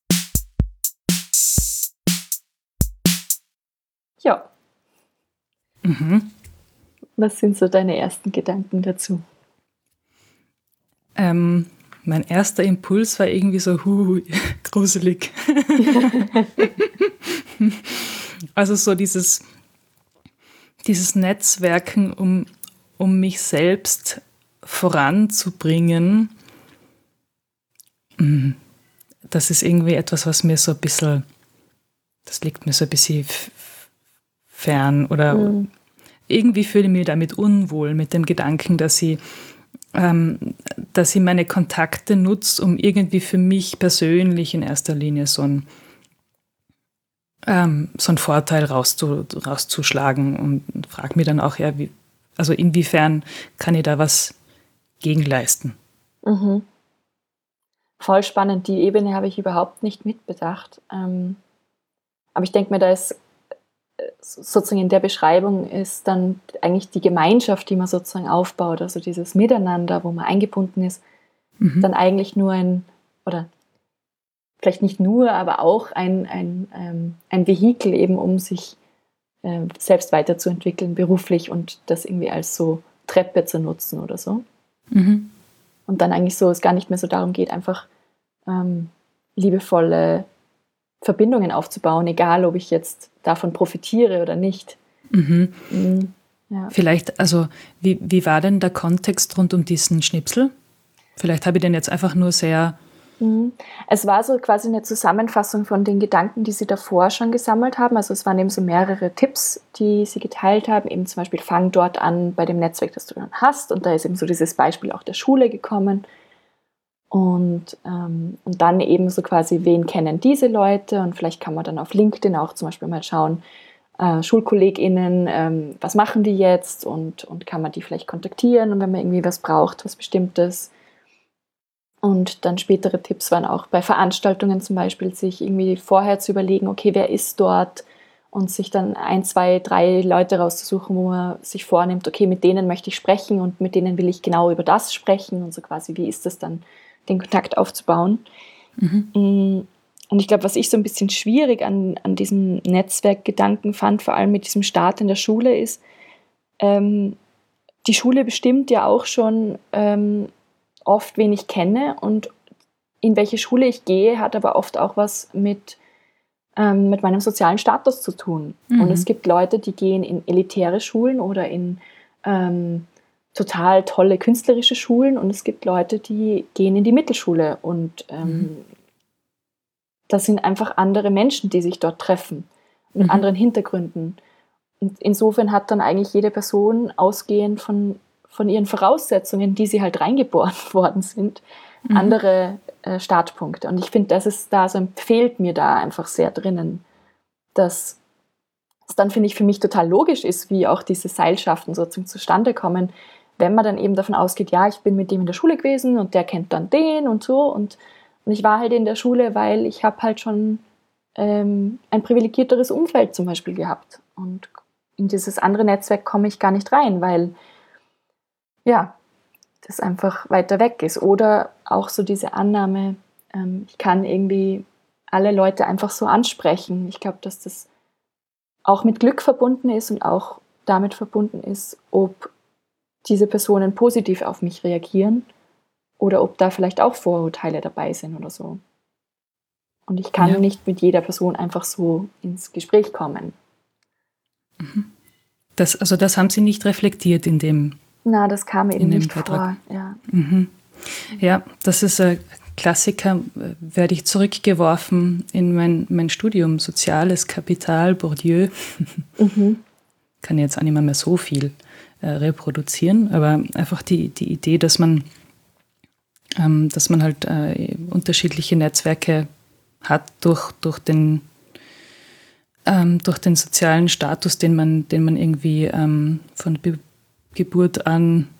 [SPEAKER 1] Ja. Mhm. Was sind so deine ersten Gedanken dazu?
[SPEAKER 2] Ähm, mein erster Impuls war irgendwie so, hu, gruselig. Also so dieses, dieses Netzwerken, um, um mich selbst voranzubringen, das ist irgendwie etwas, was mir so ein bisschen, das liegt mir so ein bisschen fern oder mhm. irgendwie fühle ich mich damit unwohl mit dem Gedanken, dass ich ähm, dass ich meine Kontakte nutze, um irgendwie für mich persönlich in erster Linie so ein ähm, so einen Vorteil rauszu, rauszuschlagen und frage mich dann auch, ja, wie, also inwiefern kann ich da was gegenleisten?
[SPEAKER 1] Mhm. Voll spannend. Die Ebene habe ich überhaupt nicht mitbedacht. Ähm, aber ich denke mir, da ist sozusagen in der Beschreibung ist dann eigentlich die Gemeinschaft, die man sozusagen aufbaut, also dieses Miteinander, wo man eingebunden ist, mhm. dann eigentlich nur ein, oder vielleicht nicht nur, aber auch ein, ein, ähm, ein Vehikel eben, um sich äh, selbst weiterzuentwickeln, beruflich und das irgendwie als so Treppe zu nutzen oder so. Mhm. Und dann eigentlich so, es gar nicht mehr so darum geht, einfach ähm, liebevolle Verbindungen aufzubauen, egal ob ich jetzt davon profitiere oder nicht.
[SPEAKER 2] Mhm. Mhm. Ja. Vielleicht, also wie, wie war denn der Kontext rund um diesen Schnipsel? Vielleicht habe ich den jetzt einfach nur sehr...
[SPEAKER 1] Mhm. Es war so quasi eine Zusammenfassung von den Gedanken, die sie davor schon gesammelt haben. Also es waren eben so mehrere Tipps, die sie geteilt haben. Eben zum Beispiel, fang dort an bei dem Netzwerk, das du dann hast. Und da ist eben so dieses Beispiel auch der Schule gekommen. Und, ähm, und dann eben so quasi, wen kennen diese Leute? Und vielleicht kann man dann auf LinkedIn auch zum Beispiel mal schauen, äh, SchulkollegInnen, ähm, was machen die jetzt? Und, und kann man die vielleicht kontaktieren? Und wenn man irgendwie was braucht, was Bestimmtes. Und dann spätere Tipps waren auch bei Veranstaltungen zum Beispiel, sich irgendwie vorher zu überlegen, okay, wer ist dort? Und sich dann ein, zwei, drei Leute rauszusuchen, wo man sich vornimmt, okay, mit denen möchte ich sprechen und mit denen will ich genau über das sprechen und so quasi, wie ist das dann, den Kontakt aufzubauen. Mhm. Und ich glaube, was ich so ein bisschen schwierig an, an diesem Netzwerkgedanken fand, vor allem mit diesem Start in der Schule, ist, ähm, die Schule bestimmt ja auch schon ähm, oft, wen ich kenne, und in welche Schule ich gehe, hat aber oft auch was mit, ähm, mit meinem sozialen Status zu tun. Mhm. Und es gibt Leute, die gehen in elitäre Schulen oder in ähm, total tolle künstlerische Schulen, und es gibt Leute, die gehen in die Mittelschule, und ähm, mhm. das sind einfach andere Menschen, die sich dort treffen, mit mhm. anderen Hintergründen. Und insofern hat dann eigentlich jede Person, ausgehend von, von ihren Voraussetzungen, die sie halt reingeboren worden sind, mhm. andere äh, Startpunkte. Und ich finde, das ist da so, fehlt mir da einfach sehr drinnen, dass es dann, finde ich, für mich total logisch ist, wie auch diese Seilschaften sozusagen zustande kommen, wenn man dann eben davon ausgeht, ja, ich bin mit dem in der Schule gewesen und der kennt dann den und so. Und, und ich war halt in der Schule, weil ich habe halt schon ähm, ein privilegierteres Umfeld zum Beispiel gehabt. Und in dieses andere Netzwerk komme ich gar nicht rein, weil ja, das einfach weiter weg ist. Oder auch so diese Annahme, ähm, ich kann irgendwie alle Leute einfach so ansprechen. Ich glaube, dass das auch mit Glück verbunden ist und auch damit verbunden ist, ob diese Personen positiv auf mich reagieren oder ob da vielleicht auch Vorurteile dabei sind oder so. Und ich kann ja. nicht mit jeder Person einfach so ins Gespräch kommen.
[SPEAKER 2] Das, also das haben Sie nicht reflektiert in dem
[SPEAKER 1] Na, das kam eben nicht Vortrag. vor. Ja.
[SPEAKER 2] Mhm. Ja, das ist ein Klassiker, werde ich zurückgeworfen in mein, mein Studium, Soziales Kapital, Bourdieu. Mhm. Kann jetzt auch nicht mehr, mehr so viel äh, reproduzieren, aber einfach die, die Idee, dass man, ähm, dass man halt äh, unterschiedliche Netzwerke hat durch, durch, den, ähm, durch den sozialen Status, den man, den man irgendwie ähm, von Be- Geburt an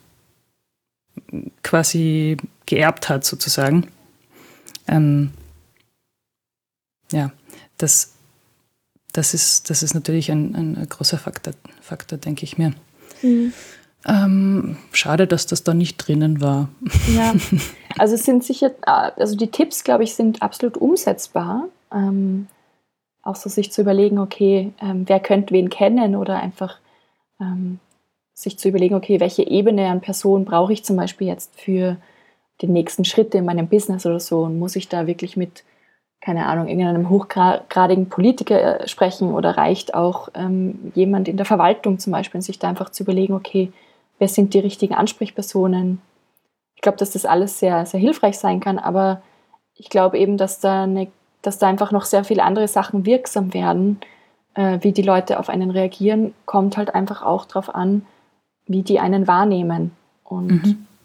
[SPEAKER 2] quasi geerbt hat, sozusagen. Ähm, ja, das, das, ist, das ist natürlich ein, ein großer Faktor, Faktor, denke ich mir. Mhm. Ähm, schade, dass das da nicht drinnen war.
[SPEAKER 1] Ja, also es sind sicher, also die Tipps, glaube ich, sind absolut umsetzbar. Ähm, auch so sich zu überlegen, okay, ähm, wer könnte wen kennen, oder einfach ähm, sich zu überlegen, okay, welche Ebene an Personen brauche ich zum Beispiel jetzt für den nächsten Schritt in meinem Business oder so, und muss ich da wirklich mit, keine Ahnung, irgendeinem hochgradigen Politiker sprechen, oder reicht auch ähm, jemand in der Verwaltung zum Beispiel, und sich da einfach zu überlegen, okay, wer sind die richtigen Ansprechpersonen? Ich glaube, dass das alles sehr, sehr hilfreich sein kann, aber ich glaube eben, dass da, eine, dass da einfach noch sehr viele andere Sachen wirksam werden, äh, wie die Leute auf einen reagieren, kommt halt einfach auch darauf an, wie die einen wahrnehmen. Und mhm.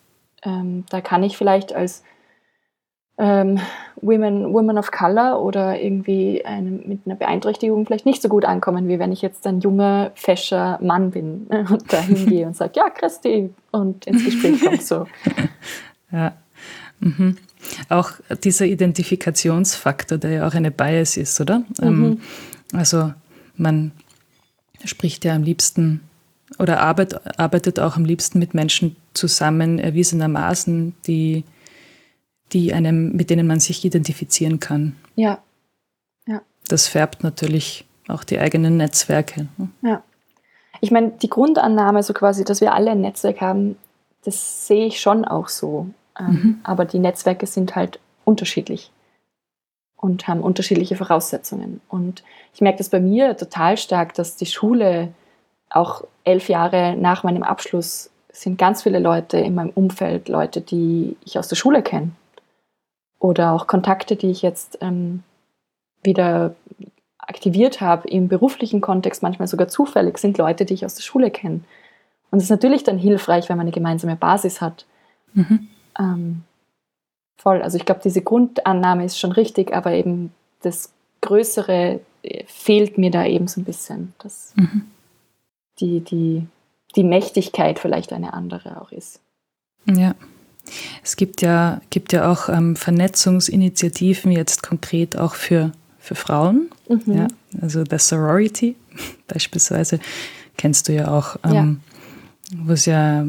[SPEAKER 1] ähm, da kann ich vielleicht als ähm, Women, Women of Color oder irgendwie eine, mit einer Beeinträchtigung vielleicht nicht so gut ankommen, wie wenn ich jetzt ein junger, fescher Mann bin, ne, und da hingehe und sage, ja, Christi, und ins Gespräch kommt so.
[SPEAKER 2] Ja. Mhm. Auch dieser Identifikationsfaktor, der ja auch eine Bias ist, oder? Mhm. Ähm, also man spricht ja am liebsten oder arbeit, arbeitet auch am liebsten mit Menschen zusammen, erwiesenermaßen, die, die einem, mit denen man sich identifizieren kann.
[SPEAKER 1] Ja. Ja.
[SPEAKER 2] Das färbt natürlich auch die eigenen Netzwerke.
[SPEAKER 1] Ja. Ich meine, die Grundannahme, so quasi, dass wir alle ein Netzwerk haben, das sehe ich schon auch so. Ähm, mhm. Aber die Netzwerke sind halt unterschiedlich und haben unterschiedliche Voraussetzungen. Und ich merke das bei mir total stark, dass die Schule, auch elf Jahre nach meinem Abschluss, sind ganz viele Leute in meinem Umfeld, Leute, die ich aus der Schule kenne. Oder auch Kontakte, die ich jetzt ähm, wieder aktiviert habe im beruflichen Kontext, manchmal sogar zufällig, sind Leute, die ich aus der Schule kenne. Und es ist natürlich dann hilfreich, wenn man eine gemeinsame Basis hat. Mhm. Ähm, voll. Also ich glaube, diese Grundannahme ist schon richtig, aber eben das Größere fehlt mir da eben so ein bisschen. Dass mhm. die, die, die Mächtigkeit vielleicht eine andere auch ist.
[SPEAKER 2] Ja. Es gibt ja, gibt ja auch ähm, Vernetzungsinitiativen jetzt konkret auch für, für Frauen. Mhm. Ja, also The Sorority beispielsweise kennst du ja auch, ähm, ja. wo es ja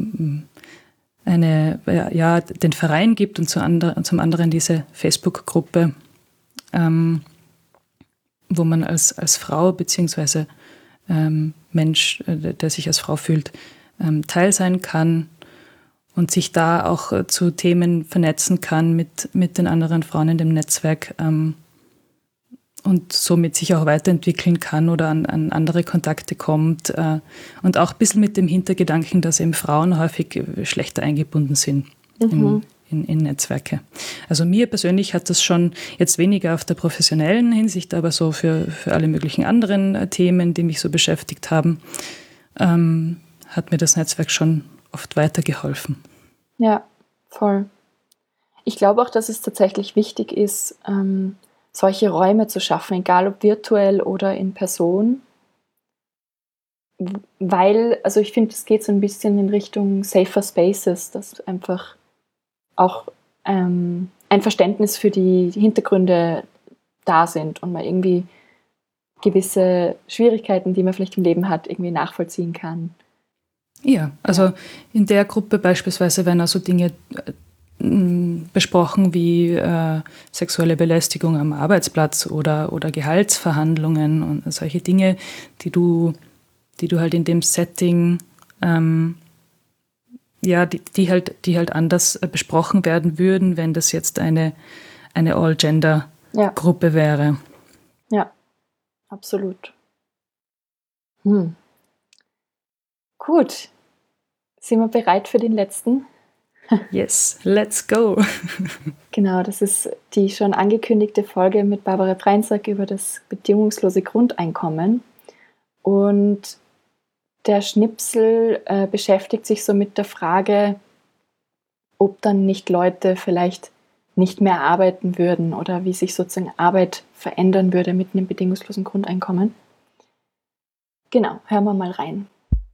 [SPEAKER 2] eine, ja, den Verein gibt und zum anderen, zum anderen diese Facebook-Gruppe, ähm, wo man als, als Frau beziehungsweise ähm, Mensch, äh, der sich als Frau fühlt, ähm, Teil sein kann und sich da auch äh, zu Themen vernetzen kann mit, mit den anderen Frauen in dem Netzwerk ähm, und somit sich auch weiterentwickeln kann oder an, an andere Kontakte kommt. Äh, und auch ein bisschen mit dem Hintergedanken, dass eben Frauen häufig schlechter eingebunden sind mhm. in, in, in Netzwerke. Also mir persönlich hat das schon jetzt weniger auf der professionellen Hinsicht, aber so für, für alle möglichen anderen äh, Themen, die mich so beschäftigt haben, ähm, hat mir das Netzwerk schon oft weitergeholfen.
[SPEAKER 1] Ja, voll. Ich glaube auch, dass es tatsächlich wichtig ist, ähm, solche Räume zu schaffen, egal ob virtuell oder in Person. Weil, also ich finde, es geht so ein bisschen in Richtung Safer Spaces, dass einfach auch ähm, ein Verständnis für die Hintergründe da sind und man irgendwie gewisse Schwierigkeiten, die man vielleicht im Leben hat, irgendwie nachvollziehen kann.
[SPEAKER 2] Ja, also in der Gruppe beispielsweise werden also Dinge besprochen wie äh, sexuelle Belästigung am Arbeitsplatz oder, oder Gehaltsverhandlungen und solche Dinge, die du, die du halt in dem Setting, ähm, ja, die, die, halt, die halt anders besprochen werden würden, wenn das jetzt eine, eine All-Gender-Gruppe ja. wäre.
[SPEAKER 1] Ja, absolut. Hm. Gut. Sind wir bereit für den letzten?
[SPEAKER 2] Yes, let's go.
[SPEAKER 1] Genau, das ist die schon angekündigte Folge mit Barbara Dreinsack über das bedingungslose Grundeinkommen. Und der Schnipsel äh, beschäftigt sich so mit der Frage, ob dann nicht Leute vielleicht nicht mehr arbeiten würden oder wie sich sozusagen Arbeit verändern würde mit einem bedingungslosen Grundeinkommen. Genau, hören wir mal rein.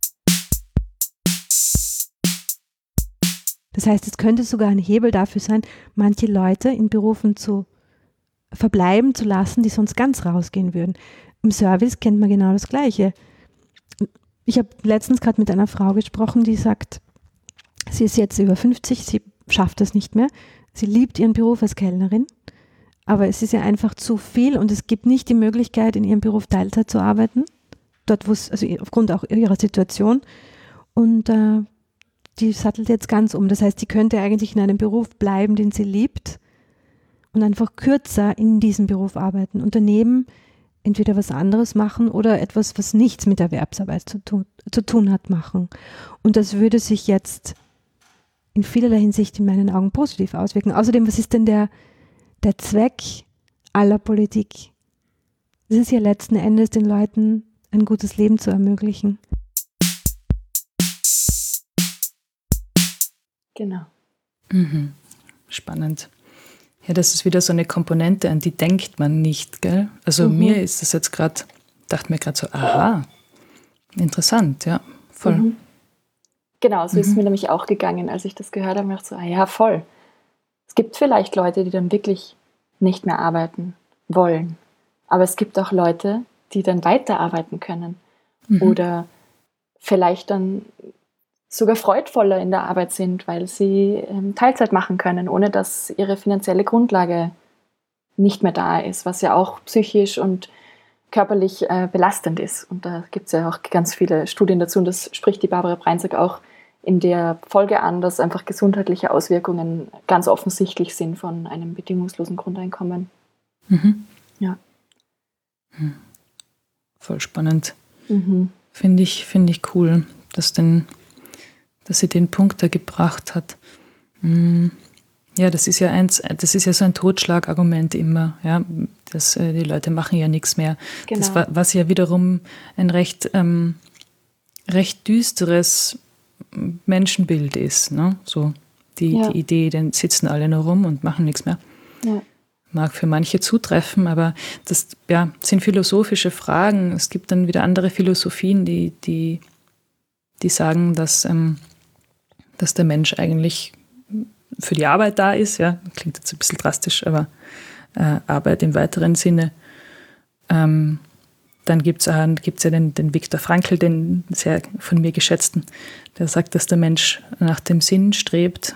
[SPEAKER 10] Das heißt, es könnte sogar ein Hebel dafür sein, manche Leute in Berufen zu verbleiben zu lassen, die sonst ganz rausgehen würden. Im Service kennt man genau das Gleiche. Ich habe letztens gerade mit einer Frau gesprochen, die sagt, sie ist jetzt über fünfzig, sie schafft das nicht mehr. Sie liebt ihren Beruf als Kellnerin, aber es ist ja einfach zu viel und es gibt nicht die Möglichkeit, in ihrem Beruf Teilzeit zu arbeiten, dort wo es, also aufgrund auch ihrer Situation. Und äh, die sattelt jetzt ganz um. Das heißt, sie könnte eigentlich in einem Beruf bleiben, den sie liebt und einfach kürzer in diesem Beruf arbeiten und daneben entweder was anderes machen oder etwas, was nichts mit Erwerbsarbeit zu tun, zu tun hat, machen. Und das würde sich jetzt in vielerlei Hinsicht in meinen Augen positiv auswirken. Außerdem, was ist denn der, der Zweck aller Politik? Es ist ja letzten Endes, den Leuten ein gutes Leben zu ermöglichen.
[SPEAKER 1] Genau.
[SPEAKER 2] Mhm. Spannend. Ja, das ist wieder so eine Komponente, an die denkt man nicht, gell? Also mhm. mir ist das jetzt gerade, dachte mir gerade so, aha, interessant, ja, voll.
[SPEAKER 1] Mhm. Genau, so
[SPEAKER 2] Mhm.
[SPEAKER 1] ist es mir nämlich auch gegangen, als ich das gehört habe, mir dachte so, ah ja, voll. Es gibt vielleicht Leute, die dann wirklich nicht mehr arbeiten wollen, aber es gibt auch Leute, die dann weiterarbeiten können
[SPEAKER 2] Mhm.
[SPEAKER 1] oder vielleicht dann sogar freudvoller in der Arbeit sind, weil sie ähm, Teilzeit machen können, ohne dass ihre finanzielle Grundlage nicht mehr da ist, was ja auch psychisch und körperlich äh, belastend ist. Und da gibt es ja auch ganz viele Studien dazu und das spricht die Barbara Breinzig auch in der Folge an, dass einfach gesundheitliche Auswirkungen ganz offensichtlich sind von einem bedingungslosen Grundeinkommen.
[SPEAKER 2] Mhm.
[SPEAKER 1] Ja.
[SPEAKER 2] Mhm. Voll spannend.
[SPEAKER 1] Mhm.
[SPEAKER 2] Finde ich, finde ich cool, dass, den, dass sie den Punkt da gebracht hat. Mhm. Ja, das ist ja eins, das ist ja so ein Totschlagargument immer, ja, dass äh, die Leute machen ja nichts mehr.
[SPEAKER 1] Genau.
[SPEAKER 2] Das war, was ja wiederum ein recht, ähm, recht düsteres Menschenbild ist, ne? So die,
[SPEAKER 1] Ja.
[SPEAKER 2] die Idee, dann sitzen alle nur rum und machen nichts mehr.
[SPEAKER 1] Ja.
[SPEAKER 2] Mag für manche zutreffen, aber das ja, sind philosophische Fragen. Es gibt dann wieder andere Philosophien, die, die, die sagen, dass, ähm, dass der Mensch eigentlich für die Arbeit da ist. Ja, klingt jetzt ein bisschen drastisch, aber äh, Arbeit im weiteren Sinne. Ähm, dann gibt es äh, gibt's ja den, den Viktor Frankl, den sehr von mir geschätzten, der sagt, dass der Mensch nach dem Sinn strebt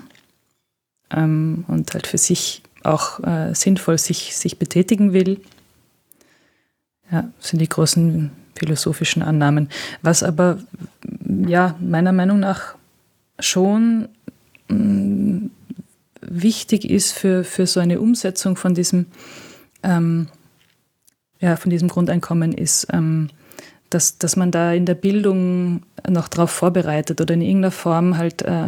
[SPEAKER 2] ähm, und halt für sich auch äh, sinnvoll sich, sich betätigen will. Ja, das sind die großen philosophischen Annahmen. Was aber ja meiner Meinung nach schon mh, wichtig ist für, für so eine Umsetzung von diesem, ähm, ja, von diesem Grundeinkommen ist, ähm, dass, dass man da in der Bildung noch darauf vorbereitet oder in irgendeiner Form halt äh,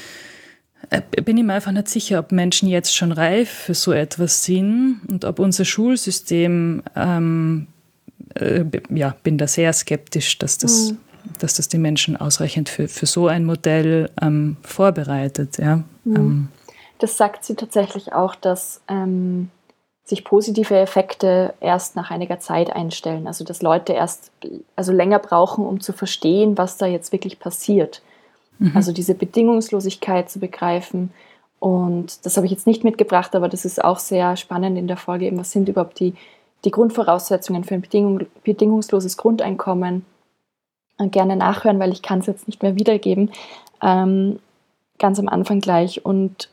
[SPEAKER 2] bin ich mir einfach nicht sicher, ob Menschen jetzt schon reif für so etwas sind und ob unser Schulsystem, ähm, äh, ja, bin da sehr skeptisch, dass das, mhm. dass das die Menschen ausreichend für, für so ein Modell ähm, vorbereitet. Ja.
[SPEAKER 1] Mhm.
[SPEAKER 2] Ähm.
[SPEAKER 1] Das sagt sie tatsächlich auch, dass ähm, sich positive Effekte erst nach einiger Zeit einstellen. Also dass Leute erst also länger brauchen, um zu verstehen, was da jetzt wirklich passiert. Also diese Bedingungslosigkeit zu begreifen. Und das habe ich jetzt nicht mitgebracht, aber das ist auch sehr spannend in der Folge. Eben, was sind überhaupt die, die Grundvoraussetzungen für ein bedingung, bedingungsloses Grundeinkommen? Und gerne nachhören, weil ich kann es jetzt nicht mehr wiedergeben. Ähm, ganz am Anfang gleich. Und,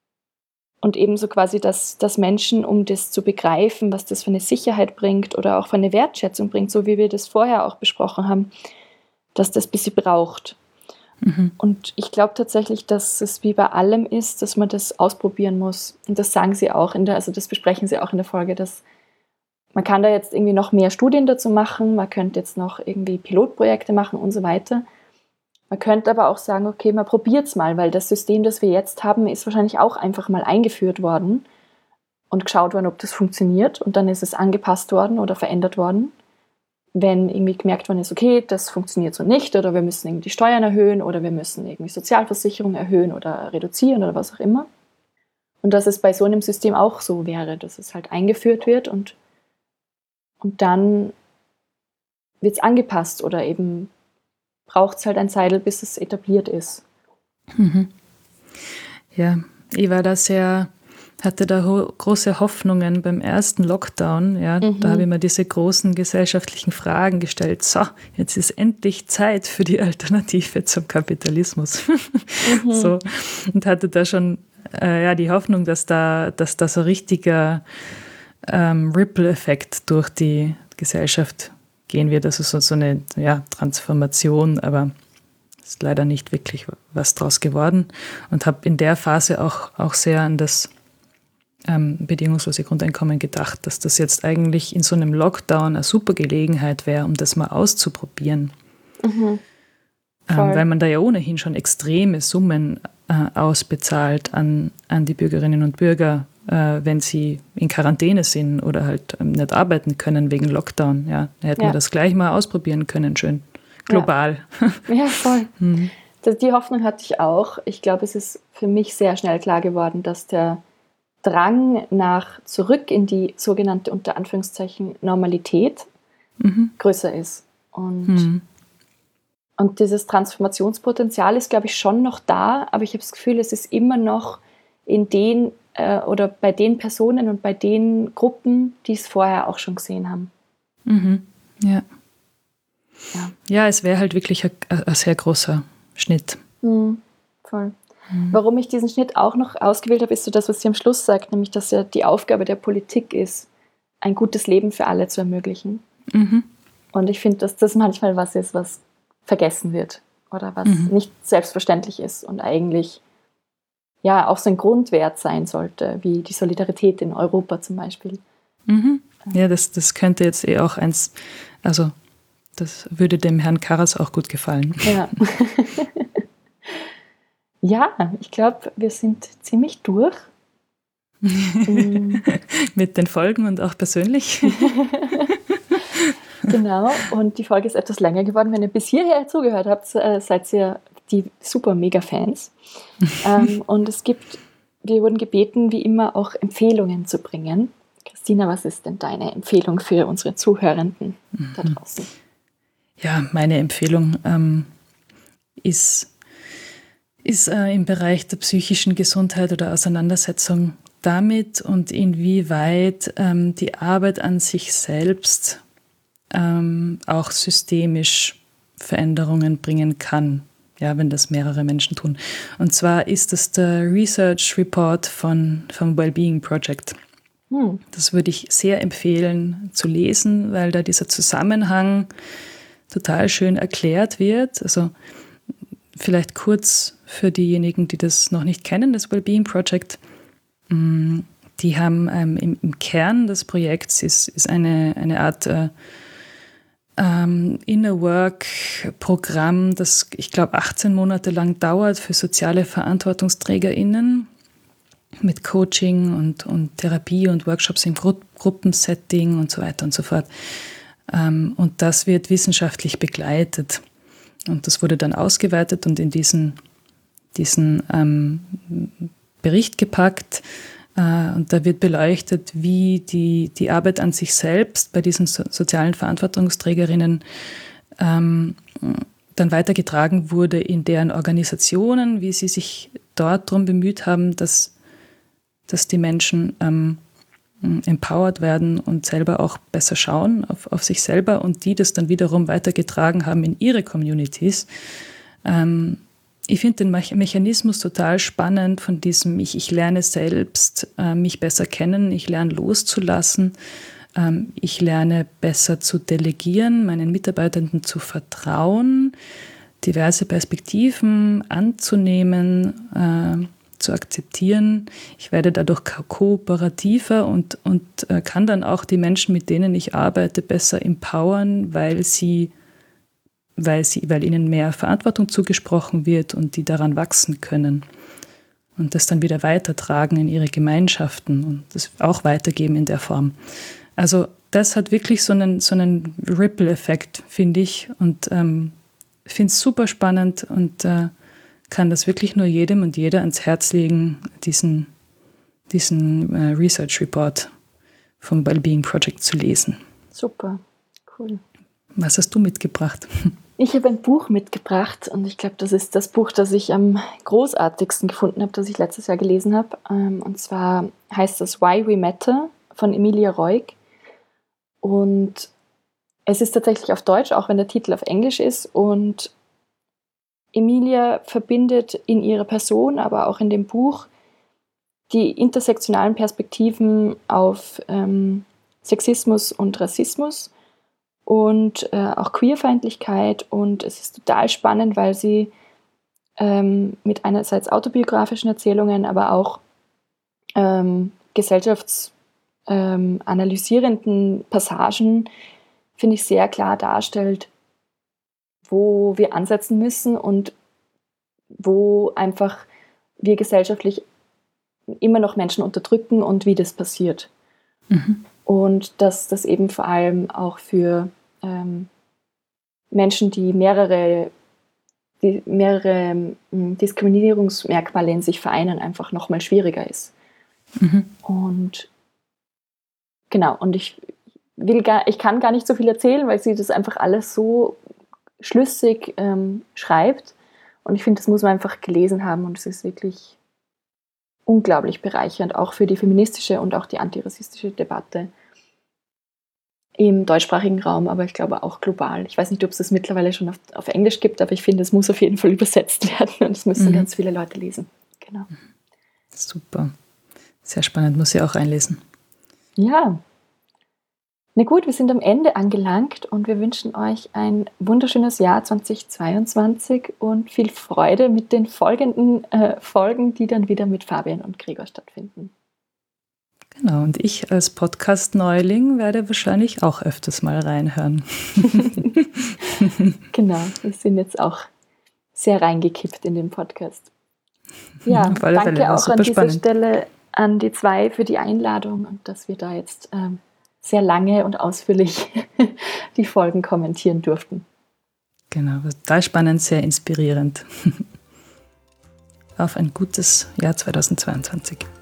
[SPEAKER 1] und ebenso quasi, dass, dass Menschen, um das zu begreifen, was das für eine Sicherheit bringt oder auch für eine Wertschätzung bringt, so wie wir das vorher auch besprochen haben, dass das ein bisschen braucht. Mhm. Und ich glaube tatsächlich, dass es wie bei allem ist, dass man das ausprobieren muss. Und das sagen sie auch in der, also das besprechen sie auch in der Folge, dass man kann da jetzt irgendwie noch mehr Studien dazu machen, man könnte jetzt noch irgendwie Pilotprojekte machen und so weiter. Man könnte aber auch sagen, okay, man probiert es mal, weil das System, das wir jetzt haben, ist wahrscheinlich auch einfach mal eingeführt worden und geschaut worden, ob das funktioniert und dann ist es angepasst worden oder verändert worden. Wenn irgendwie gemerkt worden ist, okay, das funktioniert so nicht oder wir müssen irgendwie die Steuern erhöhen oder wir müssen irgendwie Sozialversicherung erhöhen oder reduzieren oder was auch immer. Und dass es bei so einem System auch so wäre, dass es halt eingeführt wird und, und dann wird es angepasst oder eben braucht es halt ein Zeitl, bis es etabliert ist.
[SPEAKER 2] Mhm. Ja, ich war da sehr... hatte da ho- große Hoffnungen beim ersten Lockdown. Ja, mhm. Da habe ich mir diese großen gesellschaftlichen Fragen gestellt. So, jetzt ist endlich Zeit für die Alternative zum Kapitalismus. Mhm. So, und hatte da schon äh, ja, die Hoffnung, dass da, dass da so richtiger ähm, Ripple-Effekt durch die Gesellschaft gehen wird. Also so, so eine ja, Transformation, aber ist leider nicht wirklich was draus geworden. Und habe in der Phase auch, auch sehr an das Ähm, bedingungslose Grundeinkommen gedacht, dass das jetzt eigentlich in so einem Lockdown eine super Gelegenheit wäre, um das mal auszuprobieren. Mhm. Ähm, weil man da ja ohnehin schon extreme Summen äh, ausbezahlt an, an die Bürgerinnen und Bürger, äh, wenn sie in Quarantäne sind oder halt ähm, nicht arbeiten können wegen Lockdown. Ja, da hätten
[SPEAKER 1] ja.
[SPEAKER 2] wir das gleich mal ausprobieren können, schön global.
[SPEAKER 1] Ja, ja voll. Mhm. das, die Hoffnung hatte ich auch. Ich glaube, es ist für mich sehr schnell klar geworden, dass der Drang nach zurück in die sogenannte, unter Anführungszeichen, Normalität mhm. größer ist. Und, mhm. und dieses Transformationspotenzial ist, glaube ich, schon noch da, aber ich habe das Gefühl, es ist immer noch in den äh, oder bei den Personen und bei den Gruppen, die es vorher auch schon gesehen haben.
[SPEAKER 2] Mhm. Ja.
[SPEAKER 1] Ja.
[SPEAKER 2] ja, es wäre halt wirklich ein, ein sehr großer Schnitt.
[SPEAKER 1] Mhm. Voll. Mhm. Warum ich diesen Schnitt auch noch ausgewählt habe, ist so das, was sie am Schluss sagt, nämlich, dass ja die Aufgabe der Politik ist, ein gutes Leben für alle zu ermöglichen. Mhm. Und ich finde, dass das manchmal was ist, was vergessen wird oder was mhm. nicht selbstverständlich ist und eigentlich ja auch so ein Grundwert sein sollte, wie die Solidarität in Europa zum Beispiel.
[SPEAKER 2] Mhm. Ja, das, das könnte jetzt eh auch eins, also das würde dem Herrn Karas auch gut gefallen.
[SPEAKER 1] Ja, ja, ich glaube, wir sind ziemlich durch.
[SPEAKER 2] Mit den Folgen und auch persönlich.
[SPEAKER 1] Genau, und die Folge ist etwas länger geworden. Wenn ihr bis hierher zugehört habt, seid ihr die super mega Fans. ähm, und es gibt, wir wurden gebeten, wie immer auch Empfehlungen zu bringen. Christina, was ist denn deine Empfehlung für unsere Zuhörenden mhm. da draußen?
[SPEAKER 2] Ja, meine Empfehlung ähm, ist, ist äh, im Bereich der psychischen Gesundheit oder Auseinandersetzung damit und inwieweit ähm, die Arbeit an sich selbst ähm, auch systemisch Veränderungen bringen kann, ja, wenn das mehrere Menschen tun. Und zwar ist das der Research Report von, vom Wellbeing Project. Hm. Das würde ich sehr empfehlen zu lesen, weil da dieser Zusammenhang total schön erklärt wird. Also vielleicht kurz für diejenigen, die das noch nicht kennen, das Wellbeing Project. Die haben ähm, im, im Kern des Projekts ist, ist eine, eine Art äh, ähm, Inner Work-Programm, das ich glaube achtzehn Monate lang dauert für soziale VerantwortungsträgerInnen mit Coaching und, und Therapie und Workshops im Gru- Gruppensetting und so weiter und so fort. Ähm, und das wird wissenschaftlich begleitet. Und das wurde dann ausgeweitet und in diesen, diesen ähm, Bericht gepackt. Äh, und da wird beleuchtet, wie die, die Arbeit an sich selbst bei diesen so, sozialen Verantwortungsträgerinnen ähm, dann weitergetragen wurde in deren Organisationen, wie sie sich dort darum bemüht haben, dass, dass die Menschen ähm, empowered werden und selber auch besser schauen auf, auf sich selber und die das dann wiederum weitergetragen haben in ihre Communities. Ähm, ich finde den Mechanismus total spannend von diesem, ich, ich lerne selbst, äh, mich besser kennen, ich lerne loszulassen, ähm, ich lerne besser zu delegieren, meinen Mitarbeitenden zu vertrauen, diverse Perspektiven anzunehmen, äh, zu akzeptieren. Ich werde dadurch kooperativer und, und äh, kann dann auch die Menschen, mit denen ich arbeite, besser empowern, weil sie, weil sie, weil ihnen mehr Verantwortung zugesprochen wird und die daran wachsen können. Und das dann wieder weitertragen in ihre Gemeinschaften und das auch weitergeben in der Form. Also das hat wirklich so einen, so einen Ripple-Effekt, finde ich. Und ähm, finde es super spannend und äh, kann das wirklich nur jedem und jeder ans Herz legen, diesen, diesen äh, Research Report vom Wellbeing Project zu lesen.
[SPEAKER 1] Super, cool.
[SPEAKER 2] Was hast du mitgebracht?
[SPEAKER 1] Ich habe ein Buch mitgebracht und ich glaube, das ist das Buch, das ich am großartigsten gefunden habe, das ich letztes Jahr gelesen habe. Und zwar heißt das Why We Matter von Emilia Roig. Und es ist tatsächlich auf Deutsch, auch wenn der Titel auf Englisch ist. Und Emilia verbindet in ihrer Person, aber auch in dem Buch, die intersektionalen Perspektiven auf ähm, Sexismus und Rassismus und äh, auch Queerfeindlichkeit. Und es ist total spannend, weil sie ähm, mit einerseits autobiografischen Erzählungen, aber auch ähm, gesellschaftsanalysierenden ähm, Passagen, finde ich, sehr klar darstellt, wo wir ansetzen müssen und wo einfach wir gesellschaftlich immer noch Menschen unterdrücken und wie das passiert. Mhm. Und dass das eben vor allem auch für ähm, Menschen, die mehrere die mehrere Diskriminierungsmerkmale in sich vereinen, einfach nochmal schwieriger ist. Mhm. Und genau, und ich will gar, ich kann gar nicht so viel erzählen, weil sie das einfach alles so schlüssig ähm, schreibt. Und ich finde, das muss man einfach gelesen haben und es ist wirklich unglaublich bereichernd, auch für die feministische und auch die antirassistische Debatte im deutschsprachigen Raum, aber ich glaube auch global. Ich weiß nicht, ob es das mittlerweile schon auf, auf Englisch gibt, aber ich finde, es muss auf jeden Fall übersetzt werden und es müssen mhm. ganz viele Leute lesen. Genau.
[SPEAKER 2] Super. Sehr spannend, muss ich auch einlesen.
[SPEAKER 1] Ja. Na gut, wir sind am Ende angelangt und wir wünschen euch ein wunderschönes Jahr zweitausendzweiundzwanzig und viel Freude mit den folgenden äh, Folgen, die dann wieder mit Fabian und Gregor stattfinden.
[SPEAKER 2] Genau, und ich als Podcast-Neuling werde wahrscheinlich auch öfters mal reinhören.
[SPEAKER 1] Genau, wir sind jetzt auch sehr reingekippt in den Podcast. Ja, danke Fälle, auch an dieser spannend. Stelle an die zwei für die Einladung und dass wir da jetzt ähm, sehr lange und ausführlich die Folgen kommentieren durften.
[SPEAKER 2] Genau, total spannend, sehr inspirierend. Auf ein gutes Jahr zweitausendzweiundzwanzig.